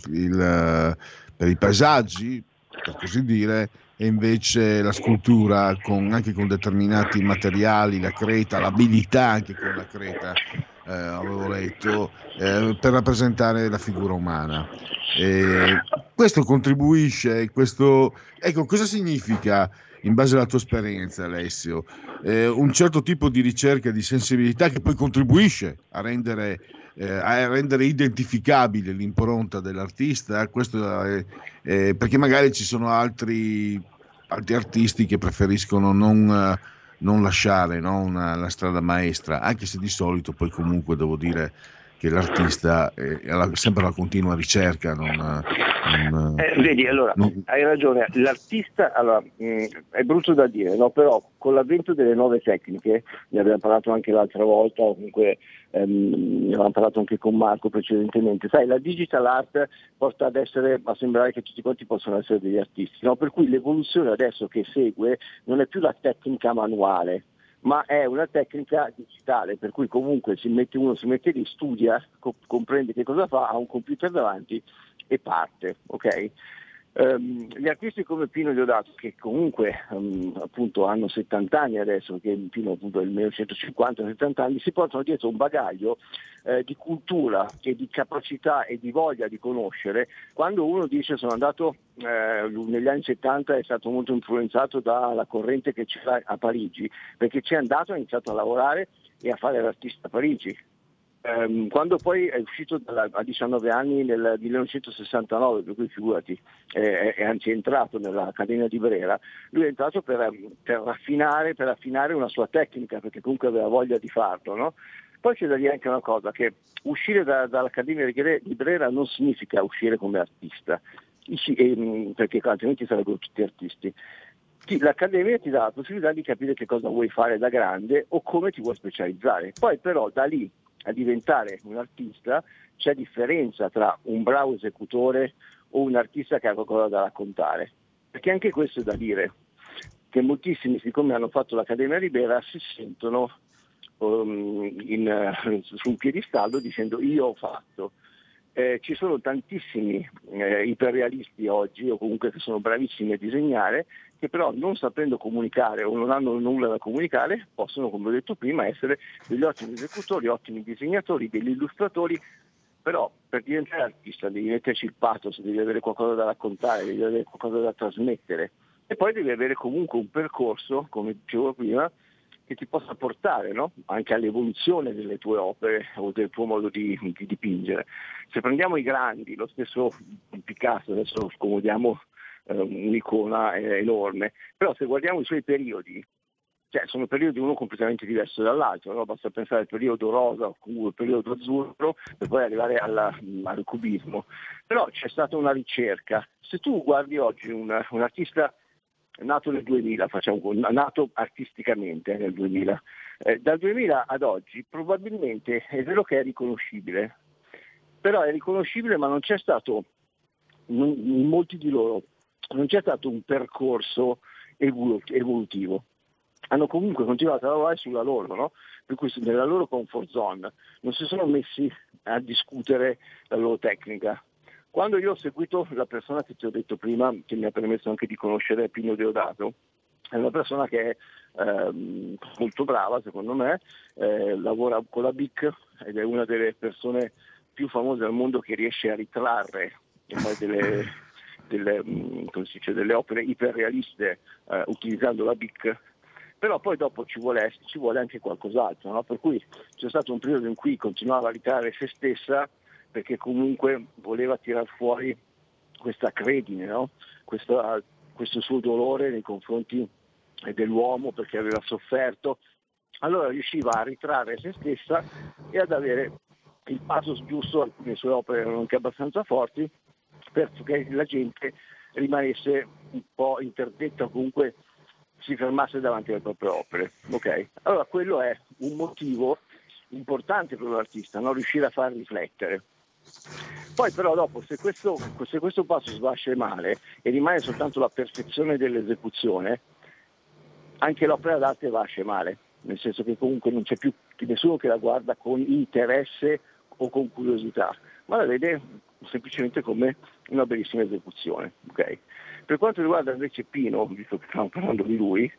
Speaker 6: i paesaggi, per così dire, e invece la scultura anche con determinati materiali, la creta, l'abilità anche con la creta, avevo letto, per rappresentare la figura umana. Questo contribuisce, ecco, cosa significa, in base alla tua esperienza, Alessio, un certo tipo di ricerca di sensibilità che poi contribuisce a rendere identificabile l'impronta dell'artista? Questo perché magari ci sono altri artisti che preferiscono non lasciare, no, la strada maestra, anche se di solito poi comunque devo dire che l'artista è sempre la continua ricerca.
Speaker 12: Vedi, allora, hai ragione, l'artista, allora, è brutto da dire, no? Però con l'avvento delle nuove tecniche, ne abbiamo parlato anche l'altra volta, o comunque ne avevamo parlato anche con Marco precedentemente, sai, la digital art porta a sembrare che tutti quanti possono essere degli artisti, no? Per cui l'evoluzione adesso che segue non è più la tecnica manuale, ma è una tecnica digitale, per cui comunque uno si mette lì, studia, comprende che cosa fa, ha un computer davanti e parte, ok? Gli artisti come Pino Deodato, che comunque appunto hanno 70 anni adesso, perché Pino appunto è del 1950, 70 anni, si portano dietro un bagaglio di cultura e di capacità e di voglia di conoscere. Quando uno dice sono andato negli anni 70, è stato molto influenzato dalla corrente che c'era a Parigi, perché c'è andato, ha iniziato a lavorare e a fare l'artista a Parigi. Quando poi è uscito a 19 anni nel 1969, per cui figurati, anzi è entrato nell'Accademia di Brera, lui è entrato per affinare una sua tecnica, perché comunque aveva voglia di farlo, no? Poi c'è da dire anche una cosa, che uscire dall'Accademia di Brera non significa uscire come artista, perché altrimenti sarebbero tutti artisti. L'Accademia ti dà la possibilità di capire che cosa vuoi fare da grande o come ti vuoi specializzare. Poi però da lì a diventare un artista c'è differenza tra un bravo esecutore o un artista che ha qualcosa da raccontare, perché anche questo è da dire, che moltissimi, siccome hanno fatto l'Accademia di Brera, si sentono su un piedistallo dicendo io ho fatto. Ci sono tantissimi iperrealisti oggi, o comunque che sono bravissimi a disegnare, che però non sapendo comunicare o non hanno nulla da comunicare possono, come ho detto prima, essere degli ottimi esecutori, ottimi disegnatori, degli illustratori. Però per diventare artista devi metterci il pathos, devi avere qualcosa da raccontare, devi avere qualcosa da trasmettere, e poi devi avere comunque un percorso, come dicevo prima, che ti possa portare, no? Anche all'evoluzione delle tue opere o del tuo modo di dipingere. Se prendiamo i grandi, lo stesso Picasso, adesso scomodiamo un'icona enorme, però se guardiamo i suoi periodi, cioè sono periodi uno completamente diverso dall'altro, no? Basta pensare al periodo rosa o il periodo azzurro per poi arrivare al cubismo. Però c'è stata una ricerca. Se tu guardi oggi un artista nato nel 2000, nato artisticamente nel 2000, dal 2000 ad oggi probabilmente è vero che è riconoscibile, però è riconoscibile, ma non c'è stato, in molti di loro, non c'è stato un percorso evolutivo. Hanno comunque continuato a lavorare sulla loro, no? Per cui nella loro comfort zone, non si sono messi a discutere la loro tecnica. Quando io ho seguito la persona che ti ho detto prima, che mi ha permesso anche di conoscere Pino Deodato, è una persona che è molto brava secondo me, lavora con la BIC ed è una delle persone più famose al mondo che riesce a ritrarre delle opere iperrealiste utilizzando la BIC. Però poi dopo ci vuole anche qualcos'altro, no? Per cui c'è stato un periodo in cui continuava a ritrarre se stessa, perché comunque voleva tirar fuori questa credine, no? Questo suo dolore nei confronti dell'uomo perché aveva sofferto. Allora riusciva a ritrarre se stessa e ad avere il pathos giusto. Alcune sue opere erano anche abbastanza forti perché la gente rimanesse un po' interdetta o comunque si fermasse davanti alle proprie opere. Ok? Allora quello è un motivo importante per l'artista, non riuscire a far riflettere. Poi però dopo, se questo passo sbascia male e rimane soltanto la perfezione dell'esecuzione, anche l'opera d'arte va a scemare, nel senso che comunque non c'è più nessuno che la guarda con interesse o con curiosità, ma la vede semplicemente come una bellissima esecuzione. Okay? Per quanto riguarda invece Pino, visto che stiamo parlando di lui,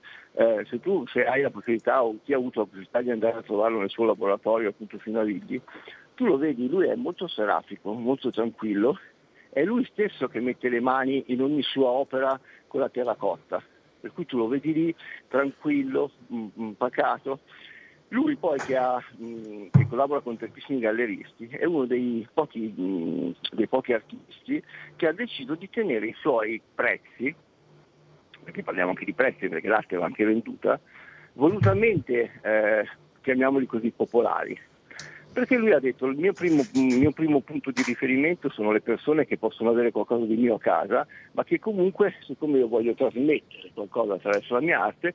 Speaker 12: se hai la possibilità o chi ha avuto la possibilità di andare a trovarlo nel suo laboratorio appunto fino a Vigli, tu lo vedi, lui è molto serafico, molto tranquillo, è lui stesso che mette le mani in ogni sua opera con la terracotta, per cui tu lo vedi lì tranquillo, pacato. Lui poi che collabora con tantissimi galleristi è uno dei pochi artisti che ha deciso di tenere i suoi prezzi, perché parliamo anche di prezzi perché l'arte va anche venduta, volutamente chiamiamoli così popolari, perché lui ha detto il mio primo punto di riferimento sono le persone che possono avere qualcosa di mio a casa, ma che comunque, siccome io voglio trasmettere qualcosa attraverso la mia arte,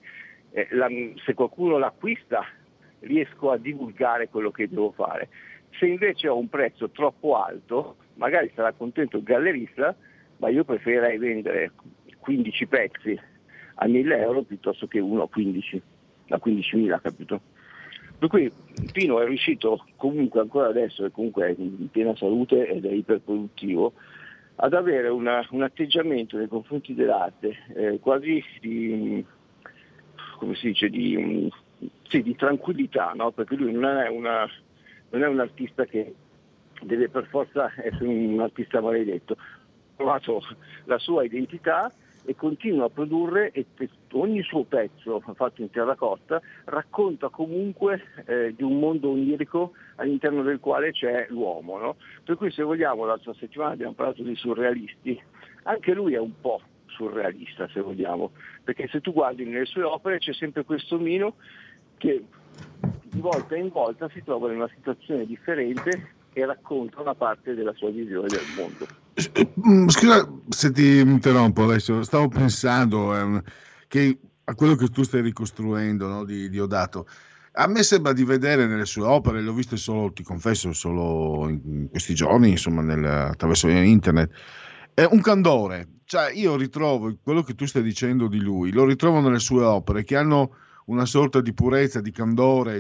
Speaker 12: se qualcuno l'acquista riesco a divulgare quello che devo fare. Se invece ho un prezzo troppo alto, magari sarà contento il gallerista, ma io preferirei vendere 15 pezzi a 1.000 euro piuttosto che uno a 15.000, capito? Per cui Pino è riuscito comunque ancora adesso, e comunque è in piena salute ed è iperproduttivo, ad avere un atteggiamento nei confronti dell'arte quasi di, come si dice, di tranquillità, no? Perché lui non è un artista che deve per forza essere un artista maledetto. Ha trovato la sua identità e continua a produrre, e ogni suo pezzo fatto in terracotta racconta comunque di un mondo onirico all'interno del quale c'è l'uomo, no? Per cui, se vogliamo, l'altra settimana abbiamo parlato di surrealisti, anche lui è un po' surrealista, se vogliamo, perché se tu guardi nelle sue opere c'è sempre questo Mino che di volta in volta si trova in una situazione differente e racconta una parte della sua visione del mondo.
Speaker 6: Scusa se ti interrompo adesso, stavo pensando che a quello che tu stai ricostruendo, no, di Diodato. A me sembra di vedere nelle sue opere, le ho viste solo, ti confesso, solo in questi giorni, insomma, attraverso internet, è un candore. Cioè, io ritrovo quello che tu stai dicendo di lui, lo ritrovo nelle sue opere che hanno una sorta di purezza, di candore,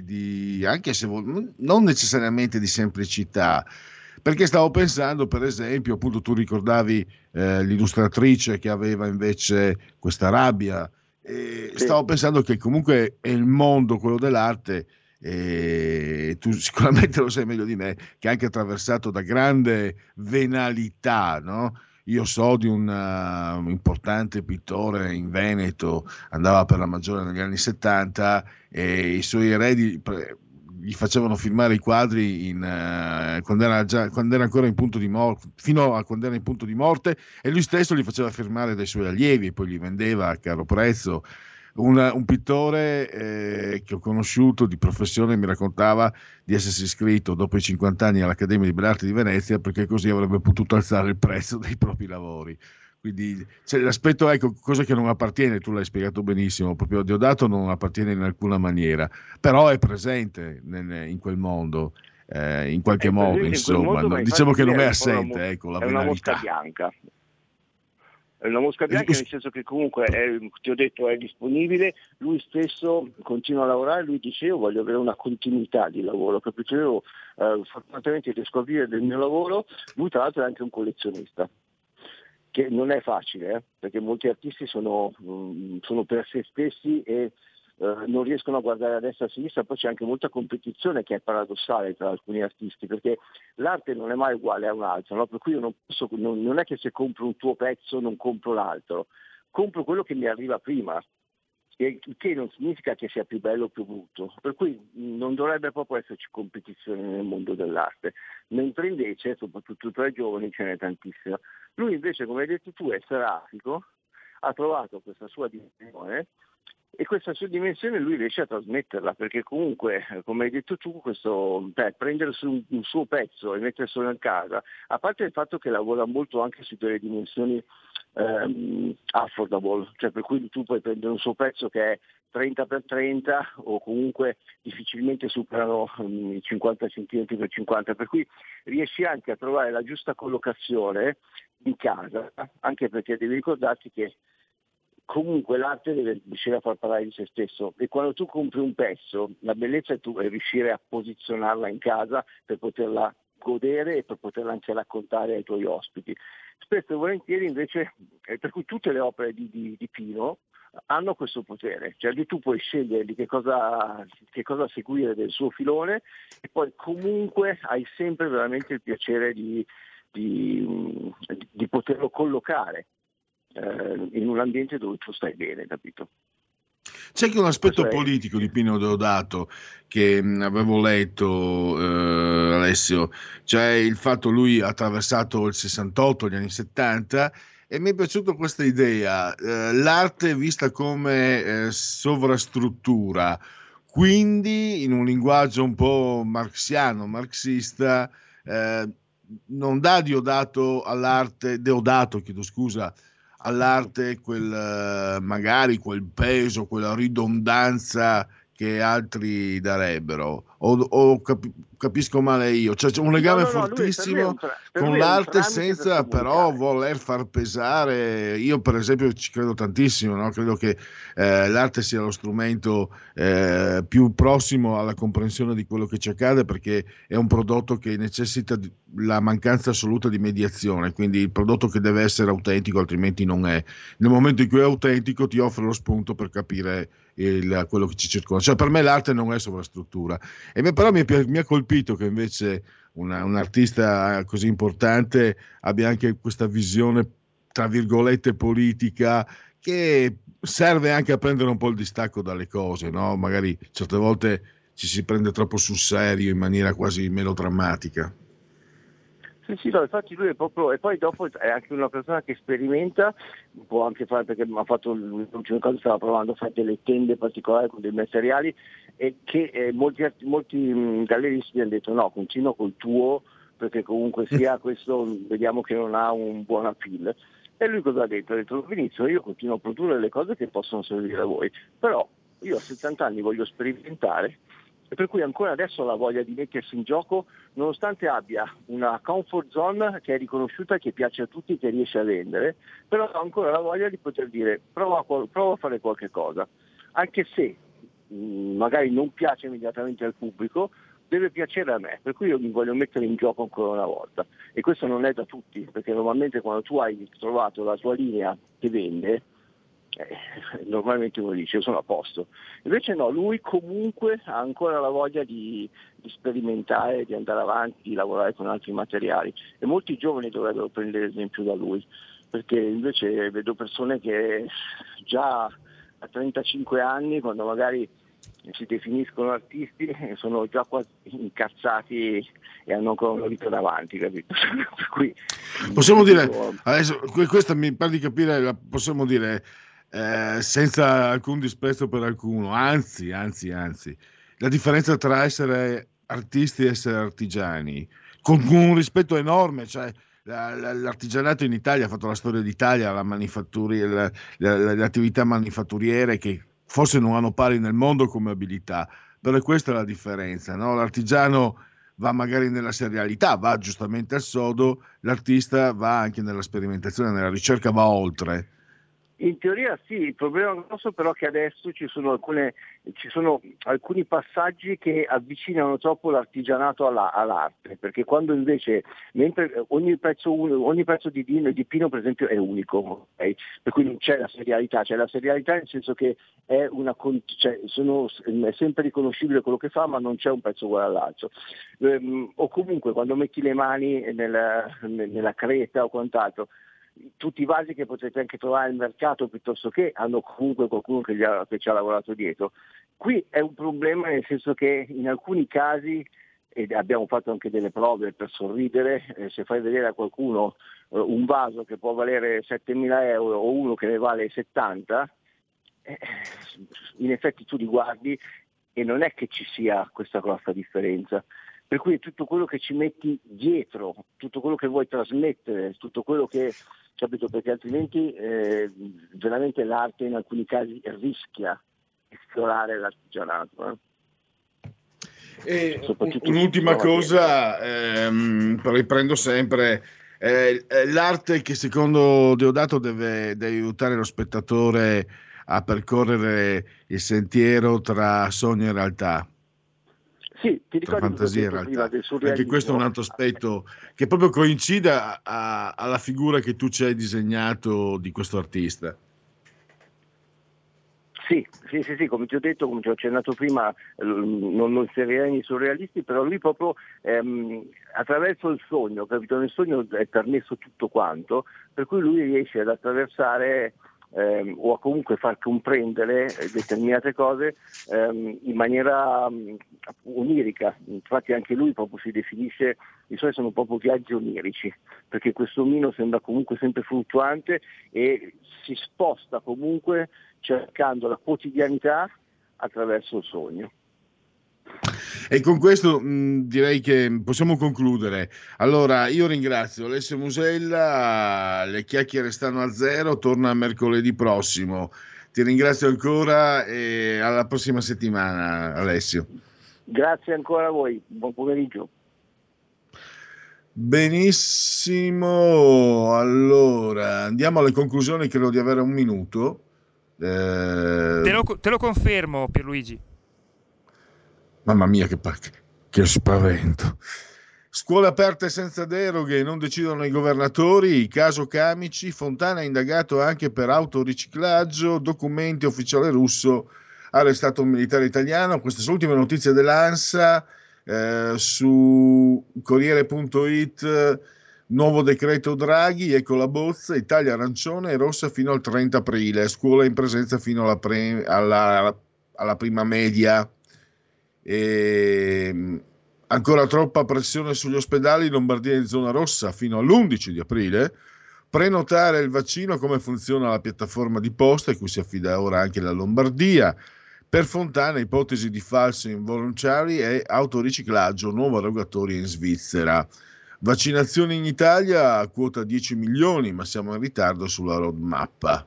Speaker 6: anche se non necessariamente di semplicità, perché stavo pensando, per esempio, appunto tu ricordavi l'illustratrice che aveva invece questa rabbia, stavo pensando che comunque è il mondo, quello dell'arte, e tu sicuramente lo sai meglio di me, che è anche attraversato da grande venalità, no? Io so di un importante pittore in Veneto, andava per la Maggiore negli anni 70 e i suoi eredi gli facevano firmare i quadri quando era ancora in punto di morte, fino a quando era in punto di morte, e lui stesso li faceva firmare dai suoi allievi e poi li vendeva a caro prezzo. Un pittore che ho conosciuto di professione mi raccontava di essersi iscritto dopo i 50 anni all'Accademia di Belle Arti di Venezia perché così avrebbe potuto alzare il prezzo dei propri lavori. Quindi l'aspetto, ecco, cosa che non appartiene, tu l'hai spiegato benissimo, proprio Diodato non appartiene in alcuna maniera, però è presente in quel mondo, in qualche modo, insomma. Diciamo che non è assente, ecco, la venalità.
Speaker 12: È una mosca bianca. È una mosca bianca nel senso che comunque ti ho detto è disponibile, lui stesso continua a lavorare, lui dice io voglio avere una continuità di lavoro, capito? Io fortunatamente riesco a vivere del mio lavoro, lui tra l'altro è anche un collezionista, che non è facile, perché molti artisti sono per se stessi e non riescono a guardare a destra e a sinistra, poi c'è anche molta competizione che è paradossale tra alcuni artisti, perché l'arte non è mai uguale a un'altra, no? Per cui io non è che se compro un tuo pezzo non compro l'altro, compro quello che mi arriva prima, che non significa che sia più bello o più brutto, per cui non dovrebbe proprio esserci competizione nel mondo dell'arte, mentre invece, soprattutto tra i giovani, ce n'è tantissima. Lui invece, come hai detto tu, è serafico, ha trovato questa sua dimensione e questa sua dimensione lui riesce a trasmetterla, perché comunque, come hai detto tu, questo prendere su un suo pezzo e metterselo in casa, a parte il fatto che lavora molto anche su delle dimensioni affordable, cioè per cui tu puoi prendere un suo pezzo che è 30x30 o comunque difficilmente superano i 50 cm x 50, per cui riesci anche a trovare la giusta collocazione in casa, anche perché devi ricordarti che comunque l'arte deve riuscire a far parlare di se stesso, e quando tu compri un pezzo, la bellezza è riuscire a posizionarla in casa per poterla godere e per poterla anche raccontare ai tuoi ospiti. Spesso e volentieri invece, per cui tutte le opere di Pino hanno questo potere, cioè tu puoi scegliere che cosa seguire del suo filone, e poi comunque hai sempre veramente il piacere di poterlo collocare in un ambiente dove tu stai bene, capito?
Speaker 6: C'è anche un aspetto politico di Pino Deodato che avevo letto, Alessio, cioè il fatto lui ha attraversato il 68, gli anni 70, e mi è piaciuta questa idea, l'arte vista come sovrastruttura, quindi in un linguaggio un po' marxiano, marxista, non dà Deodato, all'arte magari quel peso, quella ridondanza che altri darebbero, o capisco male io, cioè c'è un legame fortissimo con l'arte senza però voler far pesare. Io per esempio ci credo tantissimo, no? Credo che l'arte sia lo strumento più prossimo alla comprensione di quello che ci accade, perché è un prodotto che necessita la mancanza assoluta di mediazione, quindi il prodotto che deve essere autentico, altrimenti non è. Nel momento in cui è autentico ti offre lo spunto per capire quello che ci circonda. Cioè per me l'arte non è sovrastruttura, però mi ha colpito che invece un artista così importante abbia anche questa visione tra virgolette politica, che serve anche a prendere un po' il distacco dalle cose, no? Magari certe volte ci si prende troppo sul serio in maniera quasi melodrammatica.
Speaker 12: Sì, no, infatti lui è proprio, e poi dopo è anche una persona che sperimenta, può anche fare, perché ha fatto l'ultima cosa, stava provando a fare delle tende particolari con dei materiali, e che molti galleristi hanno detto no, continua col tuo, perché comunque sia questo vediamo che non ha un buon appeal. E lui cosa ha detto? Ha detto benissimo, io continuo a produrre le cose che possono servire a voi, però io a 70 anni voglio sperimentare, e per cui ancora adesso ho la voglia di mettersi in gioco, nonostante abbia una comfort zone che è riconosciuta, che piace a tutti, che riesce a vendere, però ho ancora la voglia di poter dire prova a fare qualche cosa, anche se magari non piace immediatamente al pubblico, deve piacere a me, per cui io mi voglio mettere in gioco ancora una volta, e questo non è da tutti, perché normalmente quando tu hai trovato la tua linea che vende, normalmente uno dice io sono a posto. Invece no, lui comunque ha ancora la voglia di sperimentare, di andare avanti, di lavorare con altri materiali, e molti giovani dovrebbero prendere esempio da lui, perché invece vedo persone che già a 35 anni, quando magari si definiscono artisti, sono già quasi incazzati e hanno ancora una vita davanti, capito? Per cui
Speaker 6: possiamo dire, adesso questa mi pare di capire, possiamo dire senza alcun disprezzo per alcuno, anzi, la differenza tra essere artisti e essere artigiani, con un rispetto enorme, cioè l'artigianato in Italia ha fatto la storia d'Italia, le attività manifatturiere che forse non hanno pari nel mondo come abilità, però questa è la differenza, no? L'artigiano va magari nella serialità, va giustamente al sodo, l'artista va anche nella sperimentazione, nella ricerca, va oltre.
Speaker 12: In teoria sì, il problema grosso però è che adesso ci sono alcuni passaggi che avvicinano troppo l'artigianato all'arte, perché quando invece, mentre ogni pezzo di Pino per esempio è unico, okay? Per cui non c'è la serialità, nel senso che è sempre riconoscibile quello che fa, ma non c'è un pezzo uguale all'altro. O comunque quando metti le mani nella creta o quant'altro, tutti i vasi che potrete anche trovare al mercato, piuttosto che hanno comunque qualcuno che ci ha lavorato dietro. Qui è un problema, nel senso che in alcuni casi, ed abbiamo fatto anche delle prove per sorridere, se fai vedere a qualcuno un vaso che può valere 7.000 euro o uno che ne vale 70, in effetti tu li guardi e non è che ci sia questa grossa differenza. Per cui è tutto quello che ci metti dietro, tutto quello che vuoi trasmettere, tutto quello che, capito, perché altrimenti veramente l'arte in alcuni casi rischia di sfiorare l'artigianato.
Speaker 6: E un'ultima cosa, riprendo sempre, l'arte che secondo Deodato deve aiutare lo spettatore a percorrere il sentiero tra sogno e realtà.
Speaker 12: Sì, ti
Speaker 6: tra
Speaker 12: ricordi
Speaker 6: fantasia e realtà. Anche questo è un altro aspetto che proprio coincide alla figura che tu ci hai disegnato di questo artista.
Speaker 12: Sì, come ti ho detto, come ti ho accennato prima, non inserirei nei surrealisti, però lui proprio attraverso il sogno, capito? Nel sogno è permesso tutto quanto, per cui lui riesce ad attraversare o a comunque far comprendere determinate cose in maniera onirica. Infatti anche lui proprio si definisce, i suoi sono proprio viaggi onirici, perché questo omino sembra comunque sempre fluttuante e si sposta comunque cercando la quotidianità attraverso il sogno.
Speaker 6: E con questo direi che possiamo concludere. Allora, io ringrazio Alessio Musella, le chiacchiere stanno a zero, torna mercoledì prossimo. Ti ringrazio ancora e alla prossima settimana, Alessio.
Speaker 12: Grazie ancora a voi, buon pomeriggio.
Speaker 6: Benissimo, allora andiamo alle conclusioni, credo di avere un minuto.
Speaker 1: Te lo confermo, Pierluigi.
Speaker 6: Mamma mia, che spavento. Scuole aperte senza deroghe, non decidono i governatori. Caso Camici, Fontana ha indagato anche per autoriciclaggio, documenti, ufficiale russo, arrestato un militare italiano. Queste sono ultime notizie dell'ANSA. Su Corriere.it, nuovo decreto Draghi, ecco la bozza, Italia arancione e rossa fino al 30 aprile, scuola in presenza fino alla prima media. Ancora troppa pressione sugli ospedali in Lombardia in zona rossa fino all'11 di aprile. Prenotare il vaccino, come funziona la piattaforma di posta, a cui si affida ora anche la Lombardia. Per Fontana, ipotesi di falso involontari e autoriciclaggio, nuova rogatoria in Svizzera. Vaccinazioni in Italia, quota 10 milioni, ma siamo in ritardo sulla roadmap.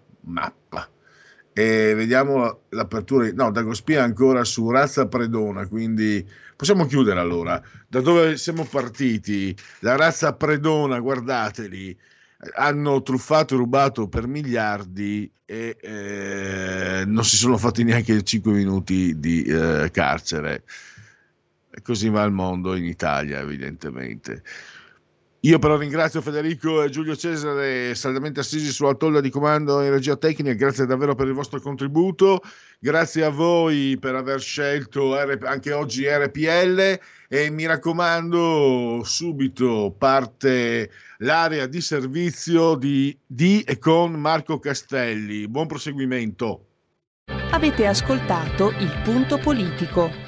Speaker 6: E vediamo l'apertura. No, Dagospia ancora su Razza Predona, quindi possiamo chiudere allora. Da dove siamo partiti? La Razza Predona, guardateli, hanno truffato e rubato per miliardi e non si sono fatti neanche 5 minuti di carcere. E così va il mondo in Italia, evidentemente. Io però ringrazio Federico e Giulio Cesare, saldamente assisi sulla tolla di comando in regia tecnica. Grazie davvero per il vostro contributo, grazie a voi per aver scelto anche oggi RPL, e mi raccomando, subito parte l'area di servizio di e con Marco Castelli. Buon proseguimento.
Speaker 11: Avete ascoltato Il Punto Politico.